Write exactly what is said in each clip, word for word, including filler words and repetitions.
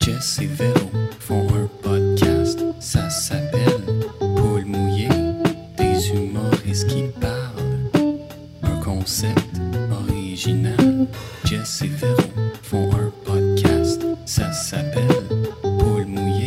Jess et Véro font un podcast, ça s'appelle Paul mouillé, des humoristes qui parlent. Un concept original. Jess et Véro font un podcast, ça s'appelle Paul mouillé,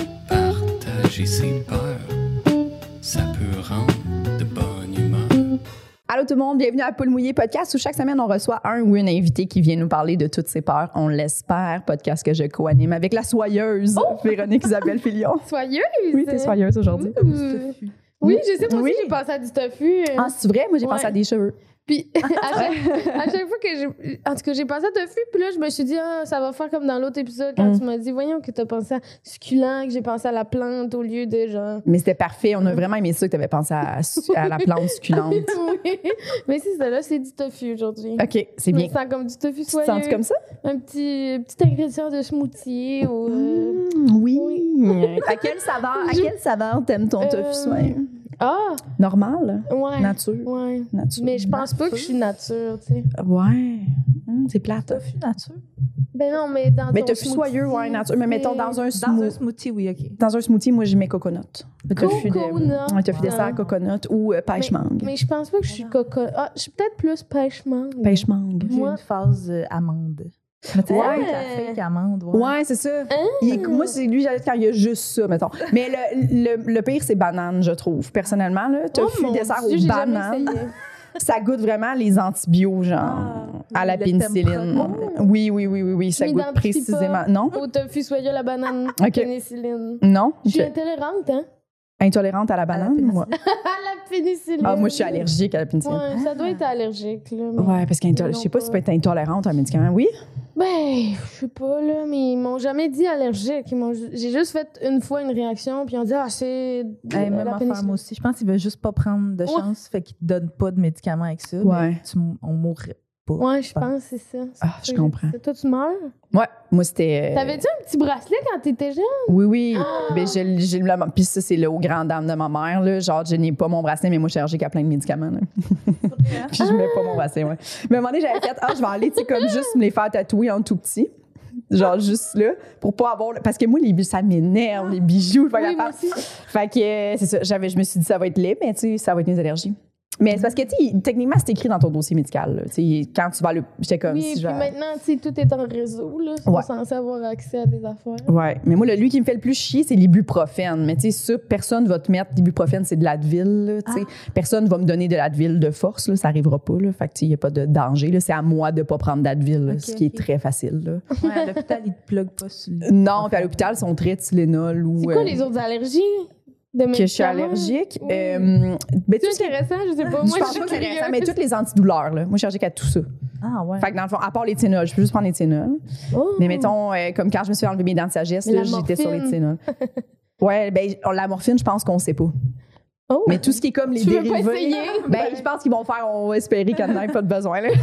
partager ses peurs, ça peut rendre de bonne humeur. Allô tout le monde, bienvenue à Paul mouillé podcast où chaque semaine on reçoit un ou une invitée qui vient nous parler de toutes ses peurs. On l'espère, podcast que je co-anime avec la soyeuse Oh! Véronique Isabelle Filion. Soyeuse? Oui, t'es soyeuse aujourd'hui. Ouh. Oui, je sais, moi Oui. aussi, j'ai pensé à du tofu. Ah, c'est vrai? Moi, j'ai Ouais. pensé à des cheveux. Puis, à chaque, à chaque fois que j'ai... En tout cas, j'ai pensé à tofu, puis là, je me suis dit, ah, ça va faire comme dans l'autre épisode, quand Mm. tu m'as dit, voyons que t'as pensé à succulent, que j'ai pensé à la plante au lieu de genre... Mais c'était parfait. On a vraiment aimé ça que t'avais pensé à, à la plante succulente. Oui. Mais c'est ça, là, c'est du tofu aujourd'hui. OK, c'est Je me bien. sens comme du tofu Tu te soyeux. sens comme ça? Un petit, petit ingrédient de smoothie ou... euh, Mmh, oui. Oui. À quelle saveur, à quelle saveur t'aimes ton tofu euh, soyeux? Ah! Normal? Ouais. Nature? Ouais. Nature. Mais je pense pas que je suis nature, tu sais. Ouais. Hum, c'est plate. Tofu nature. Ben non, mais dans Mais ton tofu smoothie, soyeux, ouais, nature. Mais mettons dans un Dans un smoothie. smoothie, oui, OK. Dans un smoothie, moi, je mets coconut. Le tofu de, Coconut. un tofu Ah. dessert, coconut ou euh, pêche mangue. Mais je pense pas que je suis coco. Ah, je suis peut-être plus pêche mangue. Pêche mangue. J'ai Moi- une phase euh, amande. Mais tu sais, Ouais. avec la fake amande. Ouais. Ouais, c'est ça. Il est- moi, c'est lui, j'allais quand il y a juste ça, mettons. Mais le, le, le pire, c'est banane, je trouve. Personnellement, là, tofu Oh mon dessert Dieu, aux j'ai jamais bananes, essayé. ça goûte vraiment les antibiotiques, genre, Ah, à la le pénicilline. tempra. Oui, oui, oui, oui, oui, ça goûte m'identifie précisément. pas. Non? Au tofu soyeux, la banane, Ok. pénicilline. Non? Je suis Ok. intolérante, hein? Intolérante à la À la banane? pénicilline. moi? À la pénicilline. Ah, moi, je suis allergique à la pénicilline. Ouais, ça doit être allergique, là. mais- Ouais, parce que Mais non, je sais pas pas. si tu peux être intolérante à un médicament. Oui? Ben, je sais pas, là, mais ils m'ont jamais dit allergique. Ils m'ont ju- J'ai juste fait une fois une réaction, puis ils ont dit, ah, c'est. de Hey, la même affaire, pénicilline. moi aussi. Je pense qu'il veut juste pas prendre de Ouais. chance, fait qu'il te donne pas de médicaments avec ça. Ouais. Mais tu, on mourrait pas. Ouais, je pense que c'est ça. Ah, C'est je ça. comprends. C'est- Toi, tu meurs? Ouais, moi, c'était. euh, T'avais-tu un petit bracelet quand t'étais jeune? Oui, oui. Ah! Ben, j'ai, j'ai le- puis ça, c'est le haut grand dame de ma mère. Là. Genre, je n'ai pas mon bracelet, mais moi, je suis allergique à plein de médicaments. Là. Puis je mets pas mon bracelet, ouais. Mais à un moment donné, j'avais fait, ah, je vais aller, tu sais, comme juste me les faire tatouer en tout petit. Genre, juste là, pour pas avoir. Parce que moi, les bijoux, ça m'énerve, les bijoux. Je suis pas Oui, moi capable. aussi. Fait que, euh, c'est ça. J'avais, je me suis dit, ça va être laid, mais tu sais, ça va être mes allergies. Mais c'est parce que, tu sais, techniquement, c'est écrit dans ton dossier médical. Là. Tu sais, quand tu vas le. J'étais comme Oui, si puis je. maintenant, tu sais, tout est en réseau, là. Ils Ouais. sont censés avoir accès à des affaires. Ouais, mais moi, le, lui qui me fait le plus chier, c'est l'ibuprofène. Mais tu sais, ça, personne va te mettre l'ibuprofène, c'est de l'Advil, là, tu sais. Personne va me donner de l'Advil de force, là, ça arrivera pas, là. Fait que, tu sais, il n'y a pas de danger, là. C'est à moi de pas prendre d'Advil, là, Ok, ce qui est ok. très facile, là. Ouais, à l'hôpital, ils te pluguent pas sur le. Non, puis à l'hôpital, ils sont très Tylenol ou... C'est quoi euh, les autres allergies de que je suis médicaments? allergique. Oui. Euh, ben, C'est tout ce qui- intéressant, je sais pas. je Moi, pense je pas suis que c'est intéressant, curieuse. mais toutes les antidouleurs, là. Moi, je suis allergique à tout ça. Ah, ouais. Fait que dans le fond, à part les Tylenol, je peux juste prendre les Tylenol. Oh. Mais mettons, euh, comme quand je me suis fait enlever mes dents de sagesse, Mais là, la j'étais sur les morphine. Tylenol. Ouais, ben, on- la morphine, je pense qu'on sait pas. Oh. Mais tout ce qui est comme les Tu veux pas dérivés, essayer? ben, je pense qu'ils vont faire, on va espérer qu'il n'y en ait pas de besoin. Là.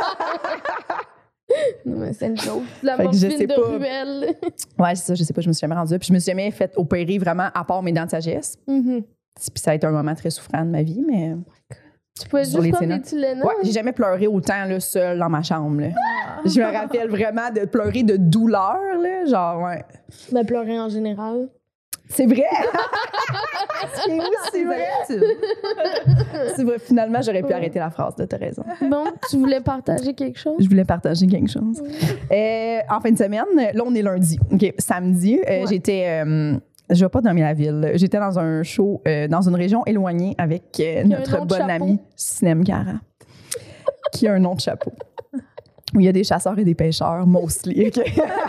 Non, mais c'est une joke. La Fait que je morphine sais de pas. ruelle. Ouais, c'est ça, je sais pas, je me suis jamais rendue. Puis je me suis jamais fait opérer vraiment, à part mes dents de sagesse. Mhm. Puis ça a été un moment très souffrant de ma vie, mais... Tu pouvais Sur juste les prendre Tylenol. des Tylenol. Ouais, j'ai jamais pleuré autant, là, seule dans ma chambre, là. Ah. Je me rappelle vraiment de pleurer de douleur, là, genre, ouais. Ben, pleurer en général. C'est vrai! c'est oui, c'est vrai! C'est vrai, finalement, j'aurais pu arrêter la phrase, là, t'as raison. Bon, tu voulais partager quelque chose? Je voulais partager quelque chose. Euh, en fin de semaine, là, on est lundi. OK, samedi, euh, Ouais. j'étais. Euh, je vais pas dormir la ville. J'étais dans un show euh, dans une région éloignée avec euh, a un notre nom de bonne chapeau. amie Sinem Cara, qui a un nom de chapeau. Où il y a des chasseurs et des pêcheurs, mostly. OK?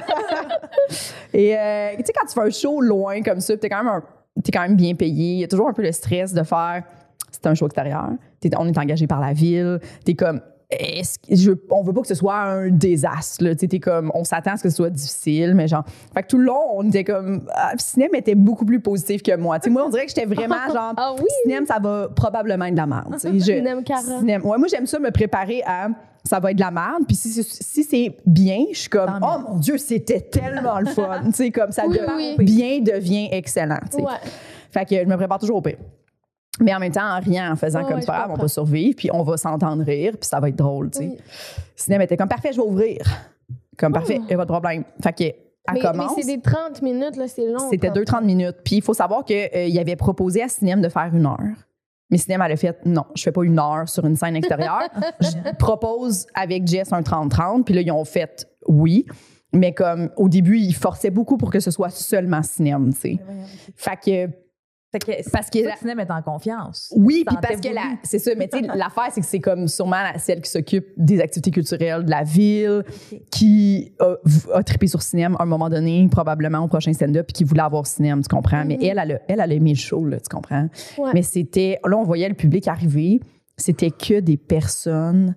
Et euh, tu sais, quand tu fais un show loin comme ça, tu es quand même un- t'es quand même bien payé. Il y a toujours un peu le stress de faire. C'est un show extérieur. T'es- on est engagé par la ville. T'es comme. Est-ce que je, on veut pas que ce soit un désastre. Là. T'es comme, on s'attend à ce que ce soit difficile, mais genre. Fait que tout le long, on était comme. Ah, Cinem était beaucoup plus positif que moi. T'sais, moi, on dirait que j'étais vraiment genre. Ah oui? Cinem, ça va probablement être de la merde. t'sais. Je- Cinem Cara. Cinem- Ouais, moi, j'aime ça me préparer à. Ça va être de la merde. Puis si, c'est- si c'est bien, je suis comme, Tant oh mieux. mon Dieu, c'était tellement le fun. Tu sais, comme ça, Oui, de- oui. bien devient excellent. tu sais. Ouais. Fait que je me prépare toujours au pire. Mais en même temps, en riant, en faisant Ouais, comme ouais, c'est pas je grave, on comprends. va survivre, puis on va s'entendre rire, puis ça va être drôle, tu sais. Oui. Le cinéma était comme, parfait, je vais ouvrir. Comme, parfait, Oh. il n'y a pas de problème. Fait que elle mais, commence. Mais c'est des trente minutes, là, c'est long. C'était deux trente minutes. Puis il faut savoir qu'il euh, avait proposé à Cinem de faire une heure. Mais Cinem, elle a fait non, je fais pas une heure sur une scène extérieure. Je propose avec Jess un trente trente. Puis là, ils ont fait oui. Mais comme au début, ils forçaient beaucoup pour que ce soit seulement Cinem, tu sais. Fait que. Fait que Parce que le la- cinéma est en confiance. Oui, Ça puis en parce était que la- voulu. c'est ça, mais tu sais, l'affaire, c'est que c'est comme sûrement la- celle qui s'occupe des activités culturelles de la ville, qui a, a trippé sur cinéma à un moment donné, probablement au prochain stand-up, puis qui voulait avoir cinéma, tu comprends? Mais elle, elle, a- elle, elle a aimé le show, là, tu comprends? Ouais. Mais c'était, là, on voyait le public arriver, c'était que des personnes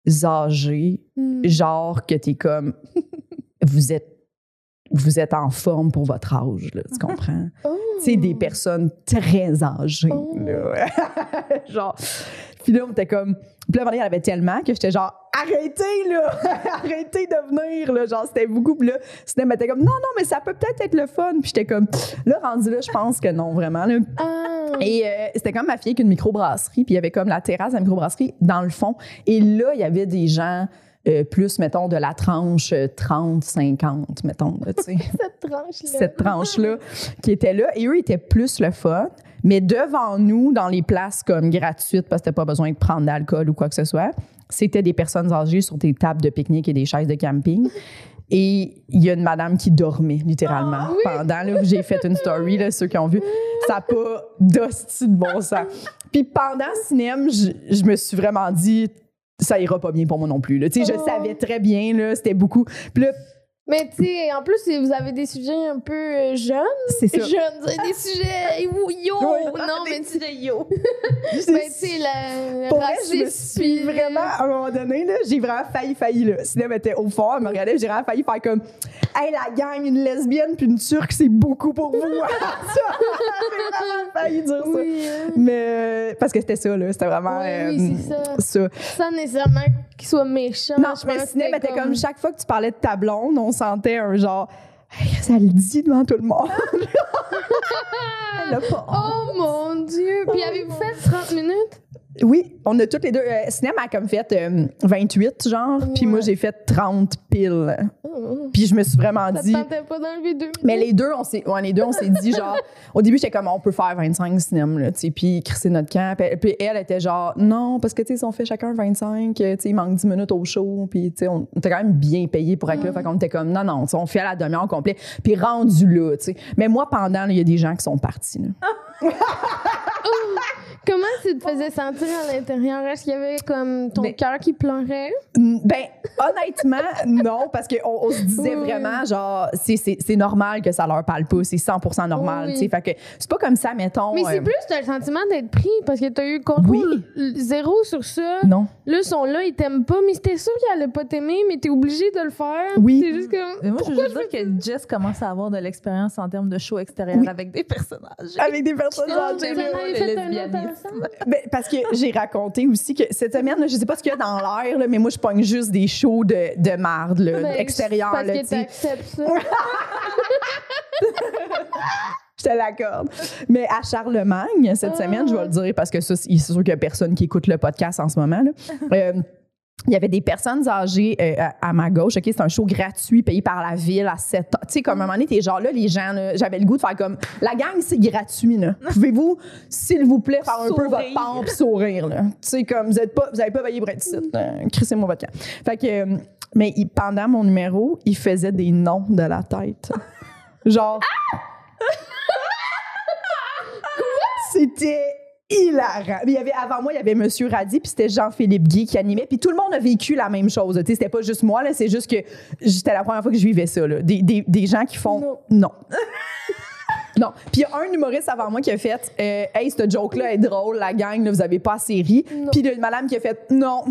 âgées, Mm. genre que t'es comme, vous êtes, vous êtes en forme pour votre âge, là, tu comprends? Oh. Tu sais, des personnes très âgées. Oh. Là. genre, puis là, on était comme. Puis là, à un moment donné, il y en avait tellement que j'étais genre, arrêtez, là! Arrêtez de venir, là! Genre, c'était beaucoup. Puis là, Cinéma était comme, non, non, mais ça peut peut-être être le fun. Puis j'étais comme, là, rendu là, je pense que non, vraiment. Là. Ah. Et euh, c'était comme ma fille avec une microbrasserie. Puis il y avait comme la terrasse de la microbrasserie dans le fond. Et là, il y avait des gens. Euh, plus, mettons, de la tranche euh, trente cinquante, mettons, là, tu sais. Cette tranche-là. Cette tranche-là qui était là. Et eux étaient plus le fun. Mais devant nous, dans les places comme gratuites, parce que t'as pas besoin de prendre d'alcool ou quoi que ce soit, c'était des personnes âgées sur des tables de pique-nique et des chaises de camping. Et il y a une madame qui dormait, littéralement, oui. pendant. Là, j'ai fait une story, là, ceux qui ont vu. Ça n'a pas d'hostie de bon sens. Puis pendant le cinéma, je, je me suis vraiment dit, ça ira pas bien pour moi non plus. Là. Tu sais, je Oh. savais très bien, là, c'était beaucoup. Puis là, Mais tu sais, en plus, vous avez des sujets un peu euh, jeunes. c'est ça. Jeunes, c'est des sujets yo, yo. Oui. non, mais tu sais, yo. C'est- Mais tu sais, la- le Pour vrai, je me racisme. suis puis- vraiment, à un moment donné, là, j'ai vraiment failli, failli, là. Cinéma était au fond, elle me regardait, j'ai vraiment failli faire comme, hey, la gang, une lesbienne puis une turque, c'est beaucoup pour vous. Ça, j'ai vraiment failli dire ça. Oui, hein. Mais, euh, parce que c'était ça, là. C'était vraiment. Oui, euh, oui, c'est ça. ça. Sans nécessairement qu'il soit méchant. Non, je mais pense cinéma que était comme chaque fois que tu parlais de ta blonde, on sentait un genre, hey, ça le dit devant tout le monde. Elle a pas honte. Oh mon Dieu! Puis avez-vous fait trente minutes? Oui, on a toutes les deux. Euh, cinéma a comme fait euh, vingt-huit, genre, puis Ouais. moi, j'ai fait trente piles. Oh. Puis je me suis vraiment Ça te dit. tentait pas d'enlever deux minutes? Mais les deux, on s'est, ouais, les deux, on s'est dit, genre, au début, j'étais comme, on peut faire vingt-cinq cinéma, là, tu sais, puis crisser notre camp. Puis, puis elle était genre, non, parce que, tu sais, si on fait chacun vingt-cinq, tu sais, il manque dix minutes au show, puis, tu sais, on était quand même bien payé pour être là. Fait qu'on était comme, non, non, tu sais, on fait à la demi-heure complet. Puis rendu là, tu sais. Mais moi, pendant, là, il y a des gens qui sont partis, là. Comment tu te faisais sentir à l'intérieur? Est-ce qu'il y avait comme ton Mais- cœur qui pleurait? Ben, honnêtement, non, parce qu'on on se disait Oui. vraiment, genre, c'est, c'est, c'est normal que ça leur parle pas, c'est cent pour cent normal, Oui. tu sais. Fait que c'est pas comme ça, mettons. Mais c'est euh, plus t'as le sentiment d'être pris parce que t'as eu contrôle l- zéro sur ça. Non. Là, ils sont là, ils t'aiment pas, mais c'était sûr qu'ils allaient pas t'aimer, mais t'es obligé de le faire. Oui. C'est juste comme. Mais moi, je veux Pourquoi juste dire que Jess commence à avoir de l'expérience en termes de show extérieur Oui. avec des personnages. Avec des personnes Ah, âgées, vous là. en avez le fait un autre lesbianisme. ensemble? Ben, parce que j'ai raconté aussi que cette semaine, là, je sais pas ce qu'il y a dans l'air, là, mais moi, je pogne juste des shows de, de marde, là, Ben, extérieurs. Parce Là, que tu sais. t'acceptes ça. Je te l'accorde. Mais à Charlemagne, cette Ah. semaine, je vais le dire parce que ça, c'est c'est sûr qu'il y a personne qui écoute le podcast en ce moment. Là. Euh, il y avait des personnes âgées euh, à, à ma gauche. OK, c'est un show gratuit payé par la ville à sept ans. Tu sais, comme à un moment donné, t'es genre là, les gens, là, j'avais le goût de faire comme la gang, c'est gratuit. Là. Pouvez-vous, s'il vous plaît, faire un peu Sourire. votre pompe, sourire. Là. Tu sais, comme vous êtes pas, vous avez pas payé pour être ici. là. Crissez-moi votre camp. Fait que, euh, mais il- pendant mon numéro, il faisait des noms de la tête. Genre. C'était hilarant. Mais il y avait, avant moi, il y avait Monsieur Radi, puis c'était Jean-Philippe Guy qui animait. Puis tout le monde a vécu la même chose. Tu sais, c'était pas juste moi, là, c'est juste que c'était la première fois que je vivais ça. Là. Des, des, des gens qui font Non. non. Non. Puis il y a un humoriste avant moi qui a fait euh, hey, cette joke-là est drôle, la gang, là, vous avez pas assez ri. Non. Puis il y a une madame qui a fait non.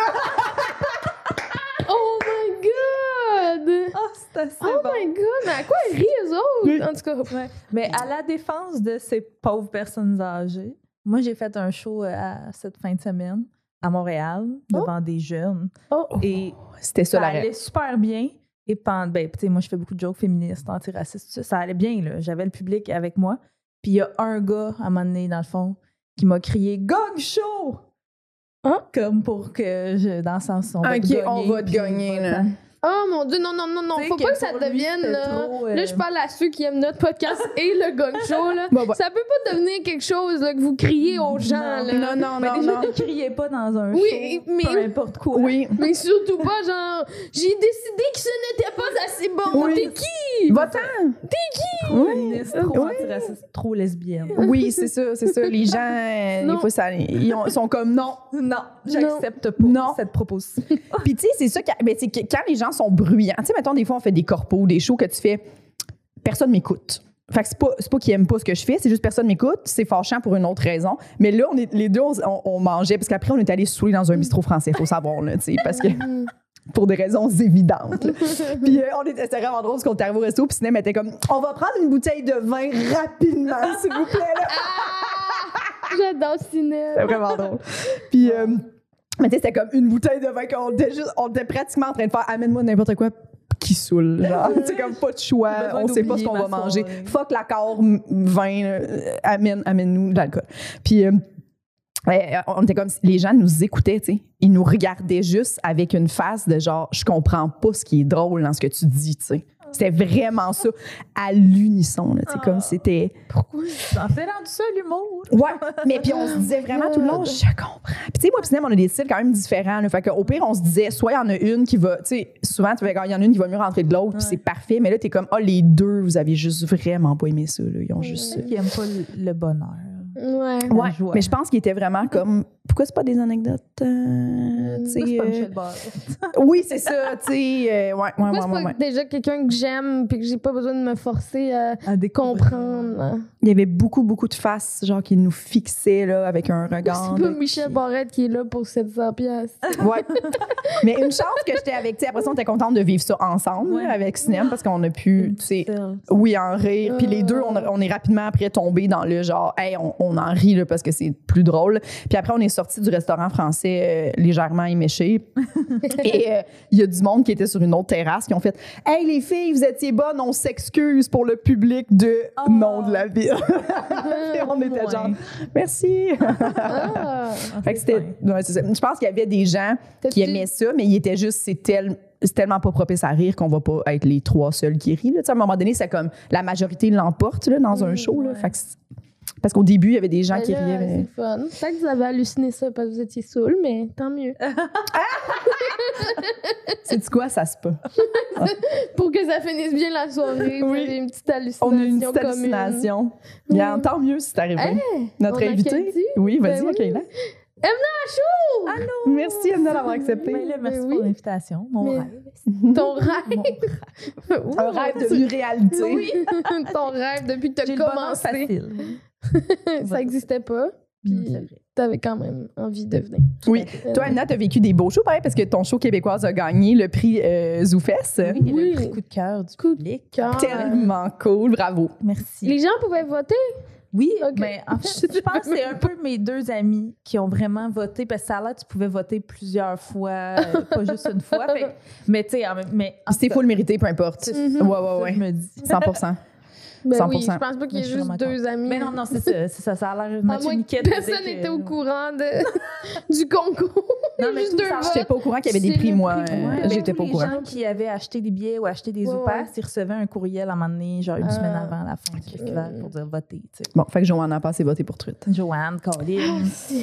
Oh my god! Oh, c'est assez Oh bon. my god! Mais à quoi ils rient, eux autres? Oui. En tout cas, ouais. Mais à la défense de ces pauvres personnes âgées, moi, j'ai fait un show euh, à cette fin de semaine à Montréal devant des jeunes. Oh. Et C'était ça ça la allait règle. super bien. Et pendant, ben, tu sais, moi, je fais beaucoup de jokes féministes, antiracistes, tout ça. Ça allait bien, là. J'avais le public avec moi. Puis il y a un gars, à un moment donné, dans le fond, qui m'a crié « Gong show! Hein? » Comme pour que je, dans le sens, on va Ok, te gagner. on va te puis gagner, là. Oh mon Dieu, non, non, non, non. Tu sais Faut que pas que ça pour lui, devienne. c'était Là, trop, euh, là, je parle à ceux qui aiment notre podcast et le Gong Show. Là. Bon, bah. Ça peut pas devenir quelque chose là, que vous criez aux gens. Là. Non, non, Mais non, déjà, non. ne criez pas dans un Oui, show, mais- peu importe quoi. Oui. Mais surtout pas, genre, j'ai décidé que ce n'était pas assez bon. Oui. T'es qui? Va-t'en! Trop Oui. féministe, trop Oui. antiraciste, trop lesbienne. Oui, c'est ça, c'est ça. Les gens, euh, Non. des fois, ça, ils ont- sont comme non. Non, j'accepte pas Non. cette proposition. Puis, tu sais, c'est ça, qui- ben, c'est que quand les gens sont bruyants, tu sais, mettons, des fois, on fait des corpos, des shows que tu fais, personne m'écoute. Fait que c'est pas, c'est pas qu'ils aiment pas ce que je fais, c'est juste personne m'écoute. C'est fâchant pour une autre raison. Mais là, on est, les deux, on, on- on mangeait, parce qu'après, on est allé se saouler dans un bistrot français, faut savoir, là, tu sais, parce que pour des raisons évidentes. là. Puis euh, on était, c'était vraiment drôle parce qu'on était arrivé au resto, puis Sinem était comme, on va prendre une bouteille de vin rapidement, s'il vous plaît. Là. J'adore cinéma. C'était vraiment drôle. Puis, euh, mais tu sais, c'était comme une bouteille de vin qu'on était juste, on était pratiquement en train de faire, amène-moi n'importe quoi qui saoule. Genre, c'est comme pas de choix, J'ai besoin on sait pas ce d'oublier qu'on va ma manger. soirée. Fuck l'accord, m- vin, euh, amène, amène-nous de l'alcool. Puis, euh, ouais, on était comme, les gens nous écoutaient, tu sais. Ils nous regardaient juste avec une face de genre, je comprends pas ce qui est drôle dans ce que tu dis, tu sais. C'était vraiment ça, à l'unisson, là, tu sais, comme c'était... Pourquoi? T'en fais rendu ça, l'humour. Ouais, mais puis on se disait vraiment tout le long, je comprends. Puis tu sais, moi, puis Sinem, on a des styles quand même différents. Là, fait qu'au pire, on se disait, soit il y en a une qui va, tu sais, souvent, tu fais, il y en a une qui va mieux rentrer de l'autre, puis Ouais. c'est parfait. Mais là, t'es comme, ah, les deux, vous avez juste vraiment pas aimé ça. Là. Ils ont juste. Ceux qui aiment pas le, le bonheur. Ouais. La Ouais, joie. mais je pense qu'il était vraiment comme, pourquoi c'est pas des anecdotes? euh, tu sais, Ça, c'est pas euh, Michel Barrette. oui, c'est ça, tu sais. euh, ouais, ouais, Pourquoi ouais, c'est ouais, pas ouais. déjà quelqu'un que j'aime puis que j'ai pas besoin de me forcer à À découvrir. comprendre? hein? Il y avait beaucoup, beaucoup de faces, genre, qui nous fixaient, là, avec un regard. C'est pas là, Michel qui- Barrette qui est là pour sept cents piastres. Ouais. Mais une chance que j'étais avec, tu sais, après ça, on était contente de vivre ça ensemble, Ouais. là, avec Sinem, parce qu'on a pu, tu sais, Style. oui, en rire. Puis les Ah. deux, on, a- on est rapidement après tombé dans le genre, hey, on, on en rit là, parce que c'est plus drôle. Puis après, on est sorti du restaurant français euh, légèrement éméché. Et euh, il y a du monde qui était sur une autre terrasse qui ont fait, hey, les filles, vous étiez bonnes, on s'excuse pour le public de Oh. nom de la ville. Et on était Ouais. genre, merci. Ah! Fait que c'était, ouais, c'est ça. Je pense qu'il y avait des gens qui T'as-tu- aimaient ça, mais il était juste, c'est tel- c'est tellement pas propice à rire qu'on va pas être les trois seuls qui rient. Là. Tu sais, à un moment donné, c'est comme la majorité l'emporte là, dans un Mm, show. Là. ouais. Fait que c'est- parce qu'au début, il y avait des gens Ben qui là, riaient. C'est mais- le fun. Peut-être que vous avez halluciné ça parce que vous étiez saoul, mais tant mieux. C'est quoi, ça se peut. Pour que ça finisse bien la soirée, vous Oui. avez une petite hallucination On a une petite commune. hallucination. Bien, Mm. tant mieux si c'est arrivé. Hey, Notre on invité. accueille-tu? Oui, vas-y, Ben oui. accueille-la. Chou! Merci, Emna, d'avoir accepté. Ben là, merci Mais pour oui. l'invitation. Mon Mais- rêve. Ton rêve. Mon Un rêve devenu réalité. Oui, ton rêve depuis que J'ai tu le as bonheur commencé. facile. Ça n'existait pas. Mm, Puis c'est vrai. t'avais quand même envie de venir. Oui. Euh, Toi, Anna, t'as vécu des beaux shows, pareil, parce que ton show québécoise a gagné le prix euh, Zoufest. Oui, il y a Oui. le prix coup de cœur du Coup de public. cœur. Tellement cool, bravo. Merci. Les gens pouvaient voter. Oui, Ok. mais en fait, je pense que c'est un peu mes deux amis qui ont vraiment voté, parce que ça a l'air que tu pouvais voter plusieurs fois, euh, pas juste une fois. Fait que- mais tu sais, en même- mais en C'est tout faut le mériter, peu importe. cas, Mhm. c'est Ouais, ouais, ça, ouais. je me dis. cent pour cent. Ben cent oui, pour cent. je pense pas qu'il y Mais ait je suis juste vraiment deux amis. Mais non, non, c'est ça, c'est ça, ça a l'air. À Mathieu moins que Niquette disait personne que- n'était au courant de, du concours. Non, mais juste tout deux ça- votes. J'étais pas au courant qu'il y avait des C'est prix, le moi. prix, euh, ouais. Ben, J'étais tous pas au les courant. gens qui avaient acheté des billets ou acheté des Ouais, oupas, ouais. ils recevaient un courriel à un moment donné, genre une Ah. semaine avant la fin du festival, pour dire voter. Tu sais. Bon, fait que Joanne a passé voter pour truite. Joanne, Colin.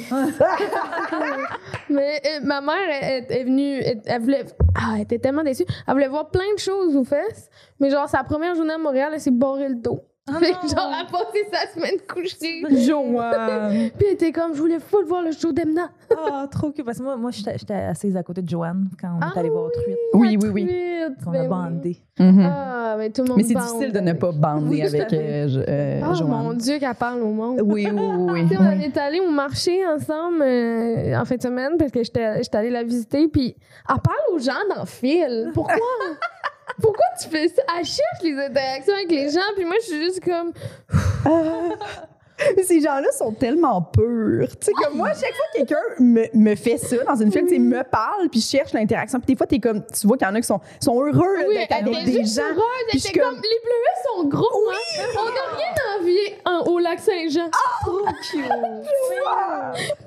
Mais euh, ma mère elle, elle est venue, elle, elle voulait, ah, elle était tellement déçue. Elle voulait voir plein de choses aux fesses, mais genre sa première journée à Montréal, elle s'est barré le dos. Ah Fait non. que genre, elle a passé sa semaine couchée. Joanne! Puis elle était comme, je voulais full voir le show d'Emna. Ah, trop que. Parce que moi, moi j'étais j'étais assise à côté de Joanne quand on Ah est allé voir Truite. Oui, oui, oui. Truite, On ben a oui. bandé. Mhm. Ah, mais tout le monde Mais c'est bande difficile de ne avec. pas bander Oui, tout à avec fait. euh, Jo- euh, Oh Joanne. mon Dieu, qu'elle parle au monde. Oui, oui, oui. Tu sais, oui. on est allés au marché ensemble euh, en fin de semaine parce que j'étais j'étais allée la visiter. Puis elle parle aux gens dans le fil. Pourquoi? Pourquoi tu fais ça? Elle cherche les interactions avec les gens. Puis moi, je suis juste comme. Ces gens-là sont tellement purs. Tu sais, comme moi, chaque fois que quelqu'un me, me fait ça dans une film, tu sais, me parle, puis cherche l'interaction. Puis des fois, t'es comme, tu vois qu'il y en a qui sont, sont heureux là, Oui, d'être elle avec était des juste gens. heureuse. Elle Puis je était suis comme, les bleuets sont gros. hein. On n'a rien envié en- au lac Saint-Jean. Ah! Puis là,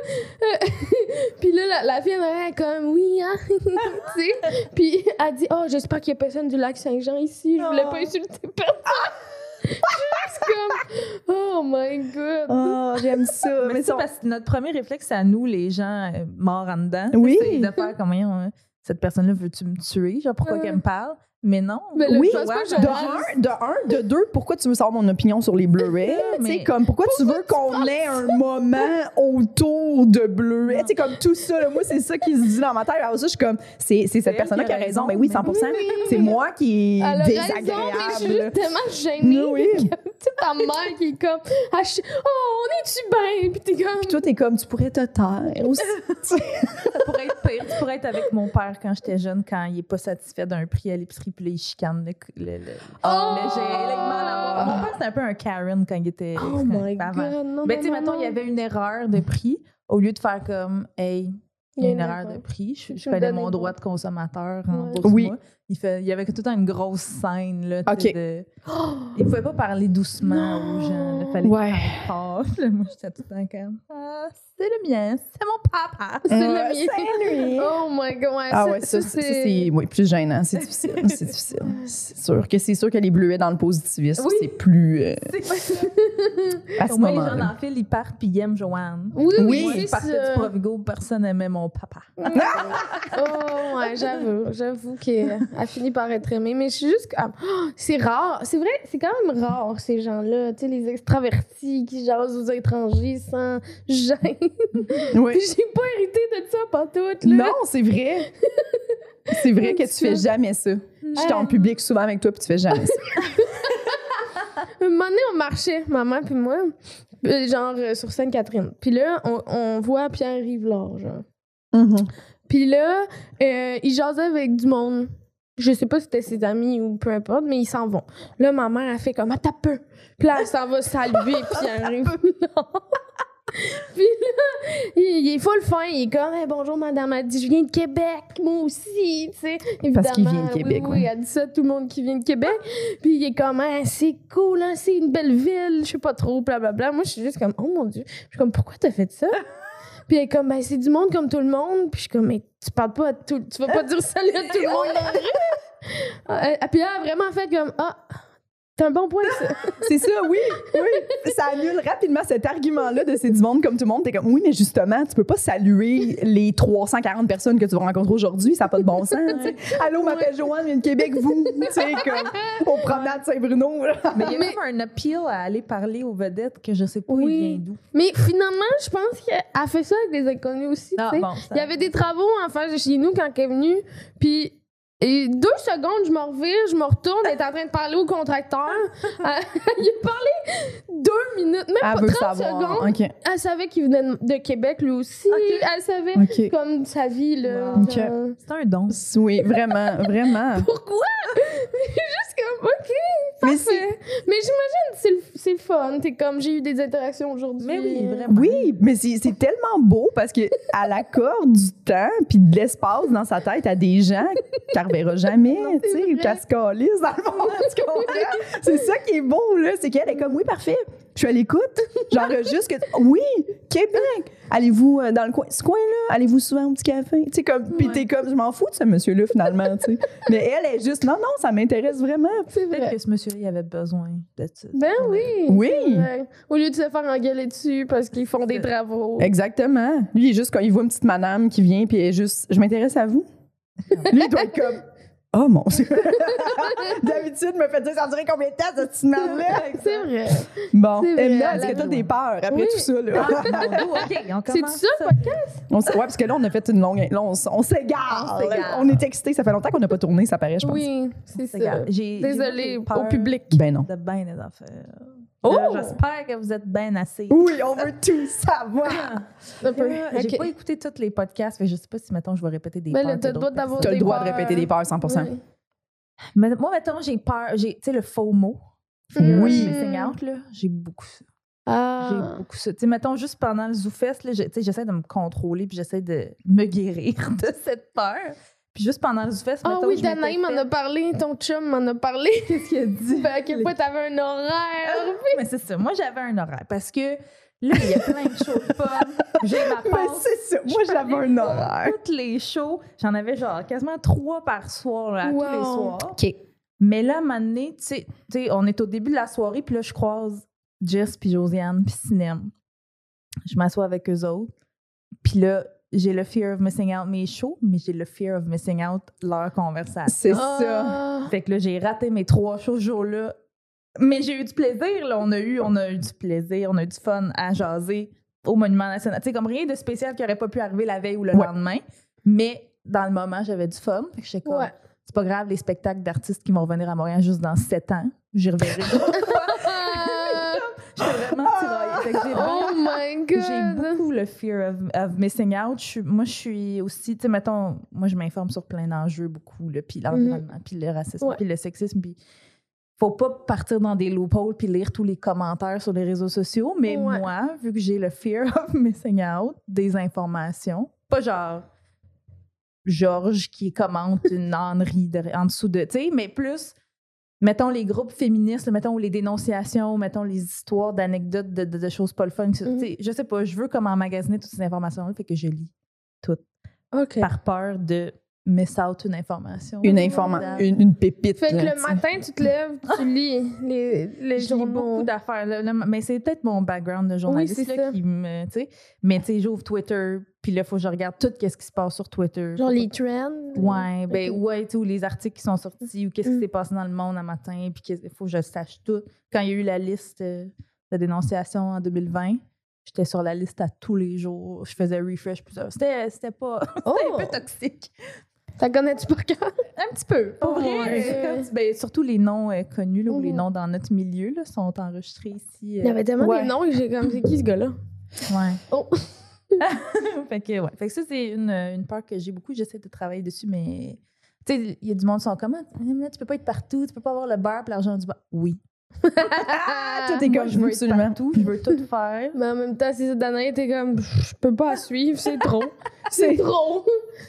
puis là, la, la fille, elle est comme, oui, hein, tu sais. Puis elle dit, oh, j'espère qu'il y a personne du lac Saint-Jean ici. Je voulais pas insulter personne. Je suis juste comme, oh my God. Oh, j'aime ça. Mais, Mais c'est ça, parce que notre premier réflexe, c'est à nous, les gens euh, morts en dedans. Oui. C'est de faire comme, hein, cette personne-là, veux-tu me tuer? Genre, pourquoi Ouais. qu'elle me parle? Mais non. Mais là, oui, je pense pas que de j'aurais- un, de un, de deux, pourquoi tu veux savoir mon opinion sur les bleuets? Tu sais, Mais- comme, pourquoi, tu veux qu'on ait un moment autour de bleuets? Tu sais, comme tout ça, là, moi, c'est ça qui se dit dans ma tête. Alors ça, je suis comme, c'est, c'est cette elle personne-là qui qui a a raison. raison, Mais oui, mais cent pour cent. oui. C'est moi qui est Elle a raison, mais je suis désagréable. juste tellement gênée. Oui. Tu sais, ta mère qui est comme, ah, je- oh, on est-tu bien? Puis t'es comme, Puis toi, t'es comme, tu pourrais te taire aussi. Ça pourrait être pire. Tu pourrais être avec mon père quand j'étais jeune, quand il est pas satisfait d'un prix à l'épicerie, puis là, il chicane le, le, le, Oh! le géant. Là, il demande à mon... mon père, c'était un peu un Karen quand il était... oh quand- my avant. God, non, Ben, non, tu sais, non, mettons, non. il y avait une erreur de prix, au lieu de faire comme, hey, il y a une erreur de prix, je, je Tu me connais donnes mon les droit bons. de consommateur, Ouais. rembourse-moi. Oui. Il, fait, il y avait tout le temps une grosse scène, là, tu sais, OK. de... Il pouvait pas parler doucement Non. aux gens, il fallait Ouais. parler fort. Puis là, moi, j'étais tout le temps comme, ah, c'est le mien, c'est mon papa. C'est le Ouais, mien. c'est lui. Oh my God, ouais, Ah ça, ouais, ça, ça, ça, ça, c'est oui, plus gênant. C'est difficile. C'est difficile. C'est sûr que c'est sûr que les bleuets dans le positivisme, Oui. c'est plus euh, à ce Au moins, les gens moment-là. dans le fil, ils partent puis ils aiment Joanne. Oui, oui, Oui, Moi, c'est je partais ça. du Provigo, personne n'aimait mon papa. Oh, ouais, j'avoue. J'avoue qu'elle a fini par être aimée. Mais je suis juste comme. Oh, c'est rare. C'est vrai, c'est quand même rare, ces gens-là. Tu sais, les extravertis qui jasent aux étrangers sans gêne. Oui. Puis j'ai pas hérité de ça pantoute, là. Non, c'est vrai. C'est vrai que tu fais jamais ça. J'étais en public souvent avec toi puis tu fais jamais ça. Un moment donné, on marchait, maman puis moi, euh, genre euh, sur Sainte-Catherine. Puis là, on, on voit Pierre Rivard, genre. Mhm. Puis là, euh, il jasait avec du monde. Je sais pas si c'était ses amis ou peu importe, mais ils s'en vont. Là, ma mère, elle fait comme « Ah, t'as peu! » Puis là, elle s'en va saluer Pierre Rivard. Puis là, il, il est full fin. Il est comme hey, « Bonjour, madame. » Elle dit « Je viens de Québec, moi aussi. » Tu sais, Parce qu'il évidemment. vient de Québec, Oui, ouais. oui, elle dit ça à tout le monde qui vient de Québec. Puis il est comme ah, c'est cool, hein, c'est une belle ville. Je sais pas trop, blablabla. Moi, je suis juste comme « Oh mon Dieu. » Je suis comme « Pourquoi t'as fait ça? » Puis elle est comme, ben, c'est du monde comme tout le monde. Puis je suis comme, mais tu parles pas à tout, tu vas pas dire salut à tout le monde dans la rue. Euh, Puis elle a vraiment fait comme, ah, t'as un bon point, ça. C'est ça, oui. Oui. Ça annule rapidement cet argument-là de c'est du monde comme tout le monde. T'es comme, oui, mais justement, tu peux pas saluer les trois cent quarante personnes que tu vas rencontrer aujourd'hui. Ça n'a pas de bon sens. tu sais. Allô, m'appelle Joanne, je viens de Québec, vous. Tu sais, comme au promenade Saint-Bruno. là. Mais il y a Mais- même un appeal à aller parler aux vedettes que je sais pas Oui. il vient d'où. Mais finalement, je pense qu'elle a fait ça avec des inconnus aussi, tu sais. bon, ça- Il y avait des travaux en face de chez nous quand elle est venue. Puis et deux secondes, je me revire, je me retourne, elle est en train de parler au contracteur. Elle- il a parlé deux minutes, même Elle pas veut trente savoir. secondes. OK. Elle savait qu'il venait de de Québec, lui aussi. Ok. Elle savait OK. comme sa vie, là. Wow. genre. C'est un don. Oui, vraiment, vraiment. Pourquoi? Juste comme, OK, Mais c'est- parfait. Mais j'imagine que c'est le, c'est le fun. T'es comme, j'ai eu des interactions aujourd'hui. Mais oui, vraiment. Oui, mais c'est c'est tellement beau parce qu'elle accorde du temps puis de l'espace dans sa tête à des gens qu'elle ne reverra jamais, tu sais, vrai. ou qu'elle se calisse dans le monde. tu comprends? C'est ça qui est beau, là. C'est qu'elle est comme, oui, parfait, je suis à l'écoute. J'enregistre que. Oui, Québec. Allez-vous euh, dans le coin, ce coin-là, allez-vous souvent au petit café? Tu sais, comme, puis Ouais. t'es comme, je m'en fous de ce monsieur-là, finalement, tu sais. Mais elle est juste, non, non, ça m'intéresse vraiment. C'est Peut-être vrai. que ce monsieur-là il avait besoin de ça. Ben oui. Oui. c'est vrai. Au lieu de se faire engueuler dessus parce qu'ils font des travaux. Exactement. Lui, il est juste quand il voit une petite madame qui vient, puis elle est juste, je m'intéresse à vous. Lui, il doit être comme, oh mon Dieu. D'habitude, me fait dire, ça durait combien de temps, cette petite madame-là? C'est vrai. Bon, C'est vrai, Emma, est-ce la que t'as joie. des peurs après Oui. tout ça, là? Ah, mon Dieu, OK, on C'est commence ça, le podcast? On s- ouais, parce que là, on a fait une longue. Là, on, s- on s'égare. On s'égare. On est excités. Ça fait longtemps qu'on n'a pas tourné, ça paraît, je pense. Oui, c'est ça. Regarde, j'ai- Désolée j'ai au peur public. Ben non. de bien des affaires. Oh! Là, J'espère que vous êtes bien assez. Oui, on veut tout savoir. Un peu. Là, J'ai Ok. pas écouté tous les podcasts, mais je sais pas si, mettons, je vais répéter des Ben peurs là, t'as de le droit d'autres d'avoir Tu as le des droit de peurs. répéter des peurs, cent pour cent. Oui. Mais moi, mettons, j'ai peur. J'ai, tu sais, le faux mot. Mm. Oui. Missing out, là, j'ai beaucoup ça. Ah. J'ai beaucoup ça. Tu sais, mettons, juste pendant le ZooFest, là, je- tu sais, j'essaie de me contrôler puis j'essaie de me guérir de cette peur. Puis juste pendant le ZooFest, Ah mettons, oui, je m'étais Danaï m'en fait- a parlé, ton chum m'en a parlé. Qu'est-ce qu'il a dit? Ben, à quel point t'avais un horaire. Mais c'est ça. Moi, j'avais un horaire parce que Là, il y a plein de shows de pommes. J'ai ma Mais passe. c'est ça. Moi, Je j'avais peux un aller horaire. Toutes les shows, j'en avais genre quasiment trois par soir, là, tous les Wow. soirs. OK. Mais là, à un moment donné, tu sais, tu sais, on est au début de la soirée, puis là, je croise Jess, puis Josiane, puis Cinem. Je m'assois avec eux autres. Puis là, j'ai le fear of missing out mes shows, mais j'ai le fear of missing out leur conversation. C'est ça. Ah. Fait que là, j'ai raté mes trois shows ce jour-là. Mais j'ai eu du plaisir, là. On a eu, on a eu du plaisir, on a eu du fun à jaser au Monument National. Tu sais, comme rien de spécial qui aurait pas pu arriver la veille ou le Ouais. lendemain. Mais dans le moment, j'avais du fun. Fait que j'étais comme, Ouais. c'est pas grave, les spectacles d'artistes qui vont revenir à Montréal juste dans sept ans. J'y reverrai. J'étais vraiment tiraillée. Fait que j'ai Oh my God! j'ai beaucoup le fear of, of missing out. Je suis- moi, je suis aussi, tu sais, mettons, moi, je m'informe sur plein d'enjeux beaucoup, là, puis l'environnement, puis le racisme, Ouais. puis le sexisme, puis faut pas partir dans des loopholes puis lire tous les commentaires sur les réseaux sociaux, mais Ouais. moi, vu que j'ai le fear of missing out des informations, pas genre Georges qui commente une ânerie de- en dessous de, tu sais, mais plus, mettons les groupes féministes, mettons ou les dénonciations, mettons les histoires d'anecdotes de, de- de choses pas le fun. tu Mhm. sais, je sais pas, je veux comme emmagasiner toutes ces informations-là, fait que je lis OK. par peur de miss out une information. Une information, une, une pépite. Fait que là, le tu sais. matin, tu te lèves, tu lis les, les Je lis journaux. beaucoup d'affaires. là, là, mais c'est peut-être mon background de journaliste Oui, c'est là, ça. qui me. Tu sais, mais tu sais, j'ouvre Twitter, puis là, il faut que je regarde tout ce qui se passe sur Twitter. Genre Faut les pas- trends. Ouais, ben Ok. ouais, tu sais, ou les articles qui sont sortis, ou qu'est-ce qui Mm. s'est passé dans le monde un matin, puis qu'il faut que je sache tout. Quand il y a eu la liste euh, de dénonciation en deux mille vingt, j'étais sur la liste à tous les jours. Je faisais refresh plusieurs. C'était, c'était pas. C'était Oh! un peu toxique. T'as connais-tu par cœur? Un petit peu. Pour Oh, vrai. ouais. Quand tu- ben, surtout les noms euh, connus, là, ou les Mhm. noms dans notre milieu, là, sont enregistrés ici. euh, Il y avait tellement Ouais. des noms que j'ai comme, c'est qui ce gars-là? Ouais. Oh! fait que, ouais. Fait que ça, c'est une, une peur que j'ai beaucoup. J'essaie de travailler dessus, mais. Tu sais, il y a du monde qui sont comme, ah, là, tu peux pas être partout, tu peux pas avoir le beurre et l'argent du beurre. Oui. Ah, tout est Moi, comme je veux absolument. être partout, je veux tout faire. Mais en même temps, si Danae était comme, je peux pas suivre, c'est trop. C'est C'est trop.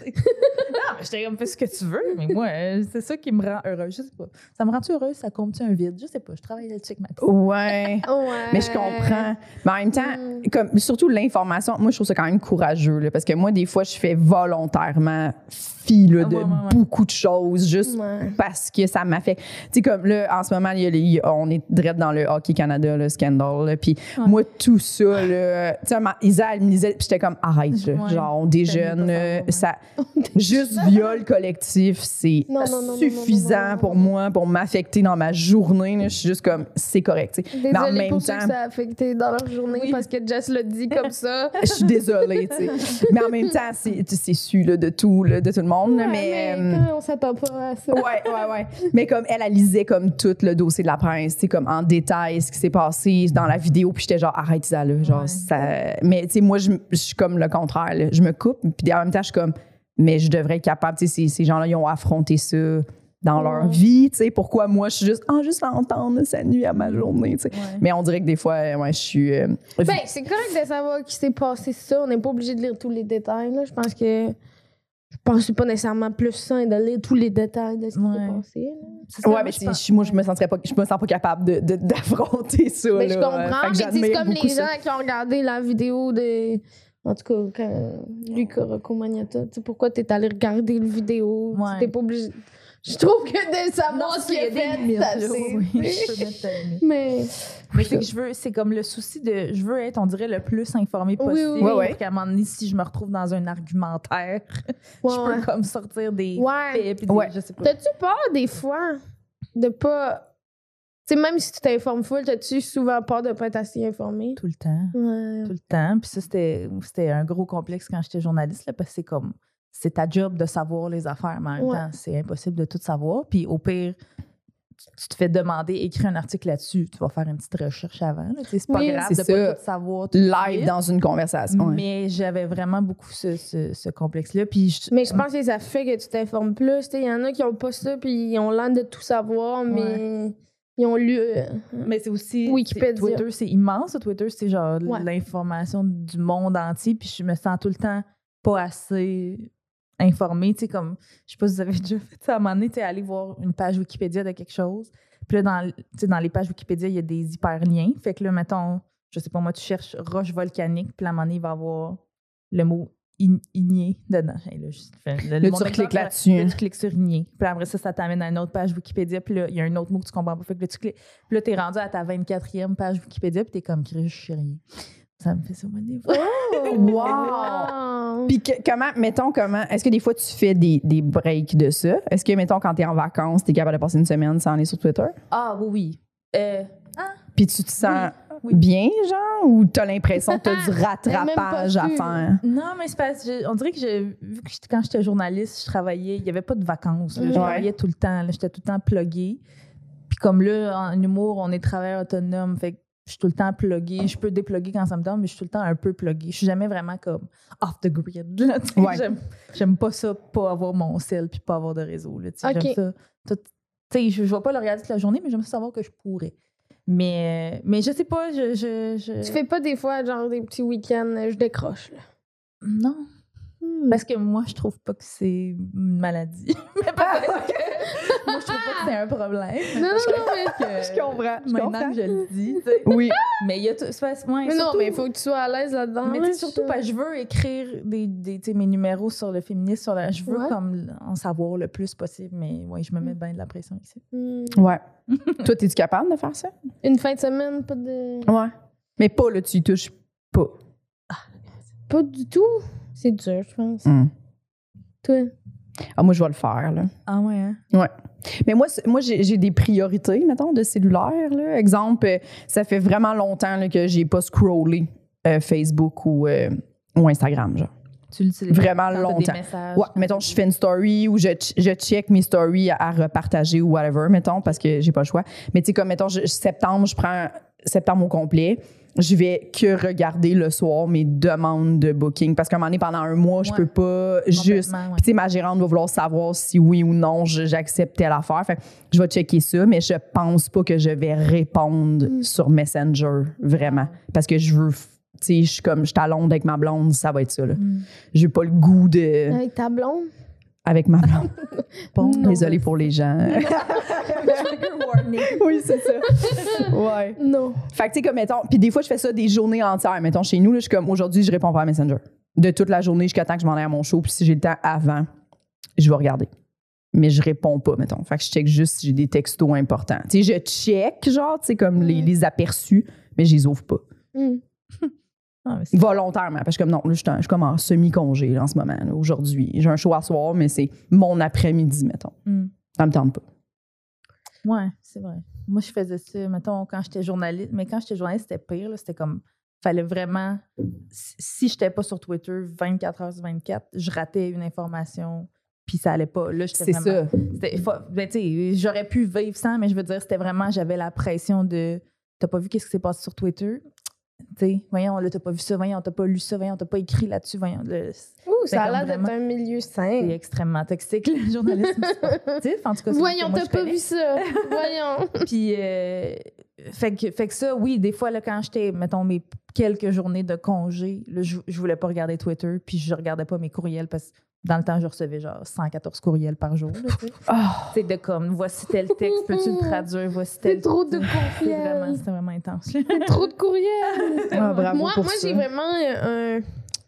Non, mais j'étais comme, fais ce que tu veux, mais moi, euh, c'est ça qui me rend heureuse. Je sais pas. Ça me rend-tu heureuse? Ça comble-tu un vide? Je sais pas. Je travaille là-dessus avec ma petite. Ouais. Ouais. Mais je comprends. Mais en même temps, Mm. comme, surtout l'information, moi, je trouve ça quand même courageux. Là, parce que moi, des fois, je fais volontairement fi là, de Ah, ouais, ouais, ouais. beaucoup de choses juste Ouais. parce que ça m'affecte. Tu sais, comme là, en ce moment, il y a les- il y a- on est direct dans le Hockey Canada, le scandale. là, Puis Ouais. moi, tout ça, là, tu sais, ma- Isa, elle me disait, puis j'étais comme, arrête, là, Ouais. genre, on déjeune. pas euh, savoir, ça, juste viol collectif, c'est Non, non, non, non, suffisant non, non, non, pour non. moi, pour m'affecter dans ma journée. là. Je suis juste comme, c'est correct. tu sais. Mais en Désolée même pour ceux temps, que ça a affecté dans leur journée Oui. parce que Jess l'a dit comme ça. je suis désolée, tu sais. Mais en même temps, c'est c'est su là, de tout, là, de tout le monde. là, Ouais, mais, euh, quand on s'attend pas à ça. ouais, ouais, ouais. Mais comme elle, elle lisait comme tout le dossier de la presse, tu sais, comme en détail ce qui s'est passé dans la vidéo, puis j'étais genre, arrête ça, là. Genre, Ouais. ça. Mais, tu sais, moi, je je suis comme le contraire, là. Je me coupe, puis en même temps, je suis comme, mais je devrais être capable, tu sais, ces, ces gens-là, ils ont affronté ça dans leur Ouais. vie, tu sais. Pourquoi moi, je suis juste, ah, juste l'entendre, ça nuit à ma journée, tu sais. Ouais. Mais on dirait que des fois, ouais, je suis. euh, Ben, c'est correct de savoir qu'il s'est passé ça. On n'est pas obligé de lire tous les détails. Là. Je pense que. Je pense que c'est pas nécessairement plus sain de lire tous les détails de ce qui Ouais. s'est passé. là. C'est ça, Ouais, moi, mais je c'est- pense- je- moi, je me sentirais pas, je me sens pas capable de, de- d'affronter ça. Mais je là. comprends, Fait que mais tu sais, c'est j'admire comme beaucoup les ça. gens qui ont regardé la vidéo de. En tout cas, quand Luc Rocco Magnotta, tu sais, pourquoi t'es allé regarder le vidéo? Ouais. Tu T'es pas obligé. Je trouve que de savoir Non, ce qu'il a il y a des fait, limites, c'est là. assez. Oui, je peux mettre ta limite. Mais. Mais c'est que je veux, c'est comme le souci de, je veux être, on dirait, le plus informé Oui, possible. oui, oui. Ouais, ouais. Pour qu'à un moment donné, si je me retrouve dans un argumentaire, Ouais, je ouais. peux comme sortir des Ouais. faits, puis des- Ouais. je sais pas. T'as-tu peur des fois de pas. Tu sais, même si tu t'informes full, t'as-tu souvent peur de pas être assez informé? Tout le temps. Ouais. Tout le temps. Puis ça, c'était, c'était un gros complexe quand j'étais journaliste, là, parce que c'est comme, c'est ta job de savoir les affaires, mais en même Ouais. temps, c'est impossible de tout savoir. Puis au pire, tu- tu te fais demander, écris un article là-dessus, tu vas faire une petite recherche avant. Là. Tu sais, C'est pas Oui, grave de c'est pas ça. tout savoir. tout de Live suite. dans une conversation. ouais. Mais j'avais vraiment beaucoup ce, ce, ce complexe-là. Puis je- Mais je pense que ça fait que tu t'informes plus. Il y en a qui ont pas ça, puis ils ont l'air de tout savoir, mais ils ont lu. euh, Mais c'est aussi. Wikipédia. c'est- Twitter, c'est immense. ça. Twitter, c'est genre Ouais. l'information du monde entier. Puis je me sens tout le temps pas assez informée. Tu sais, comme, je sais pas si vous avez déjà fait ça à un moment donné, tu sais, aller voir une page Wikipédia de quelque chose. Puis là, dans, tu sais, dans les pages Wikipédia, il y a des hyperliens. Fait que là, mettons, je sais pas moi, tu cherches roche volcanique, puis à un moment donné, il va y avoir le mot in- igné dedans. Hey, là, je fais- le, Là, mon tu recliques exemple, là-dessus. Là, tu cliques sur igné. Puis après ça, ça t'amène à une autre page Wikipédia, puis là, il y a un autre mot que tu comprends pas. Fait que là, tu cliques. Puis là, t'es rendu à ta vingt-quatrième page Wikipédia, puis t'es comme, Chris, je sais rien. Ça me fait ça, moi, des fois. Wow! Puis que- comment, mettons, comment, est-ce que des fois tu fais des, des breaks de ça? Est-ce que, mettons, quand t'es en vacances, t'es capable de passer une semaine sans aller sur Twitter? Ah, oui, oui. Euh, Puis tu te sens Oui, oui. bien, genre, ou t'as l'impression que t'as du Même pas rattrapage à su. faire? Non, mais c'est parce que je- on dirait que je, vu que j'étais- quand j'étais journaliste, je travaillais, il n'y avait pas de vacances. là. Je Ouais. travaillais tout le temps. là. J'étais tout le temps pluguée. Puis comme là, en humour, on est travailleur autonome. Fait que je suis tout le temps pluguée. Je peux dépluguer quand ça me tente, mais je suis tout le temps un peu pluguée. Je suis jamais vraiment comme off the grid. là, tu sais. Ouais. J'aime, j'aime pas ça, pas avoir mon sel puis pas avoir de réseau. Là, tu sais. Ok. J'aime ça. tout- tu sais, je ne vais pas le regarder toute la journée, mais j'aime ça savoir que je pourrais. Mais, mais je sais pas, je... je, je... Tu fais pas des fois, genre, des petits week-ends, euh, je décroche, là. Non. Parce que moi, je trouve pas que c'est une maladie. Mais peut-être que moi, je trouve pas que c'est un problème. Non, non, non, mais... Que Je comprends, je Maintenant comprends. que je le dis, tu sais. Oui. Mais il y a tout... c'est pas- ouais, Mais non, surtout- mais il faut que tu sois à l'aise là-dedans. Mais tu là, sais, surtout ça. parce que je veux écrire des, des, tu sais, mes numéros sur le féminisme, sur la, je veux Ouais. comme en savoir le plus possible, mais ouais, je me mets Mm. bien de la pression ici. Hmm. Ouais. Toi, es-tu capable de faire ça? Une fin de semaine, pas de... Ouais. Mais pas, là, tu y touches pas. Pas du tout. C'est dur, je pense. Hum. Toi? Ah, moi, je vais le faire, là. Ah ouais, hein? Ouais. Mais moi, c'est- moi j'ai j'ai des priorités, mettons, de cellulaire. Là. Exemple, euh, ça fait vraiment longtemps là, que j'ai pas scrollé euh, Facebook ou, euh, ou Instagram, genre. Tu l'utilises Vraiment quand t'as longtemps. des messages. Ouais, mettons, je fais une story ou je, ch- je check mes stories à, à repartager ou whatever, mettons, parce que j'ai pas le choix. Mais tu sais, comme, mettons, je- septembre, je prends septembre au complet. Je vais que regarder le soir mes demandes de booking. Parce qu'à un moment donné, pendant un mois, je Ouais. peux pas juste... Complètement, ouais. Puis, tu sais, ma gérante va vouloir savoir si oui ou non je- j'accepte telle affaire. Fait que je vais checker ça, mais je pense pas que je vais répondre Mm. sur Messenger, vraiment. Parce que je veux... Tu sais, je suis comme... Je suis à Londres avec ma blonde, ça va être ça, là. Mm. J'ai pas le goût de... Avec ta blonde? Avec ma blonde. Bon, Non. Désolée pour les gens. Trigger warning. oui, c'est ça. Ouais. Non. Fait que, tu sais, comme, mettons... Puis des fois, je fais ça des journées entières. Mettons, chez nous, là, je suis comme... Aujourd'hui, je réponds pas à Messenger. De toute la journée jusqu'à temps que je m'en aille à mon show. Puis si j'ai le temps avant, je vais regarder. Mais je réponds pas, mettons. Fait que je check juste si j'ai des textos importants. Tu sais, je check, genre, tu sais, comme les, les aperçus, mais je les ouvre pas. Hmm. Ah, mais c'est- Volontairement. Parce que comme non, là, je suis en- je suis comme en semi-congé là, en ce moment, là, aujourd'hui. J'ai un show à soir, mais c'est mon après-midi, mettons. Mm. Ça me tente pas. Ouais, c'est vrai. Moi, je faisais ça, mettons, quand j'étais journaliste. Mais quand j'étais journaliste, c'était pire. là. C'était comme, fallait vraiment... Si si j'étais pas sur Twitter vingt-quatre heures sur vingt-quatre, je ratais une information, puis ça allait pas. Là, j'étais C'est vraiment... ça. C'était, faut- ben, tu sais, j'aurais pu vivre sans, mais je veux dire, c'était vraiment... J'avais la pression de... T'as pas vu qu'est-ce qui s'est passé sur Twitter? Tu sais, voyons, là, t'as pas vu ça, voyons, t'as pas lu ça, voyons, t'as pas écrit là-dessus, voyons. Là, Ouh, ça a comme l'air d'être vraiment- un milieu c'est sain. extrêmement toxique, le journalisme sportif. En tout cas, c'est Voyons, ce que moi, t'as je pas connais. vu ça. Voyons. Puis, euh, fait, que, fait que ça, oui, des fois, là, quand j'étais, mettons, mes quelques journées de congé, là, je, je voulais pas regarder Twitter, puis je regardais pas mes courriels parce que dans le temps, je recevais genre cent quatorze courriels par jour. là, tu sais. Ah, C'est de comme, voici tel texte, peux-tu le traduire, voici tel. C'est trop de C'est vraiment, courriels. c'était vraiment intense. là. Trop de courriels. Ah, bravo moi, pour moi ça. j'ai vraiment un.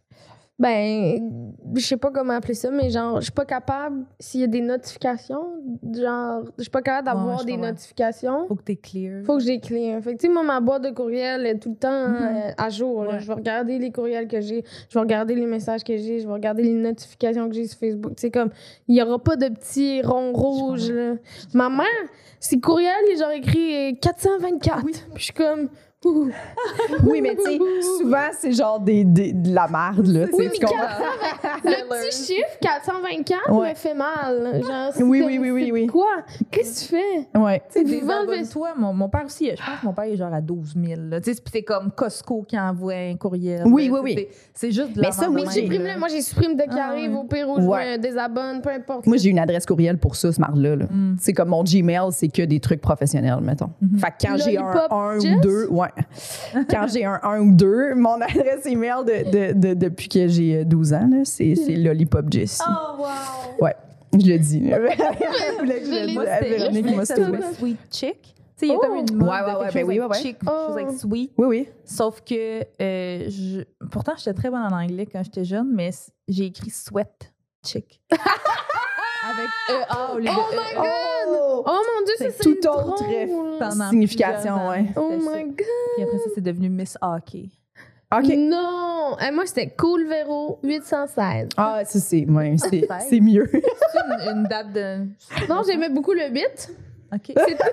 Ben, je sais pas comment appeler ça, mais genre, je suis pas capable, s'il y a des notifications, genre, je suis pas capable Ouais, d'avoir je des comprends. notifications. Faut que t'es clear. Faut que j'ai clear. Fait que, tu sais, moi, ma boîte de courriel est tout le temps Mhm. euh, à jour. là. Ouais. Je vais regarder les courriels que j'ai, je vais regarder les messages que j'ai, je vais regarder les notifications que j'ai sur Facebook. Tu sais, comme, il y aura pas de petits ronds rouges, là. Ma mère, ses courriels, il est genre écrit euh, quatre cent vingt-quatre. Puis je suis comme, ouh. oui, mais tu sais, souvent, c'est genre des, des- de la merde, là. tu sais, Oui, tu mais comprends? Le petit chiffre quatre cent vingt-quatre Ouais. me fait mal. Genre, c'est Oui, comme, oui, oui, oui, c'est oui. Quoi? Qu'est-ce que tu fais? Ouais. Tu sais, des Désabonne- toi mon, mon père aussi, je pense que mon père est genre à douze mille. là. Tu sais, puis c'est comme Costco qui envoie un courriel. Oui, là. oui, C'est- oui. C'est, c'est juste de Mais la ça, vente oui, de j'ai- même, Supprime là. le. Moi, j'ai supprimé dès qu'il Ah, arrive ouais. au pire où je Ouais. me désabonne, peu importe. Moi, j'ai une adresse courriel pour ça, ce marde-là. Là. Mm. C'est comme mon Gmail, c'est que des trucs professionnels, mettons. Mhm. Fait que quand j'ai un Lollipop un Jess? ou deux, ouais. Quand j'ai un un ou deux, mon adresse email de, de, de, depuis que j'ai douze ans, là, c'est, c'est Lollipop Jess. Oh, wow! Ouais, je le dis. Elle voulait que je Je le l'ai dise dit, à c'était- Véronique Je voulais m'a que ça sauvé. soit Sweet Chick. Tu sais, il y a Oh! comme une mode Ouais, ouais, de quelque ouais, chose ben oui, avec ouais, ouais. chic, quelque chose avec Oh. sweet. Oui, oui. Sauf que, euh, je... pourtant, j'étais très bonne en anglais quand j'étais jeune, mais c- j'ai écrit sweat chick. Avec E A au lieu de Oh E. my God! Oh! Oh mon Dieu, C'est c'est tout c'est autre drôle. Pendant signification, plusieurs ouais. années, Oh c'était ça. my God! Puis après ça, c'est devenu Miss Hockey. OK. Non! Eh, moi, c'était Cool Véro huit cent seize. Ah, ça, c'est ouais, c'est- Parfait. c'est mieux. C'est une, une date de. Non, j'aimais beaucoup le huit. OK.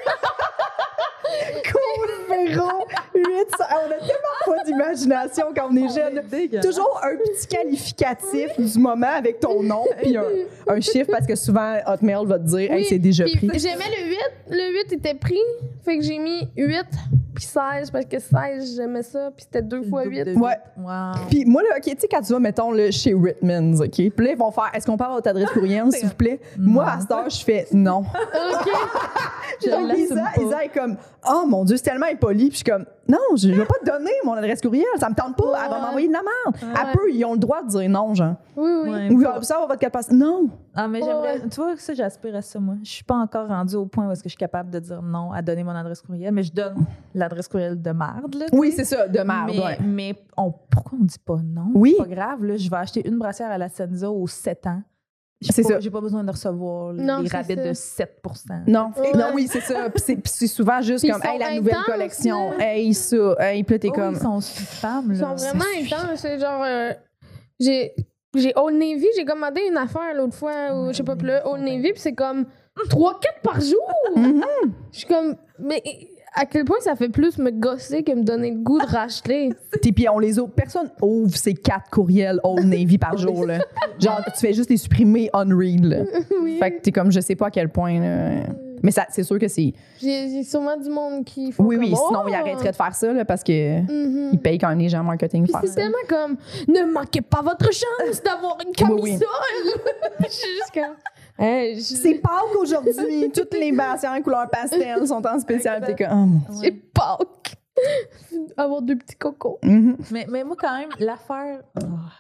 Cool, Véro. huit cents. On a tellement pas d'imagination quand on est jeune. Toujours un petit qualificatif du moment avec ton nom puis un, un chiffre parce que souvent Hotmail va te dire hey, Oui, c'est déjà puis pris. J'aimais le huit. Le huit était pris. Fait que j'ai mis huit puis seize parce que seize, j'aimais ça. Puis c'était deux fois huit. Ouais. Wow. Puis moi, là, OK, tu sais, quand tu vas, mettons, là, chez Whitman's, OK, puis là, ils vont faire, est-ce qu'on parle de votre adresse courriel, s'il vous plaît? Moi, à cette heure, je fais non. OK. Je Donc, l'assume Isa, pas. Isa est comme, oh mon Dieu, c'est tellement impoli. Puis je suis comme, non, je vais pas te donner mon adresse courriel, ça me tente pas, elle va Ouais. m'envoyer de la merde. Ouais. À peu, ils ont le droit de dire non, genre. Oui, oui. Ouais. Ou ah, ça, on va te passer. Non. Ah, mais j'aimerais. Ouais. Tu vois, ça, j'aspire à ça, moi. Je suis pas encore rendue au point où est-ce que je suis capable de dire non à donner mon adresse courriel, mais je donne l'adresse courriel de merde, là. Oui, c'est ça, de merde, mais, ouais. mais on, pourquoi on dit pas non? Oui. C'est pas grave, là. Je vais acheter une brassière à la Senza aux sept ans. J'ai C'est pas- ça. J'ai pas besoin de recevoir Non, les c'est rabais ça. de sept pour cent. Non, Ouais. non, oui, c'est ça. Puis c'est, puis c'est souvent juste Puis comme, ils hey, la sont nouvelle intenses, collection, là. hey, ça, hey, puis là, t'es Oh, comme. ils sont femmes, Ils là. sont vraiment intenses. C'est genre. euh, j'ai. J'ai Old Navy, j'ai commandé une affaire l'autre fois, ou Ouais, je sais pas, Old puis là, Navy, Old sont Navy, puis c'est comme trois quatre par jour. Mhm. Je suis comme, mais à quel point ça fait plus me gosser que me donner le goût de racheter. Puis puis on les ouvre. Personne ouvre ces quatre courriels Old Navy par jour, là. Genre, tu fais juste les supprimer on-read, là. Oui. Fait que t'es comme, je sais pas à quel point, là. Mais ça, c'est sûr que c'est. J'ai j'ai sûrement du monde qui font Oui, oui, comme, sinon, oh! ils arrêteraient de faire ça, là, parce que. Mhm. Ils payent quand même les gens en marketing Puis pour c'est faire ça. tellement comme, ne manquez pas votre chance d'avoir une camisole. Oui, Je suis juste comme, hey, je- C'est Pâques aujourd'hui. Toutes les brassières en couleur pastel sont en spécial. T'es comme, oh mon Dieu. j'ai Pâques. Avoir deux petits cocos. Mhm. Mais, mais moi, quand même, l'affaire. oh.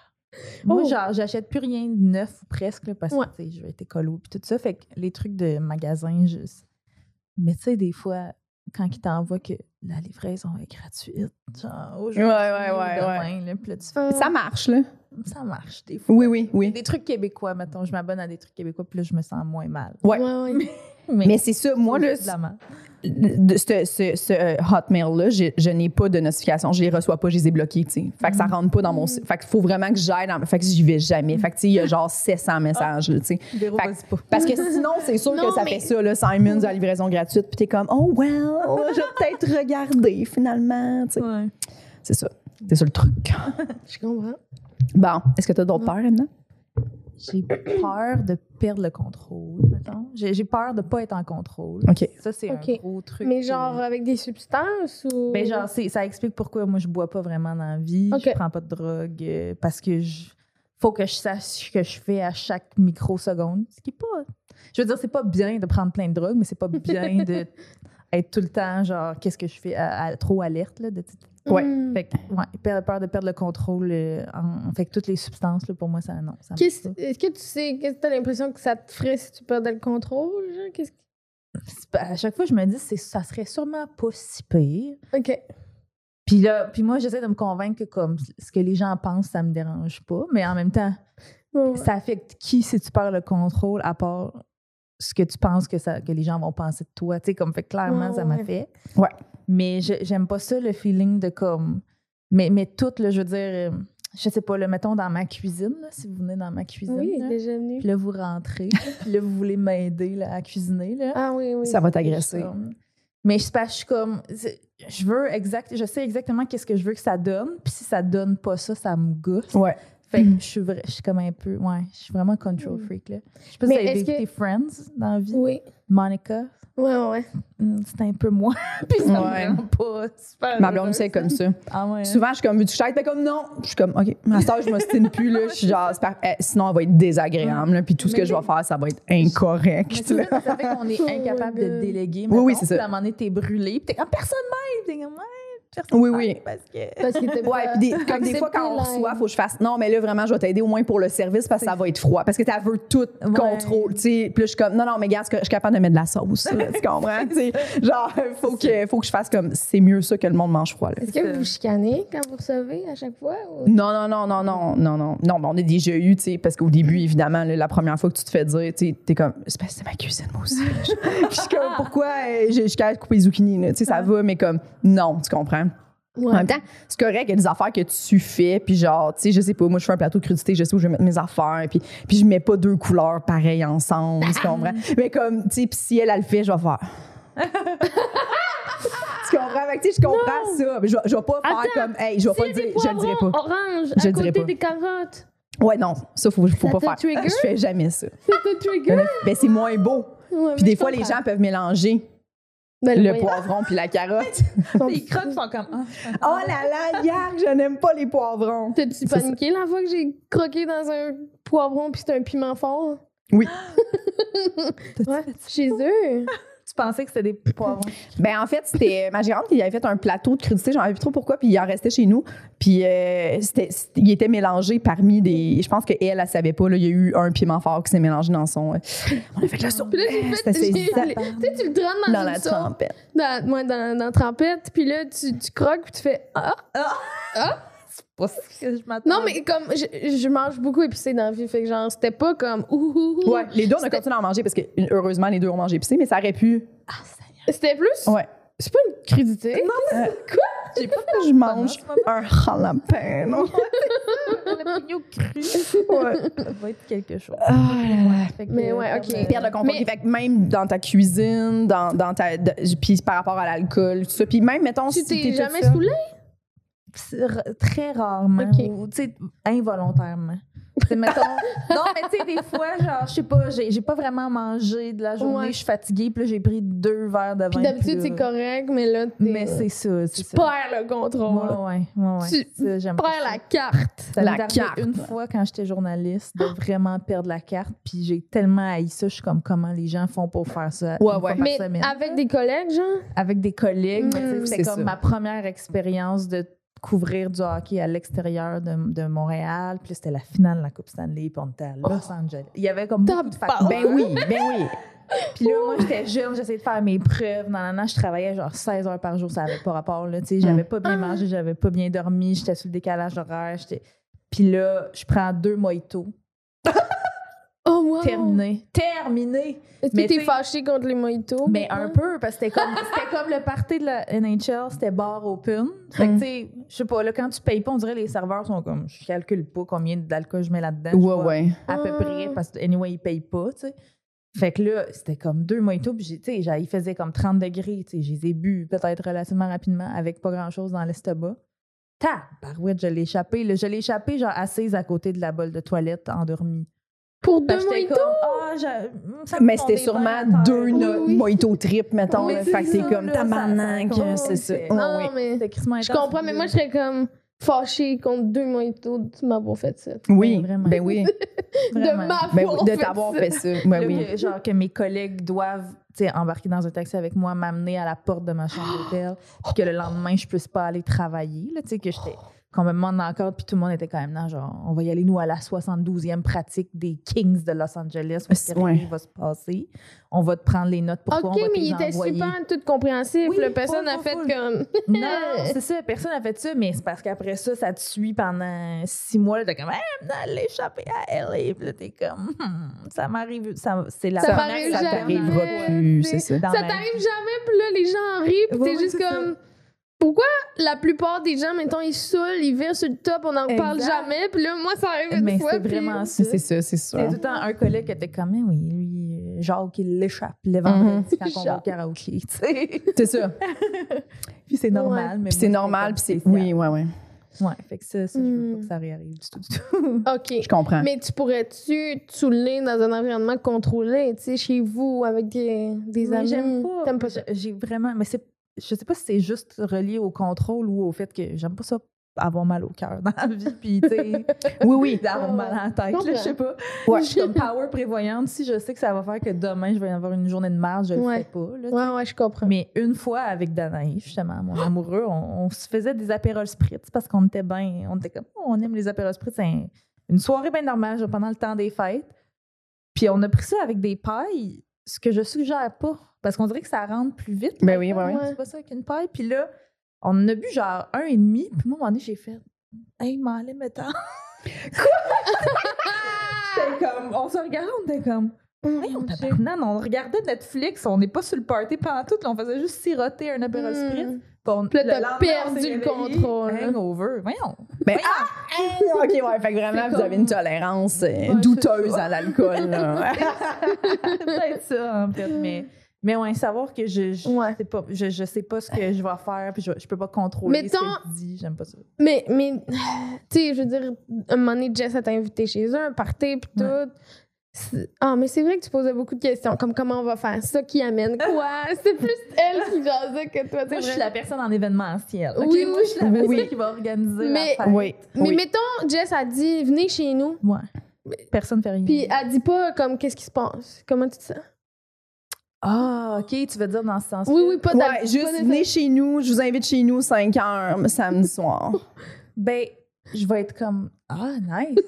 Moi, Oh. genre, j'achète plus rien de neuf ou presque, là, parce que, Ouais. tu sais, je vais être écolo puis tout ça. Fait que les trucs de magasin, juste. Mais tu sais, des fois, quand ils t'envoient que la livraison est gratuite, genre, aujourd'hui, Ouais, ouais, ou ouais, demain, là, puis là, tu fais, Ça marche, là. ça marche, des fois. Oui, oui, oui. Des trucs québécois, mettons. Je m'abonne à des trucs québécois, puis là, je me sens moins mal. Ouais. Ouais, ouais. Mais c'est ça, moi, là, c'est de la merde. de ce, ce, ce, euh, Hotmail-là, j'ai- je n'ai pas de notification. Je les reçois pas, je les ai bloqués, tu sais. Fait que ça rentre pas dans mon site. Fait qu'il faut vraiment que j'aille dans. Fait que j'y vais jamais. Fait que, tu sais, il y a genre sept cents messages, là, tu sais. Véro, Fait- vas-y pas. Parce que sinon, c'est sûr Non, que ça mais- fait ça, là, Simons à livraison gratuite, puis t'es comme, oh, well, je vais peut-être regarder, finalement, tu sais. Ouais. C'est ça. C'est ça le truc. Je comprends. Bon, est-ce que t'as d'autres peurs, Edna? J'ai peur de perdre le contrôle, mettons. J'ai j'ai peur de pas être en contrôle. OK. Ça, c'est Ok. un gros truc. Mais que- genre avec des substances ou. Ben genre, c'est- ça explique pourquoi moi, je bois pas vraiment dans la vie. Ok. Je prends pas de drogue euh, parce que je faut que je sache ce que je fais à chaque microseconde. Ce qui est pas... Je veux dire, c'est pas bien de prendre plein de drogue, mais c'est pas bien de être tout le temps, genre, qu'est-ce que je fais, à- à- trop alerte, là. De, Ouais. Hmm. fait que, ouais, peur peur de perdre le contrôle. euh, en, fait que toutes les substances, là, pour moi, ça, non. Ça marche Qu'est-ce- pas. Est-ce que tu sais, qu'est-ce que t'as l'impression que ça te ferait si tu perdais le contrôle? Genre? Qu'est-ce que... C'est pas- À chaque fois, je me dis, c'est, ça serait sûrement pas si pire. OK. Puis là, puis moi, j'essaie de me convaincre que comme ce que les gens pensent, ça me dérange pas. Mais en même temps, Ouais, ouais. ça affecte qui si tu perds le contrôle à part ce que tu penses que, ça, que les gens vont penser de toi. Tu sais, comme fait clairement, Ouais, ça ouais. m'affecte. Ouais. Mais je- j'aime pas ça, le feeling de comme. Mais, mais tout, là, je veux dire, euh, je sais pas, le mettons dans ma cuisine, là, si vous venez dans ma cuisine. Oui, là, déjà venu. puis là, vous rentrez, puis là, vous voulez m'aider là, à cuisiner. Là. Ah oui, oui. Ça va t'agresser. Comme- Mais je, je suis comme. c'est- Je veux exact. Je sais exactement qu'est-ce que je veux que ça donne. Puis si ça donne pas ça, ça me gosse. Ouais. Fait que je suis vrai, je suis comme un peu. Ouais, je suis vraiment control freak, là. Je sais pas si Mais vous avez est-ce que- écouté Friends dans la vie. Oui. Monica, Ouais, ouais, ouais. hmm, c'est un peu moi. Puis ça Ouais. me rend pas super. Ma blonde, heureuse. c'est comme ça. Ah ouais. hein? Souvent, je suis comme, veux-tu que je t'aide? Fait comme, non. Je suis comme, OK. À cette heure, je m'ostine plus, là. Je suis genre, c'est par- eh, sinon, elle va être désagréable, là. Puis tout ce que Mais je vais oui. faire, ça va être Mais incorrect, c'est là. ça, ça fait qu'on est Oh incapable my de God. déléguer. Oui, oui, mettons. c'est ça. Puis à un moment donné, t'es brûlé. Puis t'es comme personne m'aide. T'es comme, ouais. personne Oui, parle oui. Parce que... Parce qu'il était pas Ouais, puis des, comme des fois, quand on accepté, reçoit, là. faut que je fasse non, mais là, vraiment, je vais t'aider au moins pour le service parce que ça va être froid. Parce que tu veux tout Ouais. contrôle. Tu sais, puis là, je suis comme, non, non, mais gars, je suis capable de mettre de la sauce. là, tu comprends? Tu sais, genre, faut que, faut que je fasse comme, c'est mieux ça que le monde mange froid. Là. Est-ce que vous chicanez quand vous recevez à chaque fois? Ou... Non, non, non, non, non, non, non. Non, mais on a déjà eu, tu sais, parce qu'au début, évidemment, là, la première fois que tu te fais dire, tu sais, t'es comme, c'est parce que c'est ma cuisine, moi aussi. Puis je suis comme, pourquoi euh, je je suis capable de couper les zucchini, là? Tu sais, ça va, mais comme, non, tu comprends? Ouais. En même temps, c'est correct, il y a des affaires que tu fais, puis genre, tu sais, je sais pas, moi, je fais un plateau de crudité, je sais où je vais mettre mes affaires, puis, puis je mets pas deux couleurs pareilles ensemble, tu comprends? Mais comme, tu sais, puis si elle, elle le fait, je vais faire. Tu comprends? Fait que, tu sais, je comprends ça, mais je, vais- je vais pas faire Attends, comme, hey, je vais pas le Des dire, je le dirai poivrons pas. orange Je à le dirai côté pas. des carottes. Ouais, non, ça, faut, faut Ça pas te faire. trigger? Je fais jamais ça. C'est un trigger. Ben, c'est moins beau. Ouais, Puis mais des je fois, les comprends. gens peuvent mélanger Ben, le voyons. poivron puis la carotte. Les crottes sont comme... Ah, Oh là là, yark, je n'aime pas les poivrons. T'as-tu C'est ça. paniqué la fois que j'ai croqué dans un poivron puis c'était un piment fort? Oui. Ouais, chez eux. tu pensais que c'était des poivrons? Ben en fait, c'était ma gérante qui avait fait un plateau de crudité, j'en avais plus trop pourquoi, puis il en restait chez nous. Puis euh, c'était, c'était- il était mélangé parmi des. Je pense qu'elle, elle, elle savait pas, là, il y a eu un piment fort qui s'est mélangé dans son. euh, on a fait la soupe. Puis là, j'ai fait. C'était j'ai- saisissant. Tu sais, tu le trempes dans, Dans une la sauce, trempette. Dans, ouais, dans, dans la trempette, puis là, tu, tu croques, puis tu fais Ah! C'est pas ce que je m'attends. Non, mais comme je, je mange beaucoup épicé dans la vie, fait que genre, c'était pas comme ouh, ouh, ouh. Ouais, les deux, on a C'était- continué à en manger parce que heureusement, les deux ont mangé épicé, mais ça aurait pu. C'était plus. Ouais. C'est pas une crudité. Euh, j'ai pas je mange un jalapeno. le pignon cru. Ouais. Ça va être quelque chose. Ah là là. Fait que, Mais euh, ouais, comme, ok. euh, Perdre le contrôle. Mais- Fait que même dans ta cuisine, dans, dans ta. de- puis par rapport à l'alcool, tout ça. Puis même, mettons, Tu si t'es t'es toute jamais seule- saoulée? c'est r- très rarement. Ok. Ou, tu sais, involontairement. Tu sais, mettons. Non, mais tu sais, des fois, genre, je sais pas, j'ai j'ai pas vraiment mangé de la journée, Ouais. je suis fatiguée, puis là, j'ai pris deux verres de vin. Puis d'habitude, puis c'est là- correct, mais là, t'es- Mais c'est ça, tu c'est ça. perds le contrôle. Ouais, ouais, ouais, ouais. Tu Ça, j'aime pas perds ça. la carte. Ça La m'est arrivé carte. une fois quand j'étais journaliste de vraiment perdre la carte, puis j'ai tellement haï ça, je suis comme comment les gens font pour faire ça Ouais, une fois ouais. par Mais semaine. avec des collègues, genre? Avec des collègues, mais tu sais, Mm. c'était C'est comme ça. ma première expérience de couvrir du hockey à l'extérieur de, de Montréal. Puis là, c'était la finale de la Coupe Stanley, puis on était à Los Angeles. Il y avait comme beaucoup de facteurs. Ben oui, ben oui. Puis là, moi, j'étais jeune, j'essayais de faire mes preuves. Dans l'an, je travaillais genre seize heures par jour, ça n'avait pas rapport. Là, tu sais, j'avais pas bien mangé, j'avais pas bien dormi, j'étais sur le décalage horaire. j'étais- Puis là, je prends deux mojitos. Oh, wow! Terminé. Terminé! Est-ce Mais que t'es tu sais- fâché contre les mojitos? Mais un peu, parce que c'était comme, c'était comme le party de la N H L, c'était bar open. Fait que, Mm. tu sais, je sais pas, là, quand tu payes pas, on dirait les serveurs sont comme, je calcule pas combien d'alcool je mets là-dedans. je Ouais, vois ouais. À peu Ah. près, parce que, anyway, ils payent pas, tu sais. Fait que là, c'était comme deux mojitos, puis j'ai- tu sais, j'ai- il faisait comme trente degrés, tu sais, je les ai bu peut-être relativement rapidement, avec pas grand-chose dans l'estomac. Tabarouette, je l'ai échappé. Là, je l'ai échappé, genre, assise à côté de la bolle de toilette, endormie. Pour Fait deux que j'étais mojitos? comme, ah, j'ai- ça me Mais fond c'était des sûrement verres à terre. deux Oui, no- oui. mojito trip, mettons. Oui, là. c'est Fait que c'est ça, comme là, tabarnak, ça- ça- c'est ça. c'est- Ouais, Non, ouais. mais C'était crissement je intense, comprends, mais là. moi, je serais comme fâchée contre deux mojitos de m'avoir fait ça. Oui, vraiment. ben oui. Vraiment. De m'avoir Ben oui, de fait t'avoir ça. fait ça. Ben Là, oui. que, genre que mes collègues doivent tu sais, embarquer dans un taxi avec moi, m'amener à la porte de ma chambre d'hôtel, puis que le lendemain, je puisse pas aller travailler. Là, tu sais, que j'étais complètement dans le cadre, puis tout le monde était quand même là, genre, on va y aller, nous, à la soixante-douzième pratique des Kings de Los Angeles, où C'est- rien ouais. va se passer. On va te prendre les notes pour toi, Ok, on va te mais les il était envoyer. super tout compréhensif. Oui, là, personne full, n'a full, fait full. comme. Non, c'est ça, personne n'a fait ça, mais c'est parce qu'après ça, ça te suit pendant six mois. Là, t'es comme, hey, elle a échappé à L A. Puis là, t'es comme, Hmm, ça m'arrive. Ça, c'est la Ça première- m'arrive ça jamais. t'arrivera plus, c'est ça. Dans Ça ma t'arrive vie. jamais, puis là, les gens en rient, puis Oui, t'es oui, juste c'est comme. Pourquoi la plupart des gens, mettons, ils saoulent, ils virent sur le top, on n'en parle Exact. jamais, puis là, moi, ça arrive une Mais fois. c'est puis- vraiment ça. C'est ça, c'est sûr. Il y a tout le temps un collègue qui était comme, mais oui, lui, euh, Jacques, il l'échappe le vendredi quand on va au Jacques. karaoké. Tu sais. C'est ça. Puis c'est normal. Mais Puis c'est moi, normal, comme puis c'est. spécial. Oui, ouais, ouais. Ouais, fait que ça, ça je veux Hmm. pas que ça réarrive du tout, du tout. OK. Je comprends. Mais tu pourrais-tu te saouler dans un environnement contrôlé, tu sais, chez vous, avec des, des Mais amis? j'aime pas. T'aimes pas J'ai- ça? J'ai vraiment. Mais c'est. Je sais pas si c'est juste relié au contrôle ou au fait que j'aime pas ça avoir mal au cœur dans la vie, puis tu sais, Oui, oui. avoir mal à la tête, là, je sais pas. Ouais. Je suis comme power prévoyante. Si je sais que ça va faire que demain, je vais avoir une journée de merde, je le Ouais. fais pas. Là, tu sais. Ouais, ouais, je comprends. Mais une fois avec Danaï, justement, mon amoureux, on, on se faisait des apérols spritz parce qu'on était bien, on était comme, oh, on aime les apérols spritz. C'est un- une soirée bien normale, genre, pendant le temps des fêtes. Puis on a pris ça avec des pailles, ce que je suggère pas, parce qu'on dirait que ça rentre plus vite. Ben oui, ouais, ouais. C'est pas ça avec une paille. Puis là, on en a bu genre un et demi. Puis moi, à un moment donné, j'ai fait, hey, m'allez, mettons. J'étais comme, on se regarde, on était comme, hey, on tabarnane, on regardait Netflix, on n'est pas sur le party pendant tout, là, on faisait juste siroter un apéro spritz. Mm. Puis on- Puis là, le t'as lendemain, perdu on s'est le réveillé, contrôle, là. Hangover, voyons. Ben, ah! OK, ouais. Fait que vraiment, C'est vous comme- avez une tolérance euh, Ouais, douteuse c'est ça. à l'alcool. là. C'est peut-être ça, en fait. Mais, mais ouais, savoir que je, je, Ouais. sais pas, je, je sais pas ce que je vais faire, puis je, je peux pas contrôler Mettons- ce que je dis, j'aime pas ça. Mais, mais tu sais, je veux dire, un moment donné, Jess a été invité chez eux, un party, pis tout. Ouais. C'est- Ah, mais c'est vrai que tu posais beaucoup de questions, comme comment on va faire ça, qui amène quoi. C'est plus elle qui jasait que toi, Moi, c'est je suis vrai. la personne en événementiel. ok? Oui, Moi, oui. je suis la personne Oui. qui va organiser Mais- la fête. Oui. Mais oui. mettons, Jess a dit, venez chez nous, Ouais. Personne fait rien. puis elle dit pas, comme, qu'est-ce qui se passe. Comment tu te sens? Ah, OK, tu veux dire dans ce sens-là? Oui, oui, pas Ouais, d'hab- pas juste de- venez chez nous. Je vous invite chez nous cinq heures samedi soir. Ben, je vais être comme, ah, nice.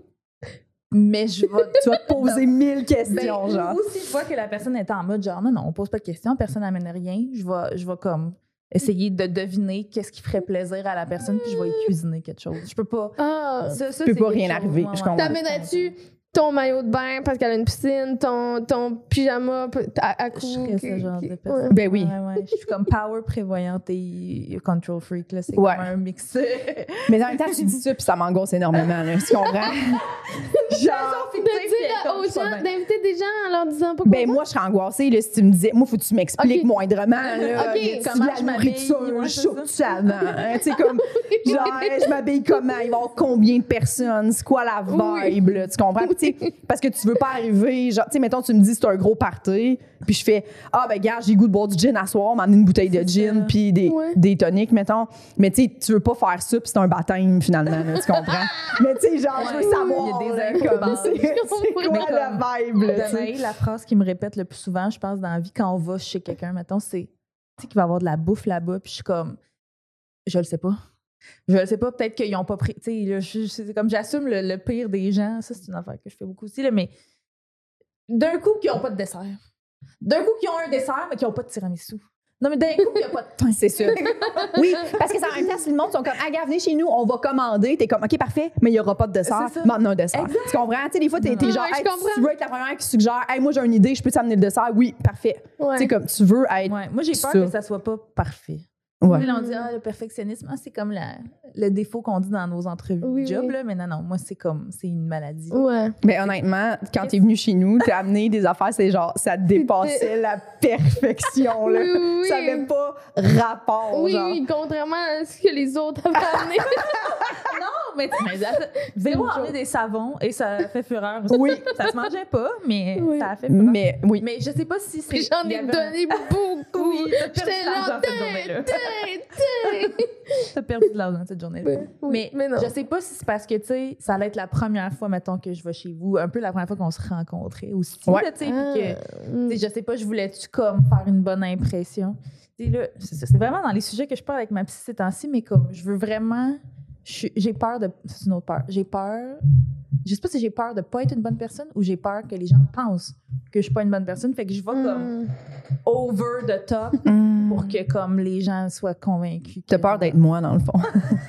Mais je vais... Tu vas te poser mille Ben, questions, genre. ou si je vois que la personne est en mode genre, non, non, on pose pas de questions, personne n'amène rien, je vais, je vais comme essayer de deviner qu'est-ce qui ferait plaisir à la personne, puis je vais y cuisiner quelque chose. Je peux pas... Ah, Ça, ça, peut c'est pas quelque rien chose, arriver, ouais, je ouais. comprends. t'amènerais-tu ton maillot de bain parce qu'elle a une piscine, ton, ton pyjama à, à Je cou. serais ce genre de Ouais. personne. Ben oui. Ouais, ouais. Je suis comme power prévoyante et control freak. Là. C'est Ouais. comme un mix. Mais en même temps, tu dis ça, puis ça m'angoisse énormément. Là, tu comprends? Genre, De dire aux gens, d'inviter des gens en leur disant pas ben moi, je serais angoissée là, si tu me disais, moi, faut que tu m'expliques Ok. moindrement. Là, Ok, y a-tu comment de la je m'habille, nourriture, ouais, c'est chaud avant. Hein, tu sais, comme, genre, je m'habille comment? Il va y avoir combien de personnes? C'est quoi la vibe? Là, tu comprends? Puis, tu sais, parce que tu veux pas arriver, genre, tu sais, mettons, tu me dis c'est un gros party, puis je fais, ah, ben, gars, j'ai le goût de boire du gin à soir, m'amener une bouteille de C'est gin, ça. puis des, Ouais. des toniques, mettons. Mais, tu sais, tu veux pas faire ça, puis c'est un baptême, finalement, là, tu comprends? Mais, tu sais, genre, je veux Ouais, savoir. il y a des là, infos comme, bases. c'est c'est quoi Mais la vibe, là, tu sais? Danaï, la phrase qui me répète le plus souvent, je pense, dans la vie, quand on va chez quelqu'un, mettons, c'est, tu sais, qu'il va y avoir de la bouffe là-bas, puis je suis comme, je le sais pas. Je le sais pas, peut-être qu'ils ont pas pris, tu sais, là, je- je- c'est comme j'assume le, le pire des gens, ça, c'est une affaire que je fais beaucoup aussi, là, mais d'un coup, qu'ils ont pas de dessert. D'un coup, qu'ils ont un dessert, mais qu'ils ont pas de tiramisu. Non, mais d'un coup, il n'y a pas de pain. C'est sûr. Oui, parce que ça, en même temps, si le monde sont comme, ah, gars, venez chez nous, on va commander. T'es comme, OK, parfait, mais il n'y aura pas de dessert. C'est ça. M'emmène un dessert. Exact. Tu comprends? Tu sais, des fois, t'es, t'es Ouais, genre, ouais, je hey, comprends. tu veux être la première qui suggère, hey, moi, j'ai une idée, je peux t'amener le dessert? Oui, parfait. Ouais. Tu sais, comme, tu veux être. Ouais, moi, j'ai peur Ça. que ça soit pas parfait. Ouais. Puis là, on dit, ah, le perfectionnisme, ah, c'est comme la, le défaut qu'on dit dans nos entrevues Oui, de job, oui. là, mais non, non, moi, c'est comme, c'est une maladie. Ouais. Mais honnêtement, quand t'es venu chez nous, t'as amené des affaires, c'est genre, ça dépassait la perfection, là. Oui, oui, oui. Ça avait pas rapport, Oui, genre. oui, contrairement à ce que les autres avaient amené. Non, mais, mais ça- zéro une emmener des savons et ça fait fureur. Oui. Ça se mangeait pas, mais Oui. ça a fait fureur. Mais oui. Mais je sais pas si c'est. Puis j'en il y ai avait- donné beaucoup. Oui, t'as perdu J'étais de l'argent là, cette journée-là. té, té. T'as perdu de l'argent cette journée-là. Oui, Mais, mais non. je sais pas si c'est parce que, tu sais, ça allait être la première fois, mettons, que je vais chez vous, un peu la première fois qu'on se rencontrait aussi, Ouais. là, tu sais, puis Ah, que, mm. tu sais, je sais pas, je voulais-tu comme faire une bonne impression. Tu sais, là, c'est ça, c'est vraiment dans les sujets que je parle avec ma psy ces temps-ci, mais comme, je veux vraiment, je suis- j'ai peur de, c'est une autre peur, j'ai peur, je sais pas si j'ai peur de pas être une bonne personne ou j'ai peur que les gens pensent que je suis pas une bonne personne, fait que je vais comme Mm. over the top Mm. pour que comme les gens soient convaincus. T'as que- peur d'être moi, dans le fond.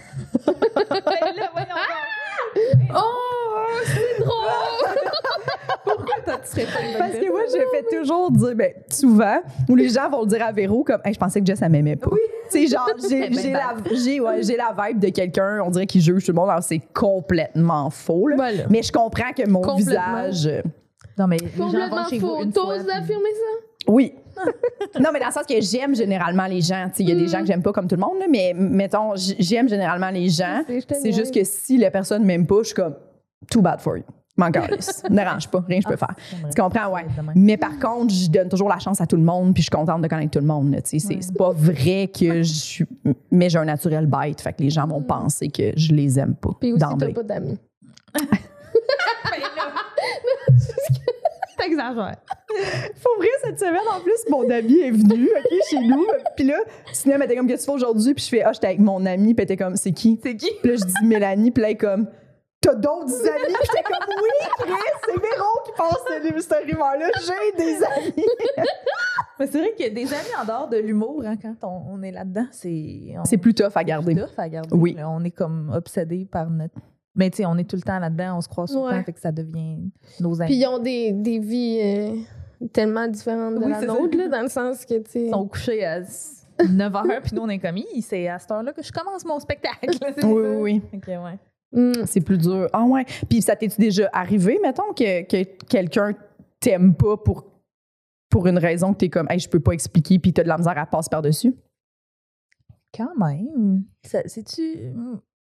Ben là, voyons donc. Oh, c'est drôle! Pourquoi toi, tu serais pas une bonne Parce que moi, personne? je fais toujours dire, ben, souvent, où les gens vont le dire à Véro comme, hey, je pensais que Jess, elle m'aimait pas. Oui. Tu sais, genre, j'ai, Ben, j'ai, ben. la, j'ai, ouais, j'ai la vibe de quelqu'un, on dirait qu'il juge tout le monde, alors c'est complètement faux, là. Voilà. Mais je comprends que mon Complètement. visage. euh, Non, mais les gens Complètement vont chez vous faux. une fois. T'oses puis- affirmer ça? Oui. Non, mais dans le sens que j'aime généralement les gens. Tu sais, il y a des gens que j'aime pas comme tout le monde, là, mais mettons, j- j'aime généralement les gens. Je sais, je te C'est niaise. juste que si la personne m'aime pas, je suis comme, too bad for you. m'en calisse. Ne dérange pas, rien que je peux faire. J'aimerais Tu comprends? ça Ouais. être de même. Mais par contre, je donne toujours la chance à tout le monde, puis je suis contente de connaître tout le monde. là, tu sais. C'est, Ouais. c'est pas vrai que je suis. Mais j'ai un naturel bête, fait que les gens vont penser que je les aime pas. Puis aussi, t'as d'emblée. pas d'amis. T'exagères. Pour vrai, cette semaine, en plus, mon ami est venu, OK, chez nous. Puis là, Ciné elle était comme, qu'est-ce que tu fais aujourd'hui? Puis je fais, ah, j'étais avec mon ami. Puis elle était comme, c'est qui? C'est qui? Puis là, je dis Mélanie. Puis là, elle est comme, t'as d'autres amis? Puis j'étais comme, oui, Chris, c'est Véro qui passe ce- cette rumeur-là. J'ai des amis. Mais c'est vrai qu'il y a des amis en dehors de l'humour, hein, quand on, on est là-dedans, c'est... on- C'est plus tough à garder. tough à garder. Oui. Là, on est comme obsédé par notre... Mais tu sais, on est tout le temps là-dedans, on se croise tout le Ouais. temps, fait que ça devient nos Puis amis. ils ont des, des vies euh, tellement différentes de Oui, la c'est ça. nôtre, là, dans le sens que, tu sais... Ils sont couchés à neuf heures, puis nous, on est comme, Hi, c'est à cette heure-là que je commence mon spectacle. C'est Oui, ça. oui, oui. Ok, ouais. Mm. C'est plus dur. Ah ouais. Puis ça t'es-tu déjà arrivé, mettons, que, que quelqu'un t'aime pas pour, pour une raison que t'es comme, hey, je peux pas expliquer, puis t'as de la misère à passer par-dessus? Quand même. Ça- C'est-tu...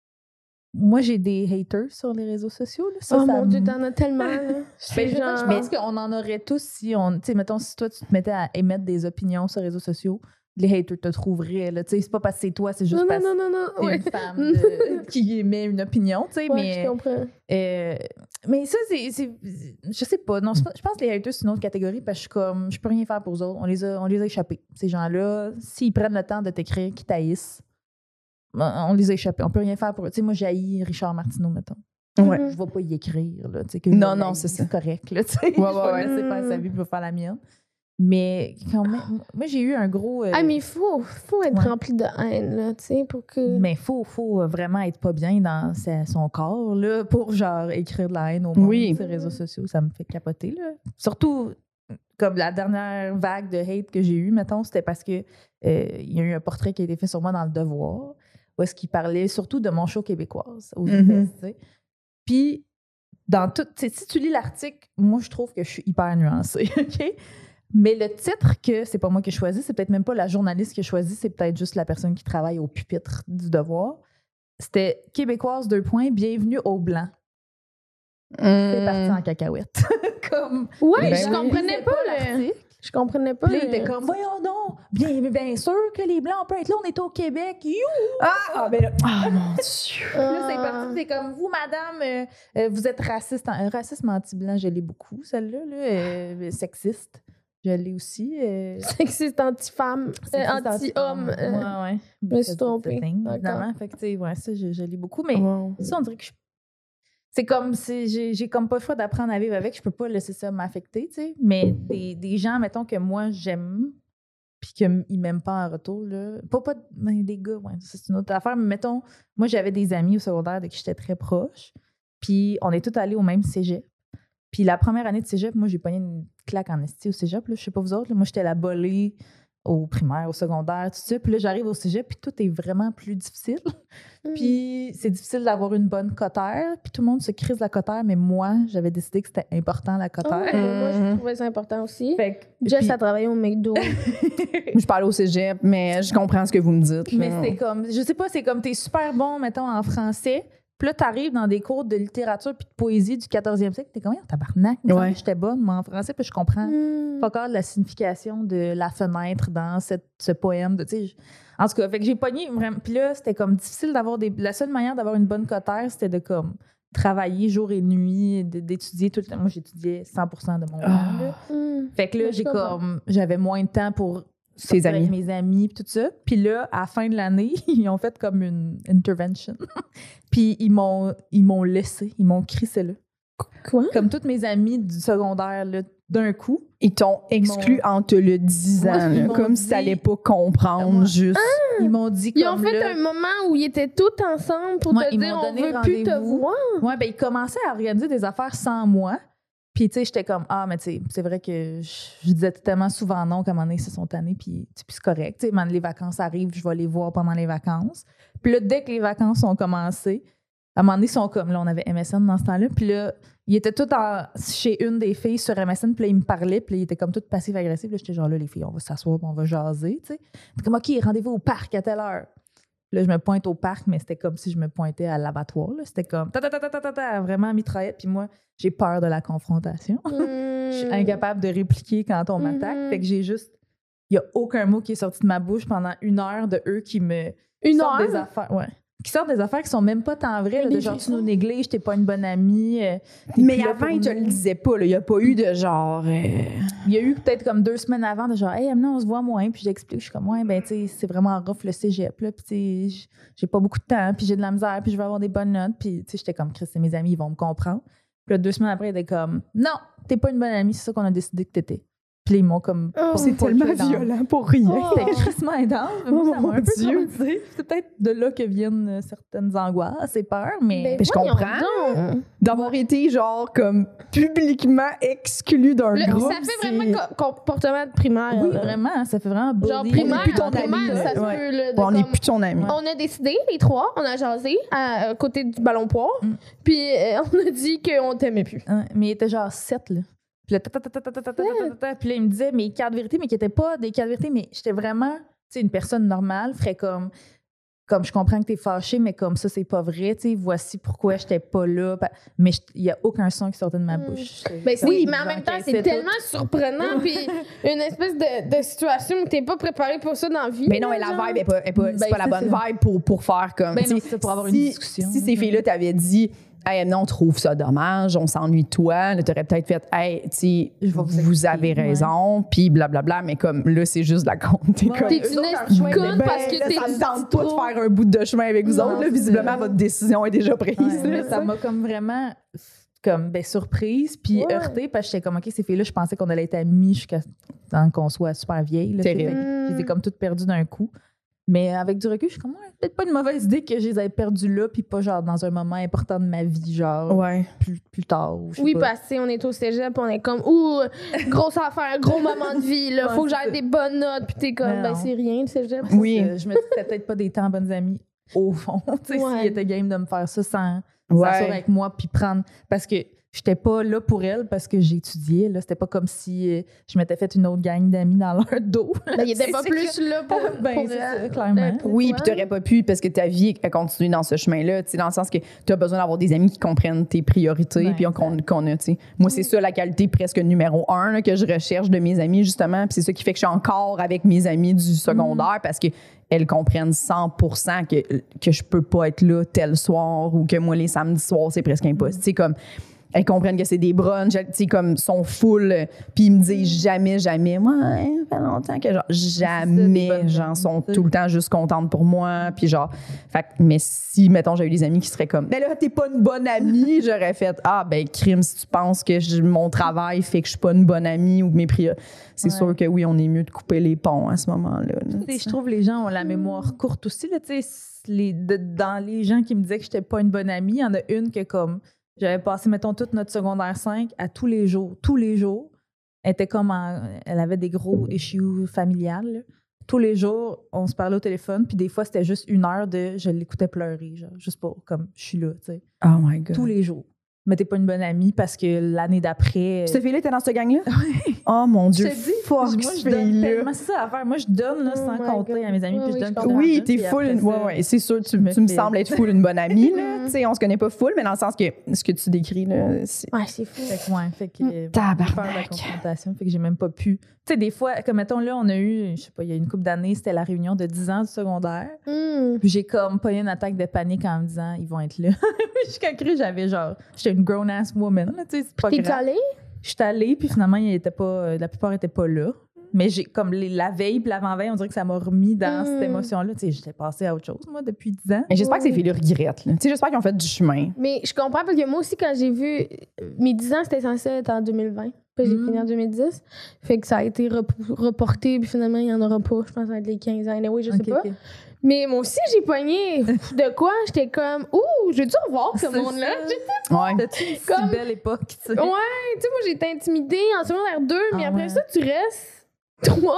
Moi, j'ai des haters sur les réseaux sociaux. Là. Ça, Oh ça mon me- Dieu, t'en as tellement, là. Ben, C'est je, genre... je pense qu'on en aurait tous si on. Tu sais, mettons, si toi, tu te mettais à émettre des opinions sur les réseaux sociaux, les haters te trouveraient. Là. Tu sais, c'est pas parce que c'est toi, c'est juste Non, parce non, que non, non, non. t'es Ouais. une femme de- qui émet une opinion. Tu sais, Ouais, mais. je comprends. Euh, mais ça, c'est, c'est- Je sais pas. Non, je pense je pense que les haters, c'est une autre catégorie parce que je suis comme. Je peux rien faire pour eux autres. On les a, on les a échappés. Ces gens-là, s'ils prennent le temps de t'écrire, qu'ils taillissent, on les a échappés. On peut rien faire pour eux. Tu sais, moi, j'haïs Richard Martineau, mettons. Ouais. Mhm. Je vais pas y écrire. Là, tu sais, que Non, je non, l'haïs, c'est ça. correct. Là, tu sais. Ouais, Je ouais, vais ouais. le laisser faire sa vie, puis je vais faire la mienne. Mais quand même, moi, j'ai eu un gros. euh, Ah, mais il faut, faut être Ouais. rempli de haine, là, tu sais, pour que... Mais faut, faut vraiment être pas bien dans sa- son corps là, pour genre écrire de la haine au monde Oui. sur les réseaux sociaux. Ça me fait capoter. Là. Surtout, comme la dernière vague de hate que j'ai eue, mettons, c'était parce que euh, il y a eu un portrait qui a été fait sur moi dans Le Devoir, où est-ce qu'il parlait surtout de mon show québécoise aux Mhm. U S, tu sais. Puis, dans tout, tu sais, si tu lis l'article, moi, je trouve que je suis hyper nuancée, OK? Mais le titre que c'est pas moi qui ai choisi, c'est peut-être même pas la journaliste qui a choisi, c'est peut-être juste la personne qui travaille au pupitre du Devoir. C'était Québécoise, deux points, bienvenue au blanc. C'est parti en cacahuète. Comme, Ouais, Ben je oui. comprenais lisais pas, le... l'article. Je comprenais pas, Puis là, il le- était comme, voyons donc, bien, bien sûr que les Blancs, on peut être là, on est au Québec. You! Ah, ah, ben là. Ah, mon Dieu. Là, c'est Ah. parti, c'est comme, vous, madame, euh, euh, vous êtes raciste. Un racisme anti-blanc, je l'ai beaucoup, celle-là. Là, euh, sexiste, je l'ai aussi. euh, Sexiste anti-femme, euh, sexiste, anti-homme. euh. Ouais, ouais. je me suis trompée. Thing, D'accord. évidemment. Fait que, tu sais, ouais, ça, je, je l'ai beaucoup. Mais Wow. ça, on dirait que je- c'est comme si j'ai, j'ai comme pas le choix d'apprendre à vivre avec. Je peux pas laisser ça m'affecter, tu sais. Mais des, des gens, mettons, que moi, j'aime, puis qu'ils m'aiment pas en retour, là. Pas, pas ben, des gars, ouais, ça, c'est une autre affaire. Mais mettons, moi, j'avais des amis au secondaire de qui j'étais très proche. Puis on est tous allés au même cégep. Puis la première année de cégep, moi, j'ai pogné une claque en esti au cégep, là. Je sais pas vous autres, là. Moi, j'étais la bolée au primaire, au secondaire, tout ça. Puis là, j'arrive au cégep, puis tout est vraiment plus difficile. Puis c'est difficile d'avoir une bonne cotère. Puis tout le monde se crise la cotère, mais moi, j'avais décidé que c'était important, la Ah cotère. ouais, moi, je Mhm. trouvais ça important aussi. Fait que- Jess puis- a travaillé au McDo. Je parle au cégep, mais je comprends ce que vous me dites. mais là. c'était comme, je sais pas, c'est comme t'es super bon, mettons, en français. Puis là, t'arrives dans des cours de littérature puis de poésie du quatorzième siècle. T'es comme, oh, tabarnak, il me semble Ouais. que j'étais bonne, moi, en français. Puis je comprends Hmm. pas encore la signification de la fenêtre dans cette, ce poème. De, tu sais, je- en tout cas, fait que j'ai pogné vraiment. Puis là, c'était comme difficile d'avoir des. La seule manière d'avoir une bonne cotère, c'était de comme travailler jour et nuit, de- d'étudier tout le temps. Moi, j'étudiais cent pour cent de mon temps. Ah. là. Hmm. Fait que là, Ouais, j'ai je comprends. comme. J'avais moins de temps pour. Tes sortir avec amis. mes amis, puis tout ça. Puis là, à la fin de l'année, ils ont fait comme une intervention. Puis ils m'ont, ils m'ont laissé, ils m'ont crissé là. Quoi? Comme toutes mes amies du secondaire, là, d'un coup. Ils t'ont exclu en te le disant, Ouais, ils là, m'ont comme dit- si t'allais pas comprendre, Ouais. juste. Ils m'ont dit Ils comme ont fait là- un moment où ils étaient tous ensemble pour Ouais, te ils dire m'ont on donné veut plus te rendez-vous. voir. Ouais, ben, ils commençaient à organiser des affaires sans moi. Puis, tu sais, j'étais comme, ah, mais tu sais, c'est vrai que je, je disais tellement souvent non qu'à un moment donné, ils se sont tannés, puis, tu sais, puis c'est correct. Tu sais, quand les vacances arrivent, je vais les voir pendant les vacances. Puis là, dès que les vacances ont commencé, à un moment donné, ils sont comme, là, on avait M S N dans ce temps-là, puis là, ils étaient tous en- chez une des filles sur M S N, puis là, ils me parlaient, puis là, ils étaient comme tous passifs-agressifs. Là, j'étais genre, là, les filles, on va s'asseoir, puis on va jaser, tu sais. Puis comme, OK, rendez-vous au parc à telle heure. Là, je me pointe au parc, mais c'était comme si je me pointais à l'abattoir. Là. C'était comme ta ta ta ta ta ta ta, vraiment mitraillette. Puis moi, j'ai peur de la confrontation. Je suis incapable de répliquer quand on m'attaque. Mm. Fait que j'ai juste... Il n'y a aucun mot qui est sorti de ma bouche pendant une heure de eux qui me Une sortent heure? des affaires. Ouais. Qui sortent des affaires qui sont même pas tant vraies. Là, Des de genre, tu frissons. nous négliges, t'es pas une bonne amie. euh, t'es Mais plus là avant, pour il te nous. le disait pas. là. Il n'y a pas eu de genre. euh, Il y a eu peut-être comme deux semaines avant de genre, hey, Amina, on se voit moins. Puis j'explique, je suis comme, ouais, ben, tu sais, c'est vraiment rough le cégep. Là, puis, tu sais, j'ai pas beaucoup de temps. Puis j'ai de la misère. Puis je veux avoir des bonnes notes. Puis, tu sais, j'étais comme, Chris, c'est mes amis, ils vont me comprendre. Puis là, deux semaines après, ils étaient comme, non, t'es pas une bonne amie, c'est ça qu'on a décidé que t'étais. Puis là, ils m'ont comme. Oh, C'est pas tellement tué dans- violent pour rien. Oh. C'était crissement intense. Oh, Moi, ça mon m'a un peu Dieu. traumatisée. C'est peut-être de là que viennent euh, certaines angoisses et peurs, mais. Ben, Mais je voyons comprends. donc. D'avoir été, genre, comme publiquement exclu d'un Le- groupe. ça fait c'est- vraiment co- comportement de primaire. oui, là. vraiment, hein, ça fait vraiment Genre bully. primaire, plus ton en primaire, ami, ça se ouais. peut. Là, de Bon, on n'est comme- plus ton ami. On a décidé, les trois, on a jasé à, à côté du ballon poire, Mm. puis euh, on a dit qu'on t'aimait plus. Hein, mais il était genre sept, là. Puis là, ta, ta, ta, ta, ta, ta, ta, ta, ta, ta, puis là, il me disait mes cartes de vérité, mais qui n'étaient pas des cartes de vérité, mais j'étais vraiment, tu sais, une personne normale, ferait comme, comme je comprends que t'es fâché, mais comme ça, c'est pas vrai, tu sais, voici pourquoi j'étais pas là. Pa- Mais je- il y a aucun son qui sortait de ma Mm. bouche. Ben, c'est- Oui, mais en même temps, c'est j'encaissais tellement surprenant, puis une espèce de, de situation où t'es pas préparé pour ça dans la vie. Mais non, là, mais la genre. vibe est pas, est pas, c'est Ben, pas la c'est bonne ça. vibe pour, pour faire comme. Ben non, tu sais, c'est ça, pour avoir une si- discussion. Si ces filles-là t'avaient dit, hey, non, on trouve ça dommage, on s'ennuie de toi, là, t'aurais peut-être fait, hey, tu sais, Je vais vous vous expliquer, avez ouais. raison, puis blablabla, mais comme là, c'est juste de la compte. T'es Ouais, comme. T'es Eux une autres, esti leur de choix, conne ben, parce que là, t'es ça me une tente petite pas de trop. faire un bout de chemin avec vous Non, autres. Là, c'est visiblement, ça. votre décision est déjà prise. Ouais, là, là, ça m'a comme vraiment comme ben, surprise puis Ouais. heurtée parce que j'étais comme OK, ces filles-là, je pensais qu'on allait être amis jusqu'à temps qu'on soit super vieilles. Là, Terrible. tu sais. Fait que Je les ai Mm. comme toutes perdues d'un coup. Mais avec du recul, je suis comme ouais, peut-être pas une mauvaise idée que je les avais perdues là puis pas genre dans un moment important de ma vie, genre Ouais. plus, plus tard. Ou je sais Oui, pas. parce qu'on est au cégep, on est comme, ouh, grosse affaire, gros moment de vie, là, Ouais, faut que c'est j'aille ça. des bonnes notes, puis t'es comme, Mais ben non. c'est rien, le cégep. Oui. Euh, je me dis que c'était peut-être pas des temps bonnes amies au fond. Tu sais, Ouais. s'ils étaient game de me faire ça sans Ouais. s'assurer avec moi puis prendre parce que j'étais pas là pour elle parce que j'étudiais là, c'était pas comme si euh, je m'étais fait une autre gang d'amis dans leur dos. Ben, il était C'est- pas c'est plus là pour, Ben, pour c'est elle. ça, clairement. Ben, pour Oui, toi. puis t'aurais pas pu parce que ta vie a continué dans ce chemin-là, tu sais, dans le sens que tu as besoin d'avoir des amis qui comprennent tes priorités, Ouais, puis qu'on qu'on a, tu sais. Moi, c'est ça la qualité presque numéro un là, que je recherche de mes amis, justement, puis c'est ça qui fait que je suis encore avec mes amis du secondaire parce que elles comprennent cent pour cent que, que je peux pas être là tel soir ou que moi, les samedis soirs, c'est presque impossible. Tu sais, comme... Elles comprennent que c'est des brunchs, tu sais, comme sont full, euh, puis ils me disent jamais, jamais, moi, hein, ça fait longtemps que genre, des jamais, bonnes genre, amies, sont tu sais. tout le temps juste contentes pour moi, puis genre, fait que- mais si, mettons, j'ai eu des amis qui seraient comme, ben là, t'es pas une bonne amie, j'aurais fait, ah, ben, crime, si tu penses que je- mon travail fait que je suis pas une bonne amie ou que mes priorités, c'est Ouais. sûr que oui, on est mieux de couper les ponts à ce moment-là. là, Tu sais, je trouve que les gens ont la mémoire courte aussi. Là, tu sais, les, de- dans les gens qui me disaient que j'étais pas une bonne amie, il y en a une que comme j'avais passé, mettons, toute notre secondaire cinq à tous les jours. Tous les jours. Elle était comme en- elle avait des gros issues familiales. là. Tous les jours, on se parlait au téléphone, puis des fois, c'était juste une heure de je l'écoutais pleurer, genre, juste pour comme je suis là, tu sais. Oh my God. Tous les jours. Mais t'es pas une bonne amie parce que l'année d'après. Cette fille-là était dans ce gang-là? Oh mon Dieu, Je te dis, fuck, moi, cette je donne fille-là. tellement. C'est ça l'affaire. Moi, je donne là, Oh sans my compter God. à mes amis, Oui, puis je oui, donne je comme comprends. Oui, ça, t'es puis full. après Une, ouais, ça, ouais, c'est sûr, tu, je me tu me fais- sembles être full une bonne amie, là. Mm. Tu sais, on se connaît pas full, mais dans le sens que ce que tu décris, là, c'est. Ouais, c'est fou. Fait que, ouais, fait que, euh, Tabarnak. j'ai peur de la confrontation, fait que j'ai même pas pu. Tu sais, des fois, comme mettons là, on a eu, je sais pas, il y a une couple d'années, c'était la réunion de dix ans du secondaire. Mm. Puis j'ai comme pas eu une attaque de panique en me disant, ils vont être là. Jusqu'à cru, j'avais genre, j'étais une grown-ass woman, là, tu sais, c'est pas T'es grave. allée? Je suis allée, puis finalement, il était pas, euh, la plupart étaient pas là. Mais j'ai comme les- la veille puis l'avant-veille, on dirait que ça m'a remis dans Mm. cette émotion-là. Tu sais, j'étais passée à autre chose, moi, depuis dix ans. Mais j'espère que ces Ouais. filles-là regrettent, là. Tu sais, j'espère qu'ils ont fait du chemin. Mais je comprends parce que moi aussi, quand j'ai vu mes dix ans, c'était censé être en deux mille vingt. Puis j'ai Mm. fini en deux mille dix. Fait que ça a été rep- reporté, puis finalement, il n'y en aura pas. Je pense que ça va être les quinze ans. Anyway, je sais Ok, pas. ok. Mais moi aussi, j'ai pogné de quoi? J'étais comme, ouh, j'ai dû revoir ce C'est monde-là. ça. J'étais- Ouais. T'as-tu une si Comme- belle époque, tu sais? Ouais, tu sais, moi, j'ai été intimidée en secondaire deux, mais Ah après ouais. ça, tu restes trois,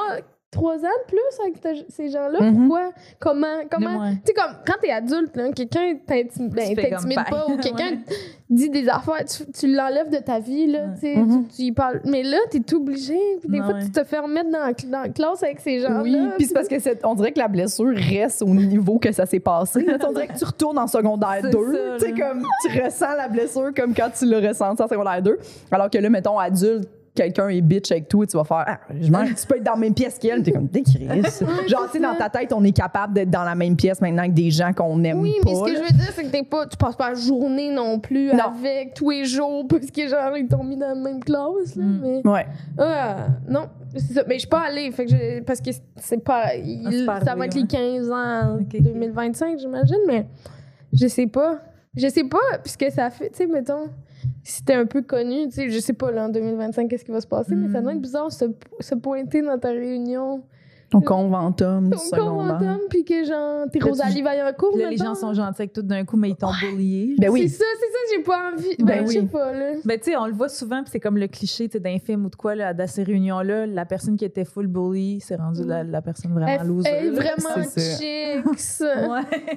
trois ans de plus avec ta- ces gens-là. Mhm. Pourquoi? Comment? Comment? Ouais. Tu sais, comme quand t'es adulte, là, quelqu'un t'intim- ben, Tu fais t'intimide comme pas bye. ou quelqu'un Ouais. dit des affaires, tu, tu l'enlèves de ta vie, là, Ouais. tu sais, Mhm. tu, tu y parles. Mais là, t'es obligé. Puis des Ouais, fois, ouais. tu te fais remettre dans, la cl- dans la classe avec ces gens-là. Oui, puis c'est parce que c'est- on dirait que la blessure reste au niveau que ça s'est passé. Là, on dirait que tu retournes en secondaire C'est deux. ça, Tu sais, là. comme tu ressens la blessure comme quand tu l'as ressenti en secondaire deux. Alors que là, mettons, adulte, quelqu'un est bitch avec toi, tu vas faire ah, je m'en- tu peux être dans la même pièce qu'elle, t'es comme t'es Chris. Genre, tu sais, dans ta tête, on est capable d'être dans la même pièce maintenant que des gens qu'on aime Oui, pas. mais ce que là. je veux dire, c'est que t'es pas, tu passes pas la journée non plus Non. avec tous les jours parce que genre ils t'ont mis dans la même classe. Là, Mm. mais Ouais. ah, non, c'est ça. Mais je suis pas allée, fait que je- parce que c'est pas, il- Ah, c'est pas ça arrivé, va être ouais. les quinze ans Ok, ok. deux mille vingt-cinq, j'imagine, mais je sais pas. Je sais pas, puisque ça fait, tu sais, mettons, si t'es un peu connu, tu sais, je sais pas, là, en deux mille vingt-cinq, qu'est-ce qui va se passer, mais ça Mm. doit être bizarre se, se pointer dans ta réunion Ton conventum du au secondaire. conventum, puis que genre, t'es Là, tu- Rosalie Vaillancourt, Puis là, les mettons. gens sont gentils avec tout d'un coup, mais ils t'ont bullié. Ben oui. C'est ça, c'est ça, j'ai pas envie. Ben Ben, je sais oui. pas, là. Ben, tu sais, on le voit souvent, puis c'est comme le cliché, tu sais, d'un film ou de quoi, là, dans ces réunions-là, la personne qui était full bully, c'est rendue la, la personne vraiment Elle, loser. elle est là. vraiment C'est ça. chic, ça. Ouais.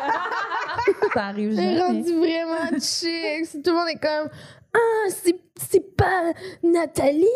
ça arrive Elle est jamais. rendue vraiment chic. Tout le monde est comme ah, c'est, c'est pas Nathalie.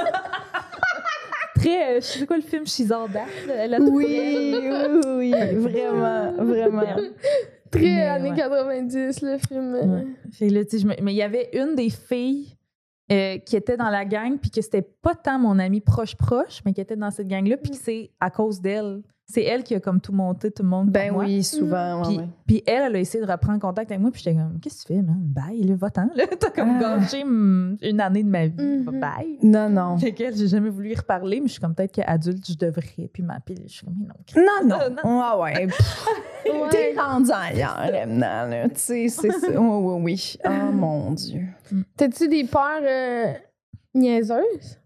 Très, euh, je sais quoi le film She's All That, la, la Oui, oui, oui, vraiment, vraiment. Très Mais, années ouais. quatre-vingt-dix, le film. Ouais. Fait que là, tu sais, je me- mais il y avait une des filles euh, qui était dans la gang, puis que c'était pas tant mon amie proche-proche, mais qui était dans cette gang-là, puis que c'est à cause d'elle. C'est elle qui a comme tout monté, tout le monde. Ben pour moi. oui, souvent. Puis, ouais, ouais. puis elle, elle a essayé de reprendre contact avec moi, puis j'étais comme, qu'est-ce que tu fais, man? Bye, là, va-t'en, là. T'as comme Ah. gâché mm, une année de ma vie. Mhm. Bye. Non, non. Fait qu'elle, j'ai jamais voulu y reparler, mais je suis comme, peut-être qu'adulte, je devrais. Puis ma pile, je suis comme, mais non. Chris. Non, Euh, non. Ah ouais. Pff, Ouais. T'es rendu ailleurs, maintenant, là. Tu sais, c'est ça. Oui, oui, oui. Oh mon Dieu. T'as-tu des peurs euh, niaiseuses?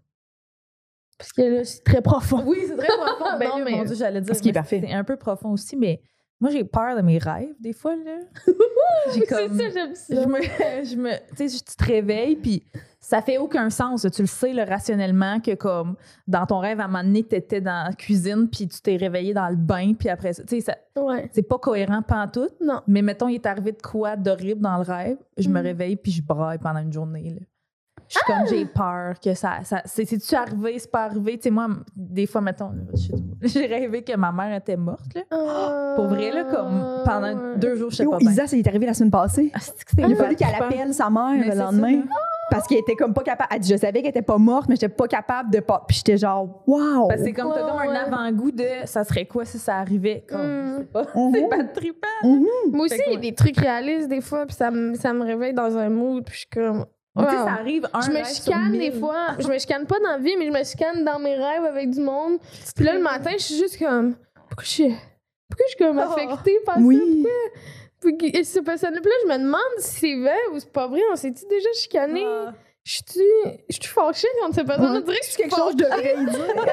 Parce que là, c'est très profond. Oui, c'est très profond. Ben Non, là, mais- mon Dieu, j'allais dire. Ce qui est moi, parfait. C'est un peu profond aussi, mais moi, j'ai peur de mes rêves, des fois, là. J'ai C'est comme. ça, j'aime ça. Je me, je me, tu sais, tu te réveilles, puis ça fait aucun sens. Tu le sais, là, rationnellement, que comme dans ton rêve, à un moment donné, t'étais dans la cuisine, puis tu t'es réveillé dans le bain, puis après ça, tu sais, ça- Ouais. c'est pas cohérent pantoute. Non. Mais mettons, il est arrivé de quoi d'horrible dans le rêve, je me Mm. réveille, puis je braille pendant une journée, là. Je suis comme, j'ai peur que ça. ça c'est, c'est-tu arrivé, c'est pas arrivé? Tu sais, moi, des fois, mettons, là, je sais pas, j'ai rêvé que ma mère était morte, là. Ah. Pour vrai, là, comme pendant deux jours, je sais Yo, pas bien. Isa, ça est arrivé la semaine passée. Ah, c'est que c'était Il a fallu bad, qu'elle je pense. appelle sa mère Mais le c'est lendemain. ça, là. Parce qu'elle était comme pas capable. Elle dit, je savais qu'elle était pas morte, mais j'étais pas capable de pas. Puis j'étais genre, wow! Parce que c'est comme, t'as comme Ouais, un ouais. avant-goût de ça serait quoi si ça arrivait. Comme, Mm. c'est pas, Mhm. c'est pas trippant. Mhm. Moi aussi, Fait que il y a ouais. des trucs réalistes des fois, puis ça me, ça me réveille dans un mood, puis je suis comme. Tu sais, wow. ça arrive un Je me rêve sur chicane des mille. fois. Je me chicane pas dans la vie, mais je me chicane dans mes rêves avec du monde. Puis là, le matin, je suis juste comme. Pourquoi je suis, pourquoi je suis comme Oh. affectée par Oui. ça? Puis que- et cette personne-là, puis là, je me demande si c'est vrai ou c'est pas vrai. On s'est-tu déjà chicané? Ah. Je suis je suis fâchée contre cette personne. Ouais. On dirait que je suis Quelque chose de vrai y dire.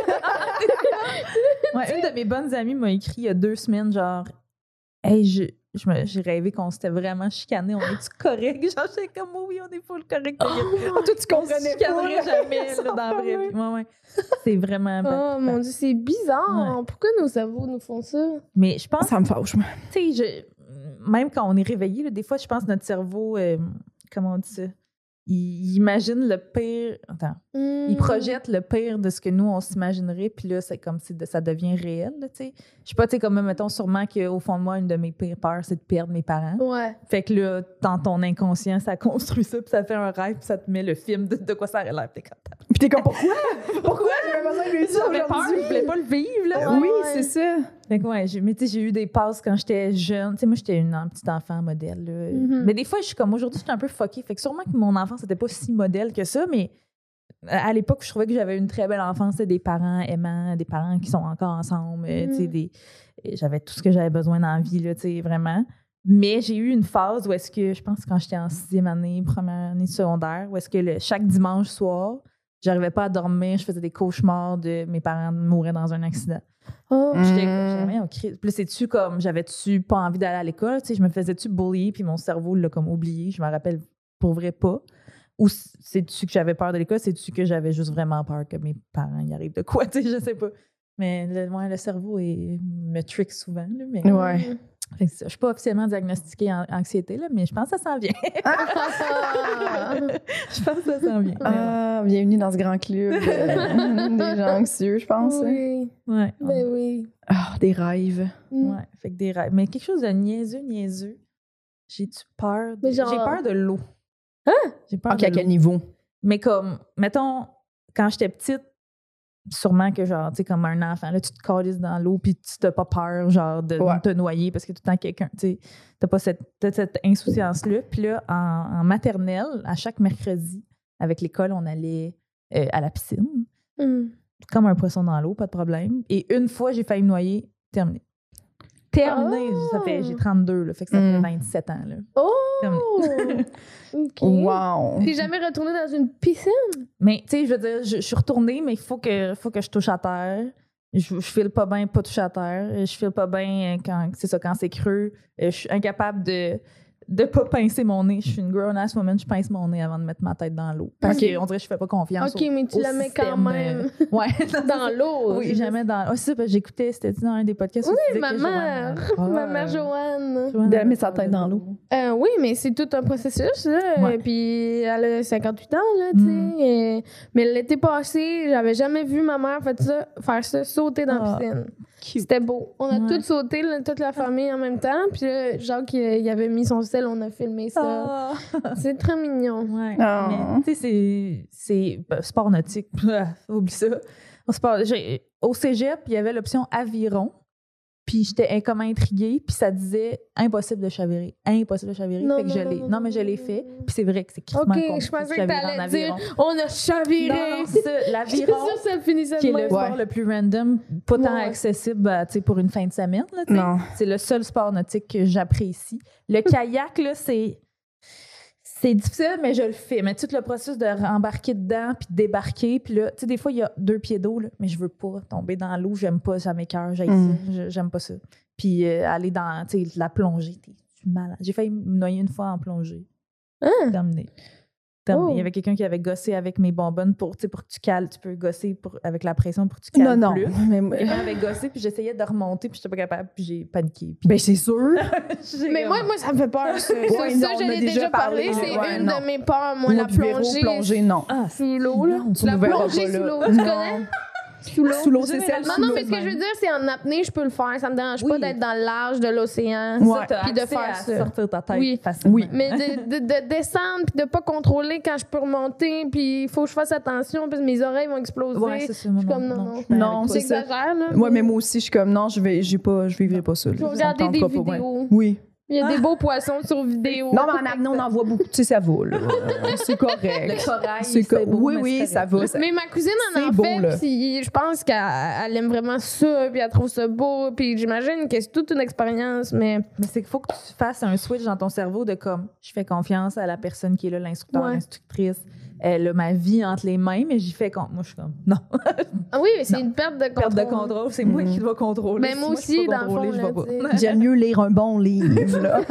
Ouais, une de mes bonnes amies m'a écrit il y a deux semaines, genre, hey, je, je me- j'ai rêvé qu'on s'était vraiment chicané. On est-tu correct? Genre, j'étais comme, oh oui, on est full correct. Toi, tu On se comprenais chicanerait pas. jamais là, dans la vraie vie. Ouais, ouais. C'est vraiment. Oh mon Dieu, c'est bizarre. Pourquoi nos cerveaux nous font ça? Mais je pense Ça me fâche, moi. tu sais, je- même quand on est réveillé, là, des fois, je pense que notre cerveau, euh, comment on dit ça? Il, il imagine le pire. Attends. Il projette le pire de ce que nous, on s'imaginerait, puis là, c'est comme si de- ça devient réel, là, tu sais. Je sais pas, tu sais, comme, mettons, sûrement qu'au fond de moi, une de mes pires peurs, c'est de perdre mes parents. Ouais. Fait que là, dans ton inconscient, ça construit ça, puis ça fait un rêve, puis ça te met le film de, de quoi ça aurait l'air. Puis t'es comme, Puis t'es comme, pourquoi? Pourquoi j'ai besoin de réussir j'avais peur, aujourd'hui? je voulais pas le vivre, là. Oui, Ouais. c'est ça. Fait que ouais, j'ai, mais tu sais, j'ai eu des passes quand j'étais jeune. Tu sais, moi, j'étais une en- petite enfant modèle. Là. Mhm. Mais des fois, je suis comme aujourd'hui, j'étais un peu fuckée. Fait que sûrement que mon enfance n'était pas si modèle que ça, mais à l'époque, je trouvais que j'avais une très belle enfance. Des parents aimants, des parents qui sont encore ensemble. euh, tu sais, Mhm. des, j'avais tout ce que j'avais besoin dans la vie, là, tu sais, vraiment. Mais j'ai eu une phase où est-ce que, je pense quand j'étais en sixième année, première année secondaire, où est-ce que le- chaque dimanche soir, j'arrivais pas à dormir, je faisais des cauchemars de mes parents mouraient dans un accident. Oh. Mm. J'étais comme, j'avais un cri. Puis là, c'est-tu comme, j'avais-tu pas envie d'aller à l'école? Tu sais, je me faisais-tu bullier, puis mon cerveau l'a comme oublié. Je me rappelle pour vrai pas. Ou c'est-tu que j'avais peur de l'école? C'est-tu que j'avais juste vraiment peur que mes parents y arrivent de quoi? Tu sais, je sais pas. Mais le, ouais, le cerveau est, me trick souvent. Là, mais, Ouais. Fait que ça, je suis pas officiellement diagnostiquée en anxiété, là, mais je pense que ça s'en vient. Je pense que ça s'en vient. Ah, bienvenue dans ce grand club euh, des gens anxieux, je pense. hein. Oui, Ouais. ben oui. Ah, des rêves. Ouais, fait que des rêves. Mais quelque chose de niaiseux, niaiseux. J'ai-tu peur? De... Mais genre- J'ai peur de l'eau. Hein? J'ai peur Ok, de à l'eau. quel niveau? Mais comme, mettons, quand j'étais petite, sûrement que genre, tu sais, comme un enfant, là, tu te calisses dans l'eau puis tu n'as pas peur, genre, de Ouais. te noyer parce que tout le temps quelqu'un, tu sais, t'as pas cette, t'as cette insouciance-là. Puis là, en, en maternelle, à chaque mercredi, avec l'école, on allait euh, à la piscine, Mm. comme un poisson dans l'eau, pas de problème. Et une fois, j'ai failli me noyer, terminé. Terminé, Oh! ça fait, j'ai trente-deux, là, fait que ça Mm. fait vingt-sept ans, là. Oh! Terminé. OK. Wow. T'es jamais retourné dans une piscine? Mais, tu sais, je veux dire, je, je suis retournée, mais il faut que, faut que je touche à terre. Je, je file pas bien pas toucher à terre. Je file pas bien quand c'est ça, quand c'est creux. Je suis incapable de de pas pincer mon nez. Je suis une grown-ass woman, je pince mon nez avant de mettre ma tête dans l'eau. Parce Ok. qu'on dirait que je fais pas confiance OK, au, mais tu au la mets quand système, même euh, ouais. dans l'eau. Oui, jamais dans... Oh, c'est ça, parce que j'écoutais, c'était dans un des podcasts où Oui, tu disais ma que mère. Joanne- Ma Ah, mère Joanne. Joanne De avait mettre sa peur tête de dans l'eau. Euh, oui, mais c'est tout un processus, là. Ouais. Et puis, elle a cinquante-huit ans, là, tu sais. Mm. Et- Mais l'été passé, j'avais jamais vu ma mère faire ça, faire ça sauter dans la Ah. piscine. Cute. C'était beau. On a Ouais. tous sauté, là, toute la famille en même temps. Puis là, Jacques, il, il avait mis son sel, on a filmé ça. Ah. C'est très mignon. Ouais. Ah. Mais tu sais, c'est, c'est ben, sport nautique. Oublie ça. Au, sport, j'ai- au cégep, il y avait l'option aviron. Puis j'étais in- comme intriguée. Puis ça disait impossible de chavirer. Impossible de chavirer. Non, fait que non, je non, l'ai. non, Non, mais non, je l'ai non, fait. non. Puis c'est vrai que c'est OK, crissement je compliqué pensais de que chavirer en t'allais aviron. dire on a chaviré. Non, non, c'est ça. C'est L'aviron, ça, ça finissait qui est de le même. sport Ouais. le plus random, pas tant Ouais. accessible euh, tu sais, pour une fin de semaine. Là, tu sais. Non. C'est le seul sport nautique que j'apprécie. Le kayak, là, c'est. C'est difficile, mais je le fais. Mais tout le processus de rembarquer dedans puis de débarquer, puis là, tu sais, des fois, il y a deux pieds d'eau, là, mais je veux pas tomber dans l'eau. J'aime pas, ça m'écoeure, j'aime Mm. ça. Je- J'aime pas ça. Puis euh, aller dans, tu sais, la plongée, t'es tu es malade. J'ai failli me noyer une fois en plongée. Hein? Terminé. Terminé. Oh. Il y avait quelqu'un qui avait gossé avec mes bonbonnes pour, tu sais, pour que tu cales. Tu peux gosser pour, avec la pression pour que tu Non, cales non. plus. Mais, Quelqu'un avait gossé, puis j'essayais de remonter, puis j'étais pas capable, puis j'ai paniqué. Puis ben, c'est sûr. j'ai Mais comme- moi, moi, ça me fait peur. Ça, Ouais, ça, non, ça, on je a l'ai déjà déjà parlé. parlé, C'est ouais, une non. de mes peurs, moi, Moi, la du véro, plongée. plongée, non. Ah, Sous l'eau, là. Non, tu La nous verras plongée pas, sous là. l'eau. Tu Non. connais? Sous l'eau. Sous l'eau, c'est Jamais celle la- Non, sous non, l'eau. mais ce que je veux dire, c'est en apnée, je peux le faire. Ça me dérange Oui. pas d'être dans le large de l'océan. Ouais. Ça, t'as Puis de accès faire à ça. sortir ta tête Oui. facilement. Oui. Mais de, de, de descendre puis de pas contrôler quand je peux remonter, puis il faut que je fasse attention parce que mes oreilles vont exploser. Ouais, c'est ça. moi, Je suis comme, non, non. je suis bien Non, avec toi. c'est ça. J'exagère, là. Ouais, mais moi aussi, je suis comme, non, je vais, j'ai pas, je vivrai pas ça. là. Je vais Ça me regarder des tentera pas, ouais. vidéos. Oui. Il y a des beaux poissons sur vidéo. Non, mais en apnée, on en voit beaucoup. Tu sais, ça va, là. C'est correct. Le corail, C'est c'est co- beau, oui, mais oui, c'est ça correct. va. ça- Mais ma cousine en C'est a beau, fait, là. puis je pense qu'elle elle aime vraiment ça, puis elle trouve ça beau, puis j'imagine que c'est toute une expérience, mais Mais c'est qu'il faut que tu fasses un switch dans ton cerveau de comme, je fais confiance à la personne qui est là, l'instructeur, Ouais. l'instructrice. Elle a ma vie entre les mains, mais j'y fais compte. Moi, je suis comme, non. ah oui, mais c'est Non. une perte de contrôle. Perte de contrôle, c'est moi Mhm. qui dois contrôler. Ben Si moi je aussi, peux pas dans le contrôler, fond, je là, vais pas. tu sais. J'aime mieux lire un bon livre, là.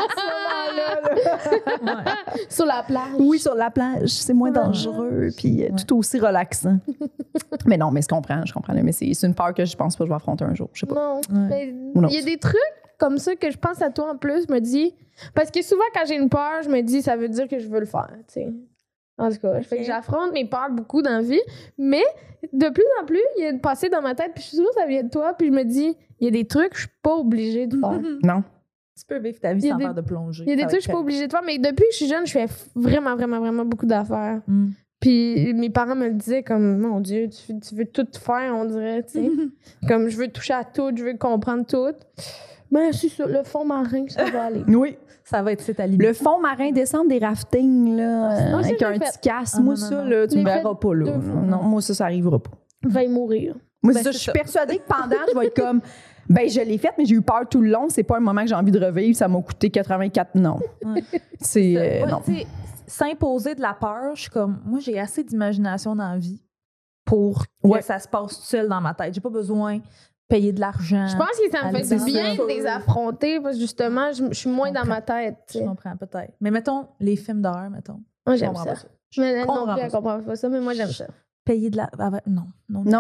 Ouais. Sur la plage. Oui, sur la plage, c'est moins Ouais. dangereux, puis euh, Ouais. tout aussi relaxant. mais non, mais je comprends, je comprends. là, Mais c'est c'est une peur que je pense pas que je vais affronter un jour. Je sais pas. Non. Ouais. Mais Ou non. il y a des trucs comme ça que je pense à toi en plus, je me dis. Parce que souvent, quand j'ai une peur, je me dis, ça veut dire que je veux le faire, tu sais. En tout cas, fait que j'affronte mes peurs beaucoup dans la vie. Mais de plus en plus, il y a de passer dans ma tête, puis je suis sûre que ça vient de toi, puis je me dis, il y a des trucs que je suis pas obligée de faire. Non. Tu peux vivre ta vie Il y a sans des- faire de plongée. Il y a des Ça va trucs que je suis être pas obligée de faire, mais depuis que je suis jeune, je fais f- vraiment, vraiment, vraiment beaucoup d'affaires. correct. Mm. Puis mes parents me le disaient comme, mon Dieu, tu, tu veux tout faire, on dirait, tu sais. Comme je veux toucher à tout, je veux comprendre tout. Ben, c'est ça, le fond marin, ça va aller. Oui. Ça va être c'est ta limite. Le fond marin, descendre des raftings, là, Ah, non, avec ça, un je l'ai petit casse. Ah, moi, non, non, ça, non. là, tu Je me l'ai verras fait pas, là. deux fois. Non, moi, ça, ça arrivera pas. Va y mourir. Moi, Ben, c'est ça, c'est je suis ça. persuadée que pendant, je vais être comme, ben, je l'ai faite, mais j'ai eu peur tout le long. C'est pas un moment que j'ai envie de revivre. Ça m'a coûté quatre-vingt-quatre. Non. Ouais. C'est. euh, Ouais, non. tu sais, s'imposer de la peur, je suis comme, moi, j'ai assez d'imagination dans la vie pour que Ouais. ça se passe tout seul dans ma tête. J'ai pas besoin de payer de l'argent. Je pense que ça me Allez, fait dans du bien ça. de les affronter parce que justement, je, je suis moins dans ma tête. tu Je sais. comprends, peut-être. Mais mettons, les films d'horreur, mettons. Moi, Je j'aime comprends ça. pas ça. Je Mais elle comprends non plus, pas elle ça. comprend pas ça, mais moi, j'aime ça. Payer de la... ah ouais, non, non. Non.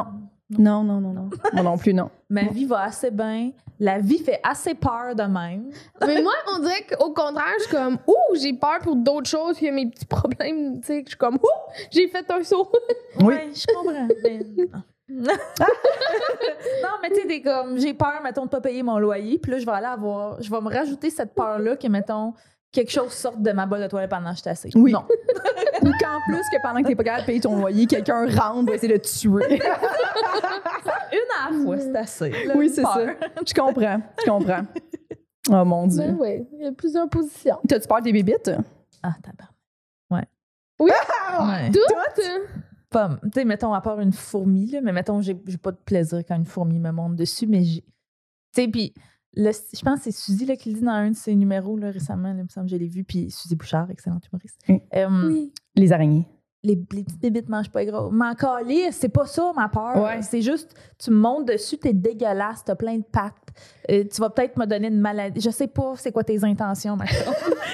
Non, non, non, non. Moi non plus, non. Ma vie va assez bien. La vie fait assez peur de même. Mais moi, on dirait qu'au contraire, je suis comme, ouh, j'ai peur pour d'autres choses que mes petits problèmes. Tu sais, je suis comme, ouh, j'ai fait un saut. Oui. Ouais, je comprends. Mais- non, mais tu sais, t'es comme, j'ai peur, mettons, de pas payer mon loyer. Puis là, je vais aller avoir, je vais me rajouter cette peur-là que, mettons, quelque chose sorte de ma boîte de toilette pendant que je suis assise. Oui. Non. Ou qu'en plus, que pendant que t'es pas capable de payer ton loyer, quelqu'un rentre va essayer de te tuer. Une à la fois, c'est assez. là, Oui, une c'est peur. ça. Je comprends. Je comprends. Oh mon Dieu. Ben ouais, il y a plusieurs positions. T'as-tu peur des bébites? Ah, tabarnak. Ouais. Oui. Ouais. Toutes? Pas, tu sais, mettons, à part une fourmi, là, mais mettons, j'ai, j'ai pas de plaisir quand une fourmi me monte dessus, mais j'ai. Tu sais, puis le- je pense que c'est Suzy là, qui le dit dans un de ses numéros là, récemment, là, il me semble que je l'ai vu, puis Suzy Bouchard, excellente humoriste. Mm. Euh, Oui. Les araignées. les, les petites bébites mangent pas gros. M'en calisse, c'est pas ça ma peur. Ouais. C'est juste, tu me montes dessus, t'es dégueulasse, t'as plein de pattes. Euh, tu vas peut-être me donner une maladie. Je sais pas c'est quoi tes intentions, maintenant.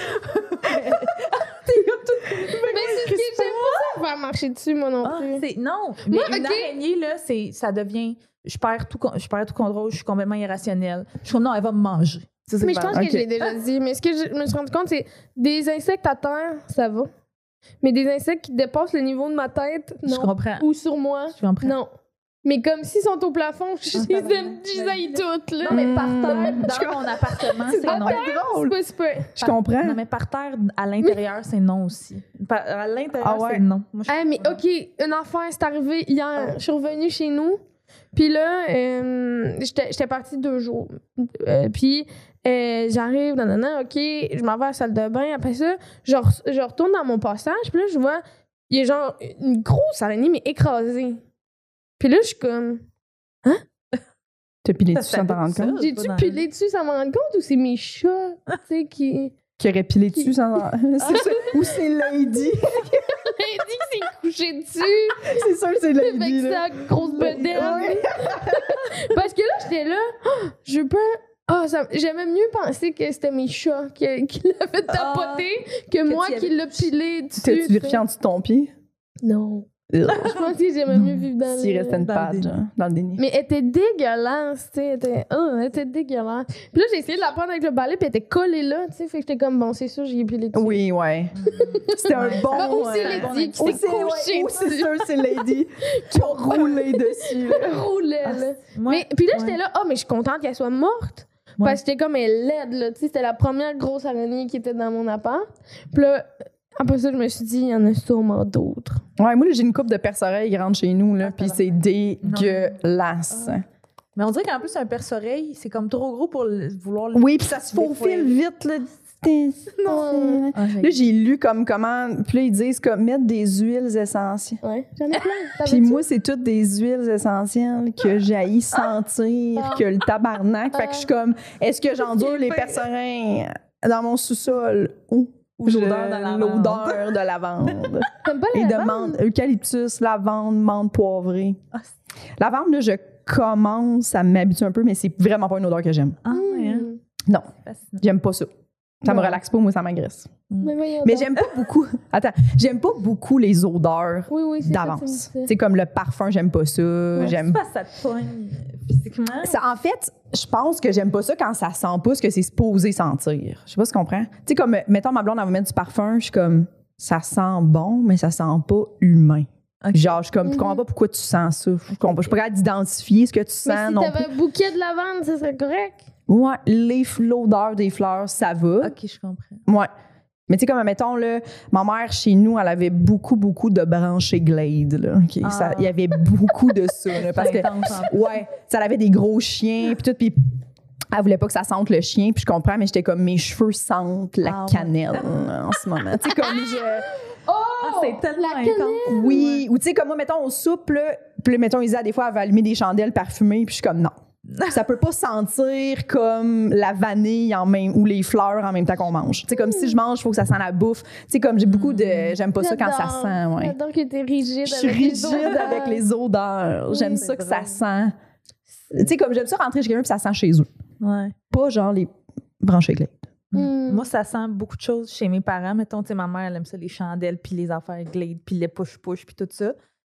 Mais c'est ce que j'aime pas ça faire marcher dessus, moi non Ah, plus. c'est, non, mais Moi, une ok. araignée, là, c'est, ça devient... Je perds, tout, con- je perds tout contrôle, je suis complètement irrationnelle. Je suis comme, non, elle va me manger. C'est ça Mais qui je va pense arriver. que Ok. je l'ai déjà dit. Mais ce que je me suis rendu compte, c'est des insectes à terre, ça va. Mais des insectes qui dépassent le niveau de ma tête, Je non. comprends. Ou sur moi, Je comprends. non. Mais comme s'ils sont au plafond, je Ah, les ça va. aime, je les haïs toutes, là. Non, mais par Mm. terre, dans mon appartement, c'est Ah, non. ben, C'est drôle. pas super. Je comprends. Non, mais par terre, à l'intérieur, c'est non aussi. Par- à l'intérieur, Ah ouais. c'est non. Moi, je- Ah, mais OK, une affaire, c'est arrivé hier. Je suis revenue chez nous. Puis là, euh, j'étais j'étais partie deux jours. Euh, puis euh, j'arrive, nanana, OK, je m'en vais à la salle de bain. Après ça, je, re- je retourne dans mon passage. Puis là, je vois, il y a genre une grosse araignée, mais écrasée. Puis là, je suis comme, T'as pilé Ça dessus sans t'en rendre s'habite compte? ça. j'ai-tu pas dans- pilé dessus sans m'en rendre compte ou c'est mes chats, tu sais, qui. Qui aurait pilé dessus sans t'en C'est ça. Ou c'est Lady. Elle dit que c'est couché dessus C'est sûr que c'est Lady. avec là. sa grosse bedaine. Parce que là, j'étais là, oh, je veux pas. Ah, ça- j'aimais mieux penser que c'était mes chats qui, qui l'avaient tapoté que, moi tu y qui avais- l'ai pilé dessus. T'as-tu tu sais. vérifié en dessous de ton pied? Non. Ugh. Je pense que j'aimais mieux vivre dans S'il le... restait une dans le patte, déni. genre, dans le déni. Mais elle était dégueulasse, tu sais. Elle était, oh, elle était dégueulasse. Puis là, j'ai essayé de la prendre avec le balai, puis elle était collée là, tu sais. Fait que j'étais comme, bon, c'est sûr, j'y ai pilé dessus. Oui, ouais. C'était un Ouais. bon... Ah, ou c'est euh, Lady qui ou s'est c'est- ouais, couchée ou c'est dessus. sûr que c'est Lady qui a roulé dessus. là. Roulait, là. Moi, Mais, puis là, ouais. j'étais là, oh, mais je suis contente qu'elle soit morte. Ouais. Parce que j'étais comme elle laide, là. Tu sais, c'était la première grosse araignée qui était dans mon appart. Puis là, après ça, je me suis dit, il y en a sûrement d'autres. Ouais, moi, là, j'ai une coupe de perce-oreilles qui rentre chez nous, là, Ah, puis ça c'est dégueulasse. Ah. Mais on dirait qu'en plus, un perce-oreille, c'est comme trop gros pour le- vouloir le. Oui, puis ça se faufile Des fois. vite, là. C'était- Non. Ah, j'ai- Là, j'ai lu comme comment... Puis là, ils disent comme mettre des huiles essentielles. Ouais, j'en ai plein. T'en Puis veux-tu? moi, c'est toutes des huiles essentielles que j'ai sentir, Ah. que le tabarnak. Fait que je suis comme, est-ce que j'endure les Fait- percerins dans mon sous-sol ou Ou l'odeur de lavande. l'odeur de lavande? T'aimes pas Et la de lavande? menthe, eucalyptus, lavande, menthe poivrée. Ah, Lavande, là, je commence à m'habituer un peu, mais c'est vraiment pas une odeur que j'aime. Ah, ouais, hein? Hmm. Non, Fascinant. j'aime pas ça. Ça me Ouais. relaxe pas, moi, ça m'agresse. Mais voyons Mais donc. j'aime pas beaucoup... Attends, j'aime pas beaucoup les odeurs Oui, oui, c'est ça, d'avance. tu me Tu disais. sais, comme le parfum, j'aime pas ça. Ouais, J'aime c'est parce que ça te pogne physiquement. Ça, en fait, je pense que j'aime pas ça quand ça sent pas ce que c'est supposé sentir. Je sais pas si tu comprends. Tu sais, comme, mettons, ma blonde, elle va mettre du parfum, je suis comme, ça sent bon, mais ça sent pas humain. Ok. Genre, je suis comme, je Mhm. comprends pas pourquoi tu sens ça. Je comprends pas. Je suis pas capable d'identifier ce que tu Mais sens si non t'avais plus. un bouquet de lavande, ça serait correct. Ouais, les, l'odeur des fleurs, ça va. Ok, je comprends. Ouais. Mais tu sais, comme, mettons, là, ma mère, chez nous, elle avait beaucoup, beaucoup de branchés Glade, là. OK? Ah. Ça- Il y avait beaucoup de ça, là, parce que... C'est intense, en plus. Ouais, ça elle avait des gros chiens puis tout, puis elle voulait pas que ça sente le chien, puis je comprends, mais j'étais comme mes cheveux sentent la Ah ouais. cannelle en ce moment. Tu sais comme je Oh! Ah, c'est tellement la intense. cannelle! oui, ou tu sais comme moi mettons on soupe là, puis là, mettons Isa des fois elle va allumer des chandelles parfumées, puis je suis comme non. Ça peut pas sentir comme la vanille en même ou les fleurs en même temps qu'on mange. Tu sais comme si je mange, il faut que ça sente la bouffe. Tu sais comme j'ai beaucoup de j'aime pas ça quand ça J'adore. sent, ouais. J'adore que t'es rigide Je suis avec les rigide odeurs. avec les odeurs. J'aime Oui, ça c'est que ça drôle. sent. Tu sais, comme j'aime ça rentrer chez quelqu'un puis ça sent chez eux. Ouais. Pas genre les branchés Glade. Hmm. Moi, ça sent beaucoup de choses chez mes parents. Mettons, tu sais, ma mère, elle aime ça, les chandelles, puis les affaires Glade, puis les push-push, puis tout ça.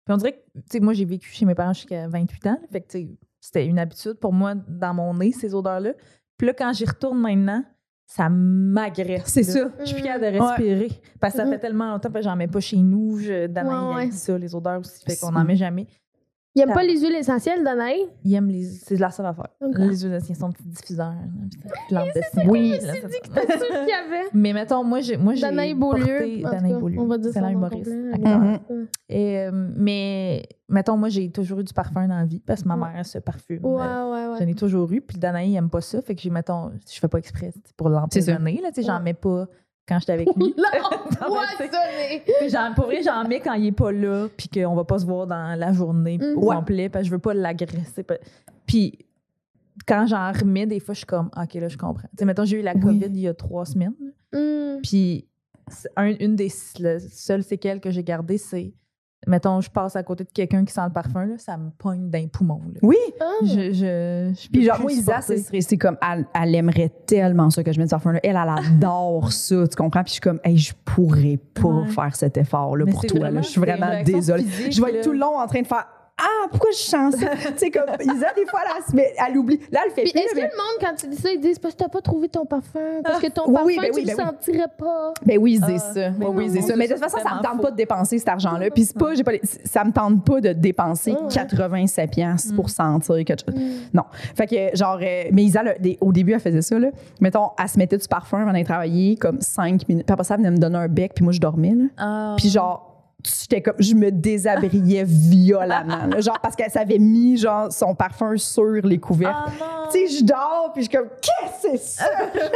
Puis on dirait que, tu sais, moi, j'ai vécu chez mes parents jusqu'à vingt-huit ans. Là, fait que, tu sais, c'était une habitude pour moi dans mon nez, ces odeurs-là. Puis là, quand j'y retourne maintenant, ça m'agresse. C'est là. ça. Je suis plus capable de respirer. Parce que ça Mhm. fait tellement longtemps que j'en mets pas chez nous. Je, Danaï, Ouais, il ouais. aime ça, les odeurs aussi. Fait qu'on n'en met jamais. Il aime pas les huiles essentielles, Danaï? Il aime les... C'est la seule affaire. Ok. Les huiles essentielles sont petits diffuseurs. Lampe de cire. Oui. Là, C'est ça- dit que t'es sûre qu'il y avait. Mais mettons, moi, j'ai, moi, j'ai Danaï Beaulieu. porté... en tout Danaï cas, Beaulieu. On va dire C'est ça. l'humoriste. Mhm. Et, euh, mais, mettons, moi, j'ai toujours eu du parfum dans la vie parce que ma Ouais. mère elle se parfume. Ouais, Euh, ouais, ouais. J'en ai toujours eu. Puis Danaï, il aime pas ça. Fait que j'ai, mettons, je fais pas exprès c'est pour l'empoisonner. Là, tu sais, j'en Ouais. mets pas quand j'étais avec lui. L'empoisonné! Puis j'en- pour vrai, j'en mets quand il est pas là, puis qu'on va pas se voir dans la journée Mm. au Ouais. complet, parce que je veux pas l'agresser. pa- Puis quand j'en remets, des fois, je suis comme, OK, là, je comprends. Tu sais, mettons, j'ai eu la Oui. COVID il y a trois semaines, là. Mm. Puis c'est un- une des le- seules séquelles que j'ai gardées, c'est, mettons, je passe à côté de quelqu'un qui sent le parfum, là, ça me pogne d'un poumon. Là. Oui. Ah. Je, je, je peux Puis genre, plus moi, Isa, supporter. c'est c'est comme, elle, elle aimerait tellement ça que je mette ce parfum-là. Elle, elle adore ça, tu comprends? Puis je suis comme, hey, je pourrais pas Ouais. faire cet effort-là Mais pour c'est toi. vraiment- Là. Je suis c'est une vraiment réaction désolée. physique, Je vais là. être tout le long en train de faire, ah, pourquoi je chante ça? Tu sais, comme, Isa, des fois, elle, se met- elle oublie. Là, elle le fait Puis plus. est-ce que mais- le monde, quand tu dis ça, ils disent parce que t'as pas trouvé ton parfum? Parce que ton Oui, parfum, oui, ben tu oui, le ben oui. sentirais pas. Ben oui, c'est Ah, ça. mais Oui, oui, non, c'est mon ça. Mais de Dieu, toute façon, c'est ça me tellement tente faux. pas de dépenser cet argent-là. Puis c'est pas, j'ai pas les- ça me tente pas de dépenser Ah ouais. quatre-vingt-sept piastres pour Mm. sentir quelque chose. Mm. Non. Fait que, genre, euh, mais Isa, le- des- au début, elle faisait ça, là. Mettons, elle se mettait du parfum avant d'aller travailler, comme cinq minutes. Puis après ça, elle venait me donner un bec, puis moi, je dormais, là. Ah. Puis genre, j'étais comme, je me déshabillais violemment, là. Genre, parce qu'elle s'avait mis, genre, son parfum sur les couvercles. Ah non. Tu sais, je dors, puis je suis comme, qu'est-ce que c'est ça?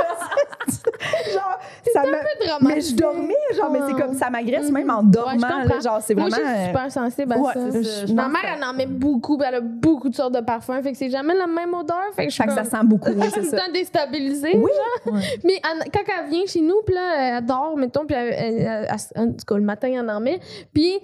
genre, ça me. Dramatique. Mais je dormais, genre, mais c'est comme, ça m'agresse même en Mhm. dormant, Ouais, je là, comprends. genre, c'est Moi, vraiment. je suis euh, super sensible à ouais, ça. c'est ça. je Ma pense mère, que- elle en met beaucoup, puis elle a beaucoup de sortes de parfums. Fait que c'est jamais la même odeur. Fait que je suis Fait que ça comme sent beaucoup, oui, tout c'est le ça. temps déstabilisée. Oui. Ouais. Mais elle- quand elle vient chez nous, puis là, elle dort, mettons, puis elle, elle- elle- elle- en tout cas, le matin, elle en met. Puis,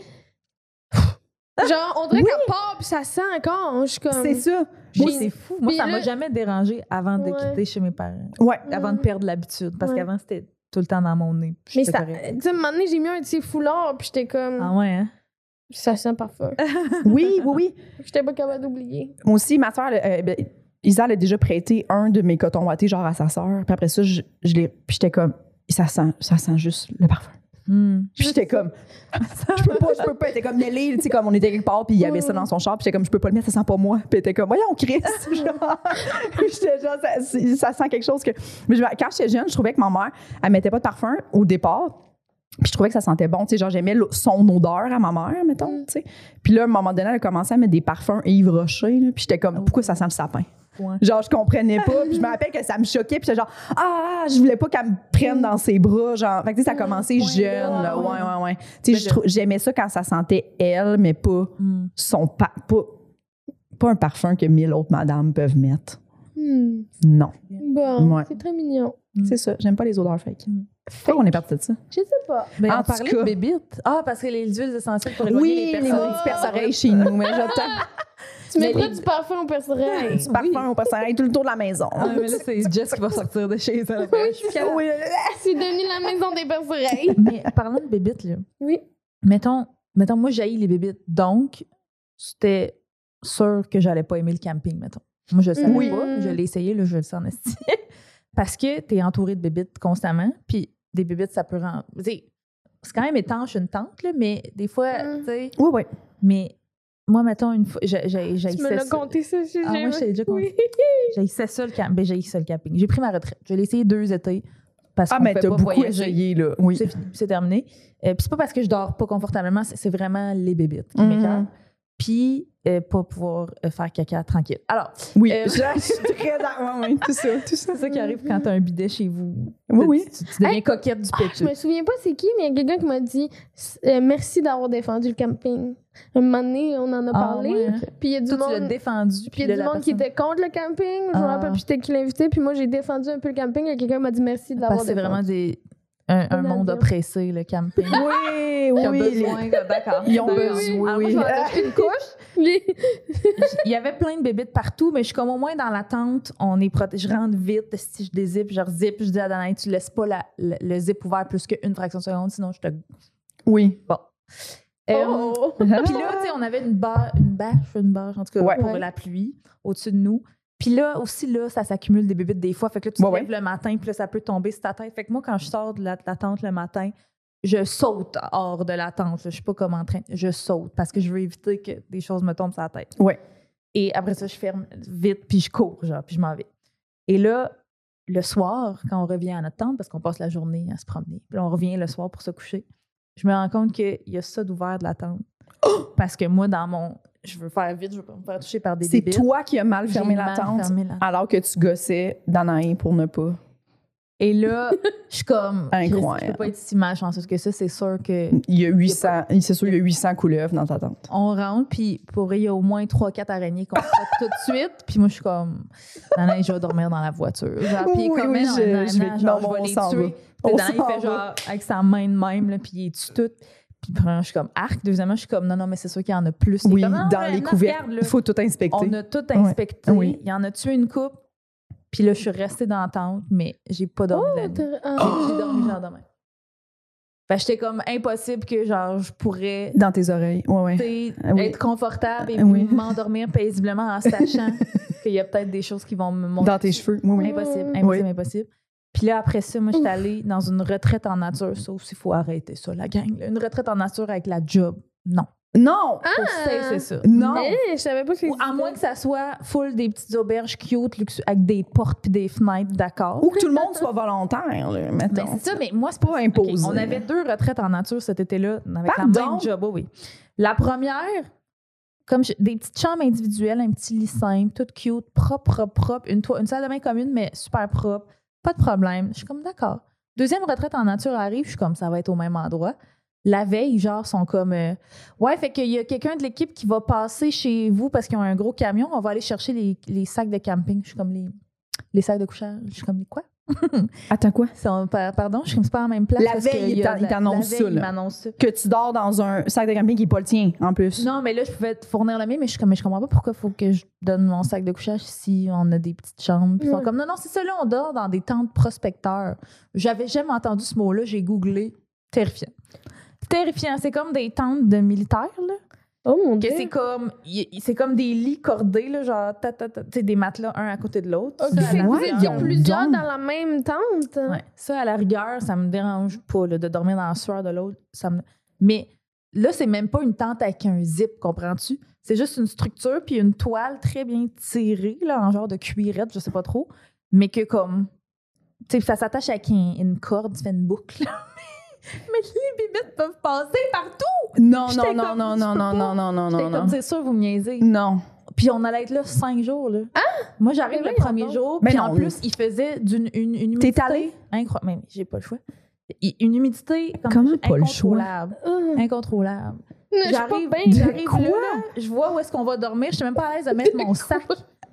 genre, on dirait Oui. qu'elle part, puis ça sent encore. Je suis comme. C'est ça. Moi, Puis- c'est fou. Moi, puis ça là- m'a jamais dérangé avant de Ouais. quitter chez mes parents. Ouais. Avant de perdre l'habitude. Parce Ouais. qu'avant, c'était tout le temps dans mon nez. puis Mais j'étais ça. correcte. Tu sais, à un moment donné, j'ai mis un petit foulard, puis j'étais comme. Ah ouais, hein? Ça sent parfum. Oui, oui, oui. J'étais pas capable d'oublier. Moi aussi, ma soeur, Isa, elle a déjà prêté un de mes cotons wattés, genre à sa sœur. Puis après ça, je, je l'ai. Puis j'étais comme, ça sent, ça sent juste le parfum. Hmm. Puis j'étais comme, je peux pas, je peux pas. Elle était comme Nelly, tu sais, comme on était quelque part, puis il y avait ça dans son char, puis j'étais comme, je peux pas le mettre, ça sent pas moi. Puis elle était comme, voyons, Chris. Genre, j'étais genre, ça, c'est- ça sent quelque chose que. Mais je- quand j'étais jeune, je trouvais que ma mère, elle mettait pas de parfum au départ. Puis je trouvais que ça sentait bon. Tu sais, genre, j'aimais l'o- son odeur à ma mère, mettons, Mm. tu sais. Puis là, à un moment donné, elle a commencé à mettre des parfums Yves Rocher, là. Puis j'étais comme, pourquoi ça sent le sapin? Ouais. Genre, je comprenais pas. Puis je me rappelle que ça me choquait. Puis j'étais genre, ah, je voulais pas qu'elle me prenne dans ses bras. Genre, fait que tu sais, ça a commencé Ouais, jeune, là. ouais. Ouais, ouais, ouais. Tu Ben, sais, je trou- j'aimais ça quand ça sentait elle, mais pas Hmm. son pa- pas, pas un parfum que mille autres madames peuvent mettre. Hmm. Non. Bon, Ouais. c'est très mignon. Mm. C'est ça. J'aime pas les odeurs fake. Mm. Pourquoi on est parti de ça? Je sais pas. Ben, En on tout parlait cas- de bébites. Ah, parce que les huiles essentielles pour éloigner Oui, les les personnes. maudits perce-oreilles chez nous. Mais j'attends Tu Mais mettrais les- du parfum au perce-oreille. du parfum au perce-oreille tout le tour de la maison. Ah, mais là, c'est Jess qui va sortir de chez elle. Oui, C'est devenu la maison des perce-oreilles. Mais parlant de bébites, là, Oui. mettons, mettons moi, j'haïs les bébites. Donc, c'était sûr que j'allais pas aimer le camping, mettons. Moi, je le savais Oui. pas. Je l'ai essayé, là, je le sais en esti. Parce que t'es entouré de bébites constamment. Puis des bébites, ça peut rendre... tu sais, c'est quand même étanche une tente, là, mais des fois, Mm. tu sais... oui, oui. Mais moi, mettons, une fois, j'ai, j'ai, Tu me j'haïssais l'as ça. compté, ça. j'ai- Ah, moi, je t'ai déjà compté. Oui. J'haïssais ça, le camping. Ben, j'haïssais ça, le camping. J'ai pris ma retraite. Je l'ai essayé deux étés. Parce Ah, qu'on mais pouvait t'as pas beaucoup voyager. essayé, là. Oui. C'est fini, c'est terminé. Euh, puis c'est pas parce que je dors pas confortablement, c'est, c'est vraiment les bébites qui Mhm. m'écœurent. Puis euh, pas pouvoir euh, faire caca tranquille. Alors, Oui, Euh, je je suis très d'accord. Oui, oui, tout ça, tout ça. c'est ça qui arrive quand t'as un bidet chez vous. Oui, oui. Tu, tu deviens Hey! coquette du Ah, pétu. je me souviens pas c'est qui, mais il y a quelqu'un qui m'a dit euh, merci d'avoir défendu le camping. Un moment donné, on en a Ah, parlé. ouais, hein? Puis il y a du Toi, tu l'as monde. défendu. Puis il y a là, du la monde qui personne- était contre le camping. Je me Ah. rappelle plus c'était qui l'invité. Puis moi, j'ai défendu un peu le camping. Et quelqu'un m'a dit merci de l'avoir Parce que c'est défendu. vraiment des, un, un Pas monde mal. oppressé, le camping. Oui, Ils ont oui. besoin, d'accord. Ils ont Oui, besoin, oui. Ah, moi, oui. je vais en acheter une couche. Les- Il y avait plein de bébites partout, mais je suis comme au moins dans la tente, on est protégé. Je rentre vite, si je dézippe, je rezippe, je dis à Danaï, tu laisses pas la- le, le zip ouvert plus qu'une fraction de seconde, sinon je te. Oui. Bon. Euh, Oh! Puis là, tu sais, on avait une, ba- une bâche, une bâche, en tout cas, Ouais. pour Ouais. la pluie au-dessus de nous. Puis là, aussi, là, ça s'accumule des bébites des fois. Fait que là, tu te Ouais, lèves le matin, puis là, ça peut tomber sur ta tête. Fait que moi, quand je sors de la, de la tente le matin, je saute hors de la tente. Je suis pas comme en train... Je saute parce que je veux éviter que des choses me tombent sur la tête. Ouais. Et après ça, je ferme vite, puis je cours, genre, puis je m'en vais. Et là, le soir, quand on revient à notre tente, parce qu'on passe la journée à se promener, puis là, on revient le soir pour se coucher, je me rends compte qu'il y a ça d'ouvert de la tente. Parce que moi, dans mon... Je veux faire vite, je veux pas me faire toucher par des C'est débiles. toi qui as mal J'ai fermé la mal tente fermé la- alors que tu gossais Danaï pour ne pas. Et là, je suis comme... Incroyable. Je peux pas être si malchanceuse que ça, c'est sûr que... Il y a huit cents, c'est sûr, il y a huit cents couleuvres dans ta tente. On rentre, puis pour vrai, il y a au moins trois quatre araignées qu'on fait tout de suite. Puis moi, je suis comme, non, non, je vais dormir dans la voiture. Genre, puis Oui, comme, oui, mais non, je- non, je vais- non, genre, non, je vais on les s'en tuer. va. Puis On Dan, il s'en fait va. genre, avec sa main de même, là, puis il tue tout. Puis premièrement, je suis comme, arc. Deuxièmement, je suis comme, non, non, mais c'est sûr qu'il y en a plus. Il est Oui, comme, non, dans non, les non, couverts, regarde, là. il faut tout inspecter. On a tout inspecté. Oui. Il y en a tué une coupe. Puis là, je suis restée dans la tente, mais j'ai pas dormi de la nuit. T'as- ah. J'ai j'ai dormi genre demain. Fait que j'étais comme impossible que genre je pourrais Dans tes oreilles, ouais, ouais. t'sais, Ah oui. être confortable et Oui. m'endormir paisiblement en sachant qu'il y a peut-être des choses qui vont me monter. Dans tes cheveux, oui, oui. Impossible, Oui. impossible, impossible. Puis là, après ça, moi, j'étais allée dans une retraite en nature. Ça aussi, il faut arrêter ça, la gang. là. Une retraite en nature avec la job. Non. Non! Faut cesser ça. Non! Mais je savais pas que Ou à moins que ça soit full des petites auberges cute, luxueux, avec des portes puis des fenêtres, d'accord. Ou que tout le monde soit volontaire, là, mettons. Ben, c'est ça, mais moi, c'est pas Ok, imposé. on avait deux retraites en nature cet été-là, avec Pardon? la même job, oui. La première, comme je- des petites chambres individuelles, un petit lit simple, tout cute, propre, propre, propre, une, toi- une salle de bain commune, mais super propre, pas de problème. Je suis comme, d'accord. Deuxième retraite en nature arrive, je suis comme, ça va être au même endroit. La veille, genre, sont comme, euh, ouais, fait qu'il y a quelqu'un de l'équipe qui va passer chez vous parce qu'ils ont un gros camion, on va aller chercher les, les sacs de camping. Je suis comme, les, les sacs de couchage. Je suis comme, les quoi? Attends, quoi? C'est en- par- Pardon, je suis comme, c'est pas en même place. La parce veille, qu'il y il a t'an- de la- il t'annonce la ça, veille, là. il m'annonce ça. Que tu dors dans un sac de camping qui n'est pas le tien, en plus. Non, mais là, je pouvais te fournir le mien, mais je suis comme, mais je comprends pas pourquoi il faut que je donne mon sac de couchage si on a des petites chambres. Puis ils sont Ouais. comme, non, non, c'est ça, là, on dort dans des tentes prospecteurs. J'avais jamais entendu ce mot-là, j'ai googlé. Terrifiant. Terrifiant. C'est comme des tentes de militaires, là. Oh mon Que dieu. c'est comme, y- y- c'est comme des lits cordés, là, genre, ta, ta, ta, tu sais, des matelas un à côté de l'autre. Ok, Ça, à fait la que vous rigueur- étiez Voyons plusieurs donc. dans la même tente. Ouais. Ça, à la rigueur, ça me dérange pas là, de dormir dans la sueur de l'autre. Ça me... Mais là, c'est même pas une tente avec un zip, comprends-tu? C'est juste une structure puis une toile très bien tirée, là, en genre de cuirette, je sais pas trop, mais que comme... Tu sais, ça s'attache avec un- une corde, tu fais une boucle. Mais les bibittes peuvent passer partout! Non, J'étais non, comme, non, je non, peux non, pas. non, non, non, J'étais non, comme, non. c'est sûr, vous me niaisez. Non. Puis on allait être là cinq jours, là. Ah! Moi, j'arrive Mais le voyons premier donc. jour, Mais puis non. en plus, il faisait d'une une, une humidité... T'es allée? Incroyable. Mais j'ai pas le choix. I- Une humidité comme Comment pas le choix? incontrôlable. Ah. Incontrôlable. Je suis pas J'arrive, bien. j'arrive Quoi? là, là, je vois où est-ce qu'on va dormir. Je suis même pas à l'aise de mettre mon sac.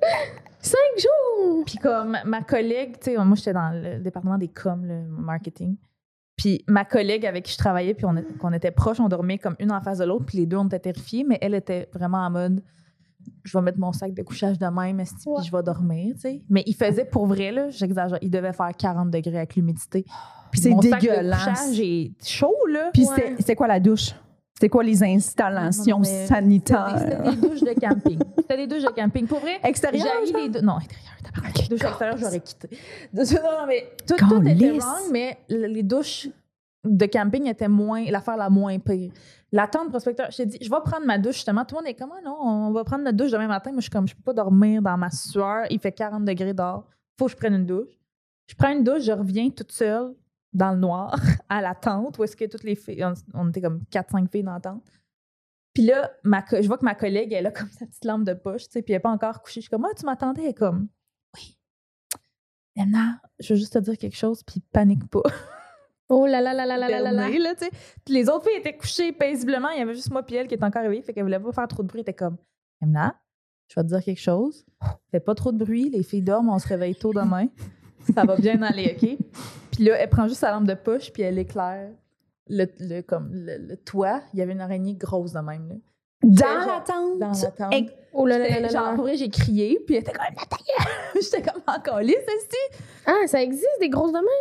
Cinq jours! Puis comme ma collègue, tu sais, moi, j'étais dans le département des coms, le marketing. Puis ma collègue avec qui je travaillais, puis on, est- qu'on était proches, on dormait comme une en face de l'autre, puis les deux, on était terrifiés, mais elle était vraiment en mode, je vais mettre mon sac de couchage de même, esti, Ouais. puis je vais dormir, tu sais. Mais il faisait pour vrai, là, j'exagère, il devait faire quarante degrés avec l'humidité. Puis c'est Mon sac de dégueulasse. couchage est chaud, là. Puis Ouais. c'était- c'était quoi la douche? C'était quoi les installations Non, mais C'était sanitaires? c'était des douches de camping. C'était des douches de camping. Pour vrai, Extérieures, j'ai genre? les deux. Non, intérieur, tabarnak. Ok, Douche extérieure, j'aurais quitté. Non, non, mais tout, tout était Calisse. wrong, mais l- les douches de camping étaient moins, l'affaire la moins pire. La tente prospecteur, je t'ai dit, je vais prendre ma douche justement. Tout le monde est comme, ah non, on va prendre notre douche demain matin. Moi, je suis comme, je peux pas dormir dans ma sueur. Il fait quarante degrés dehors. Faut que je prenne une douche. Je prends une douche, je reviens toute seule dans le noir à la tente où est-ce que toutes les filles, on, on était comme quatre cinq filles dans la tente. Puis là, ma co- je vois que ma collègue, elle a comme sa petite lampe de poche, tu sais, puis elle n'est pas encore couchée. Je suis comme, ah, tu m'attendais? Elle est comme, oui. Emna, je veux juste te dire quelque chose, puis panique pas. Oh là là là là là là là là. Berner, là, tu sais. Puis les autres filles étaient couchées paisiblement. Il y avait juste moi puis elle qui était encore réveillée. Fait qu'elle voulait pas faire trop de bruit. Elle était comme, Emna, je vais te dire quelque chose. Fais pas trop de bruit. Les filles dorment. On se réveille tôt demain. Ça va bien aller, OK? Puis là, elle prend juste sa lampe de poche puis elle éclaire le, le, comme le, le toit. Il y avait une araignée grosse de même, là. Dans Genre, la tente? Dans la tente. Et- Oh là là là J'étais- là Genre, là. pour vrai, j'ai crié, puis elle était comme, Nathalie! J'étais comme encore lisse, celle-ci. Ah, ça existe des grosses de même?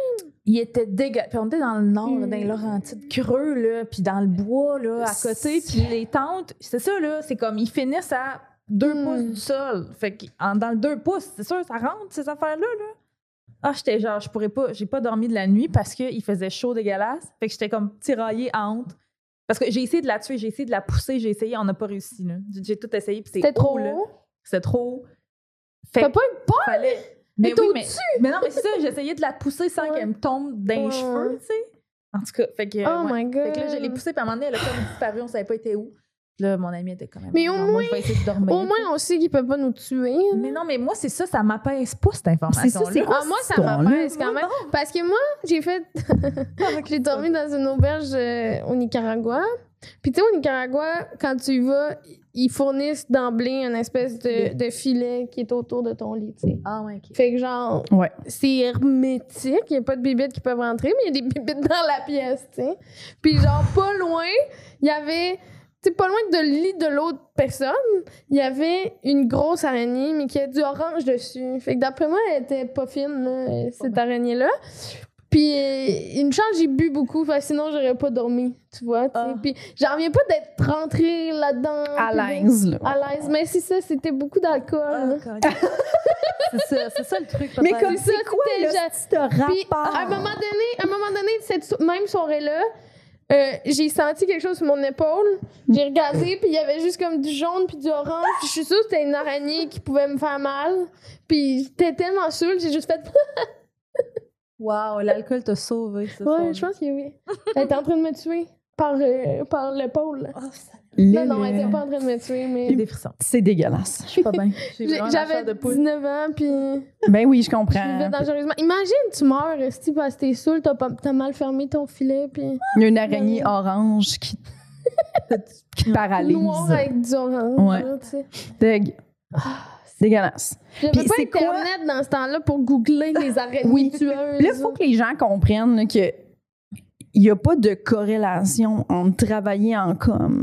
il était dégueulasse. Puis on était dans le nord, là, Mm. dans les Laurentides, creux, là, puis dans le bois, là, à côté. Puis les tentes, c'est ça, là, c'est comme, ils finissent à deux Mm. pouces du sol. Fait que en- dans le deux pouces, c'est sûr, ça rentre, ces affaires-là, là. Ah, j'étais genre, je pourrais pas, j'ai pas dormi de la nuit parce qu'il faisait chaud dégueulasse. Fait que j'étais comme tiraillée entre. Parce que j'ai essayé de la tuer, j'ai essayé de la pousser, j'ai essayé, on n'a pas réussi, là. J'ai j'ai tout essayé, puis c'est C'était trop haut, là. haut. C'était trop. Fait T'as que pas eu peur? fallait. Mais Mais t'es oui, mais, au-dessus! mais non, mais c'est ça, j'essayais de la pousser sans Ouais. qu'elle me tombe dans les Ouais. cheveux, tu sais. En tout cas, fait que. Oh ouais. my God. Fait que là, je l'ai poussée, puis à un moment donné, elle a comme disparu, on savait pas été où. Puis là, mon ami était quand même. Mais au genre, moi, je vais essayer de dormir. Au moins, on sait qu'ils peuvent pas nous tuer. hein. Mais non, mais moi, c'est ça, ça m'apaise pas, cette information. C'est ça, c'est quoi Ah, moi, ça cette histoire-là? m'apaise quand même. Parce que moi, j'ai fait. j'ai dormi dans une auberge euh, au Nicaragua. Puis, tu sais, au Nicaragua, quand tu y vas, ils fournissent d'emblée une espèce de, de filet qui est autour de ton lit, tu sais. Ah, ouais, ok. Fait que, genre, Ouais. c'est hermétique. Il n'y a pas de bibittes qui peuvent rentrer, mais il y a des bibittes dans la pièce, tu sais. Puis, genre, pas loin, il y avait. Tu sais, pas loin de le lit de l'autre personne, il y avait une grosse araignée, mais qui a du orange dessus. Fait que d'après moi, elle était pas fine, là, cette araignée-là. Puis, euh, une chance, j'ai bu beaucoup, fait que sinon, j'aurais pas dormi, tu vois. tu sais. Ah. Puis, j'en reviens pas d'être rentrée là-dedans. À puis d'être- l'aise, là. À l'aise. Mais c'est ça, c'était beaucoup d'alcool. Ah, là. ok. c'est ça, c'est ça le truc. Mais peut-être. comme C'est ça, c'est quoi, c'était là, ja- ce Puis, rapport? à un moment donné, à un moment donné, cette so- même soirée-là, euh, j'ai senti quelque chose sur mon épaule. J'ai regardé, puis il y avait juste comme du jaune puis du orange. Puis je suis sûre que c'était une araignée qui pouvait me faire mal. Puis j'étais tellement saoule, j'ai juste fait... Wow, l'alcool t'a sauvé, ça. Ouais, je pense que oui. Elle était en train de me tuer par, euh, par l'épaule. Oh, ça Non, non, elle était pas en train de me tuer, J'ai mais... des frissons. C'est dégueulasse. Je suis pas bien. J'ai J'ai- vraiment la chair J'avais de poule. dix-neuf ans, puis Ben oui, je je comprends. vivais dangereusement. Imagine, tu meurs, esti, parce que t'es saoul, t'as pas- t'as mal fermé ton filet, puis Il y a une araignée orange qui, qui te paralyse. noir avec du orange, Ouais. là, tu sais. Dég- Dégueulasse. J'avais Puis pas c'est quoi- Internet dans ce temps-là pour googler les araignées Oui. tueuses. Puis là, il faut que les gens comprennent là, que il n'y a pas de corrélation entre travailler en com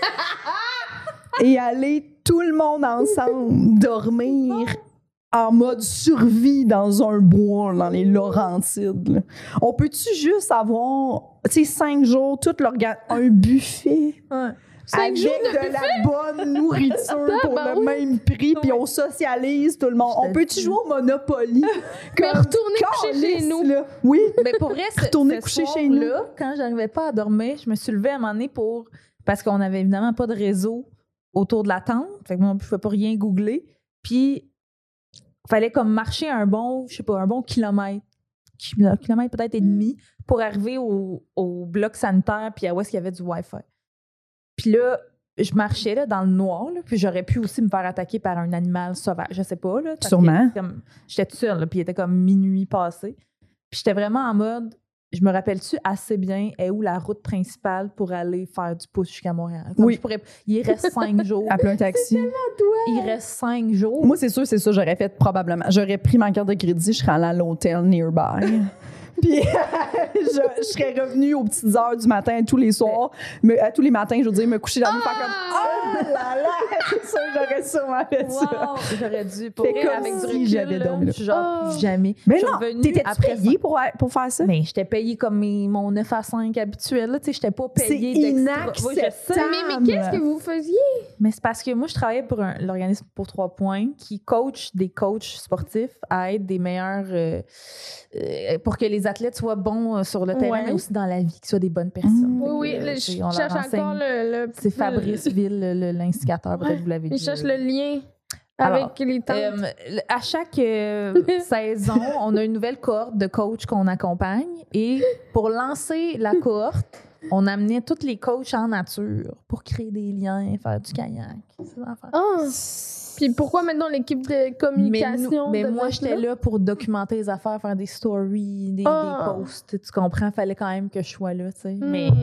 et aller tout le monde ensemble dormir en mode survie dans un bois, dans les Laurentides. là. On peut-tu juste avoir, tu sais, cinq jours, tout l'orga- un buffet Ouais. Cinq avec jours de de la bonne nourriture pour Ben le oui. même prix, puis on socialise tout le monde. Je On te peut-tu dis. jouer au Monopoly? Mais Comme retourner coucher chez câlisse, nous. là. Oui. Mais pour vrai, ce, Retourner ce coucher chez nous. soir-là, quand j'arrivais pas à dormir, je me suis levée à un moment donné pour... Parce qu'on avait évidemment pas de réseau autour de la tente. Fait que moi, je pouvais pas rien googler. Puis, fallait comme marcher un bon, je sais pas, un bon kilomètre. Kilo- Kilomètre peut-être et demi pour arriver au, au bloc sanitaire puis à où est-ce qu'il y avait du Wi-Fi. Puis là, je marchais là, dans le noir, là, puis j'aurais pu aussi me faire attaquer par un animal sauvage. Je sais pas. Là, parce Sûrement. que, comme, j'étais toute seule, là, puis il était comme minuit passé. Puis j'étais vraiment en mode, je me rappelle-tu assez bien, est où la route principale pour aller faire du pouce jusqu'à Montréal? Comme Oui. je pourrais- il reste cinq jours. Appeler un taxi. Il reste cinq jours. Moi, c'est sûr, c'est ça, j'aurais fait probablement. J'aurais pris ma carte de crédit, je serais allée à l'hôtel nearby. Puis je, je serais revenue aux petites heures du matin tous les soirs, me, à tous les matins, je veux dire, me coucher dans le lit, faire comme oh là là, c'est sûr, j'aurais sûrement fait ça. Wow, j'aurais dû pour Fait vrai, comme avec du si recul, j'avais là, dormi là. je suis genre Oh. plus jamais. Mais Je suis non, revenue t'étais-tu après payée pour, pour faire ça? Mais j'étais payée comme mes- mon neuf à cinq habituel. Là, tu sais, j'étais pas C'est payée d'extra. Oui, je sais. inacceptable. Mais, mais qu'est-ce que vous faisiez? Mais c'est parce que moi, je travaillais pour un- l'organisme Pour Trois Points qui coach des coachs sportifs à être des meilleurs euh, euh, pour que les athlètes soient bons euh, sur le terrain, Ouais. mais aussi dans la vie, qu'ils soient des bonnes personnes. Oui, oui, Fait que, le- euh, je tu sais, on leur cherche enseigne. encore le... le C'est Fabrice Ville, le- l'instigateur, peut-être Ouais. que vous l'avez Je dit. cherche le lien Alors, avec les tentes. Euh, le- à chaque euh, saison, on a une nouvelle cohorte de coachs qu'on accompagne. Et pour lancer la cohorte, on amenait tous les coachs en nature pour créer des liens, faire du kayak. ces affaires. Ah! Puis pourquoi maintenant l'équipe de Mais, nous- communication? mais de moi, mettre j'étais là pour documenter les affaires, faire des stories, des, Ah. des posts. Tu comprends? Fallait quand même que je sois là, tu sais. Mm. Mais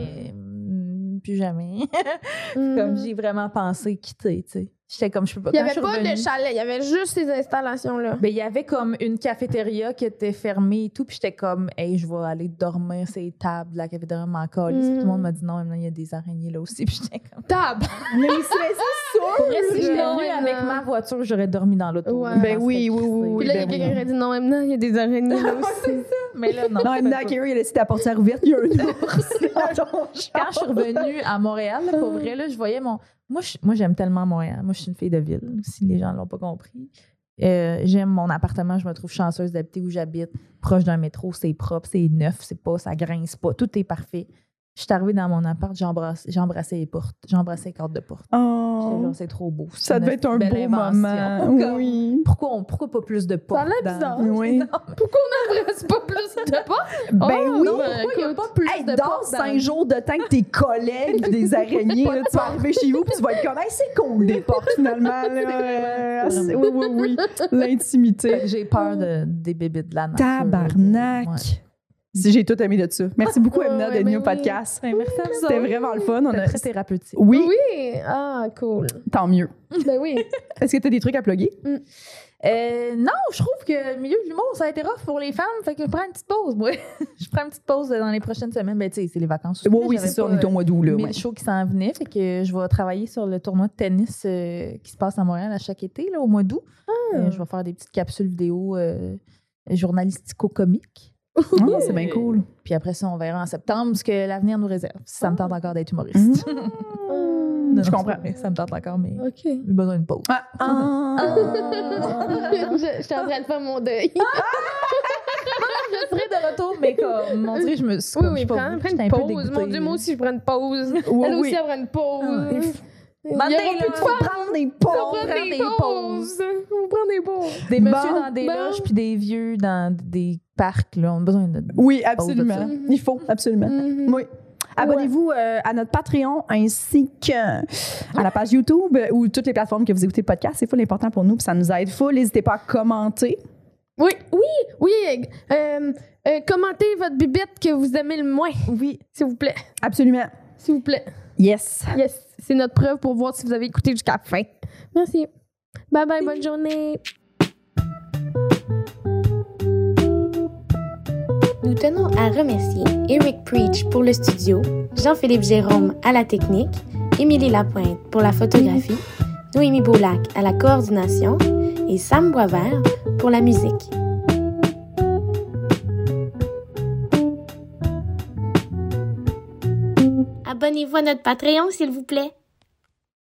mm, plus jamais. Hmm. Comme j'ai vraiment pensé quitter, tu sais. J'étais comme, je peux pas. Il n'y quand avait je suis pas revenue- de chalet, il y avait juste ces installations-là. Ben, il y avait comme une cafétéria qui était fermée et tout. Puis j'étais comme, hey, je vais aller dormir sur les tables de la cafétéria, m'en calisse. Puis tout le monde m'a dit non, maintenant il y a des araignées là aussi. Puis j'étais comme, Table! Mais c'est ça, Pour vrai, si j'étais Non, venue non. avec ma voiture, j'aurais dormi dans l'auto. Ouais. Je Ben pense oui, que oui, oui, c'est- oui. Puis là, il y a ben quelqu'un oui. qui a dit non, maintenant, il y a des araignées là aussi. Mais là, non. Non, je Emna fais pas. Carey, il a laissé ta portière ouverte, il y a un ours dans ton Quand je suis revenue à Montréal, là, pour vrai, là, je voyais mon. Moi, je- moi, j'aime tellement Montréal. Moi, je suis une fille de ville, si les gens ne l'ont pas compris. Euh, j'aime mon appartement, je me trouve chanceuse d'habiter où j'habite, proche d'un métro, c'est propre, c'est neuf, c'est pas, ça grince pas, tout est parfait. Je suis arrivée dans mon appart, j'ai embrassé, j'ai embrassé les portes, j'ai embrassé les cartes de porte. J'étais Oh, genre, c'est trop beau. C'est ça une devait être un belle beau invention. moment. Comme, Oui. Pourquoi, on- pourquoi pas plus de portes? Ça a l'air dans- bizarre. Oui. Pourquoi on n'embrasse pas plus de pas? Ben Oh, oui. non, ben, Pourquoi il n'y a écoute. pas plus Hey, de dans portes? cinq jours de temps que tes collègues des araignées, là, tu vas arriver chez vous puis tu vas être comme hey, c'est cool des portes finalement. Là. Euh, c'est- oui, oui, oui. Fait L'intimité. que j'ai peur de, des bébés de la nature. Tabarnak. Ouais. Si j'ai tout aimé de ça. Merci beaucoup, Ouais, Emna, ouais, d'être venue ben au oui. podcast. Ben, merci à vous C'était autres. vraiment le fun. On C'était a... très thérapeutique. Oui, Oui! Ah, cool. tant mieux. Ben oui. Est-ce que tu as des trucs à plugger? Euh, non, je trouve que le milieu de l'humour, ça a été rough pour les femmes. Fait que je prends une petite pause, moi. je prends une petite pause dans les prochaines semaines. Ben, tu sais, c'est les vacances. Oui, oui, c'est ça. On est au mois d'août. Là, mille ouais. shows qui s'en venaient. Fait que je vais travailler sur le tournoi de tennis euh, qui se passe à Montréal à chaque été, là, au mois d'août. Euh, je vais faire des petites capsules vidéo euh, journalistico-comiques. Ah, c'est bien cool. Puis après ça, on verra en septembre ce que l'avenir nous réserve. Si ça me tente encore d'être humoriste. Mhm. Non, non, Je c'est comprends. pas vrai, ça me tente encore, mais OK. j'ai besoin d'une pause. Ah, ah. je, je suis en train de faire mon deuil. Je serai de retour, mais comme, on dirait que je me suis Oui, comme, je oui, sais pas, prends, prends j'étais une un peu pause. dégoûtée, Mon Dieu, moi là. aussi, je prends une pause. Oui, Elle oui. aussi, elle prend une pause. Ah, Il y Mandez, aura là, plus de Faut femmes. prendre des On pauses. prend prend des des pauses. On prend des pauses. Des Bon. messieurs dans des Bon. loges puis des vieux dans des parcs, là, on a besoin de... Oui, absolument. ça. Il faut, absolument. Mhm. Oui. Abonnez-vous euh, à notre Patreon ainsi qu'à la page YouTube euh, ou toutes les plateformes que vous écoutez le podcast. C'est full important pour nous puis ça nous aide full. N'hésitez pas à commenter. Oui, oui, oui. Euh, euh, commentez votre bibette que vous aimez le moins, Oui. s'il vous plaît. Absolument. S'il vous plaît. Yes. Yes, c'est notre preuve pour voir si vous avez écouté jusqu'à la fin. Merci. Bye bye, bonne journée. Nous tenons à remercier Eric Preach pour le studio, Jean-Philippe Jérôme à la technique, Émilie Lapointe pour la photographie, Noémie Boulac à la coordination et Sam Boisvert pour la musique. Abonnez-vous à notre Patreon, s'il vous plaît.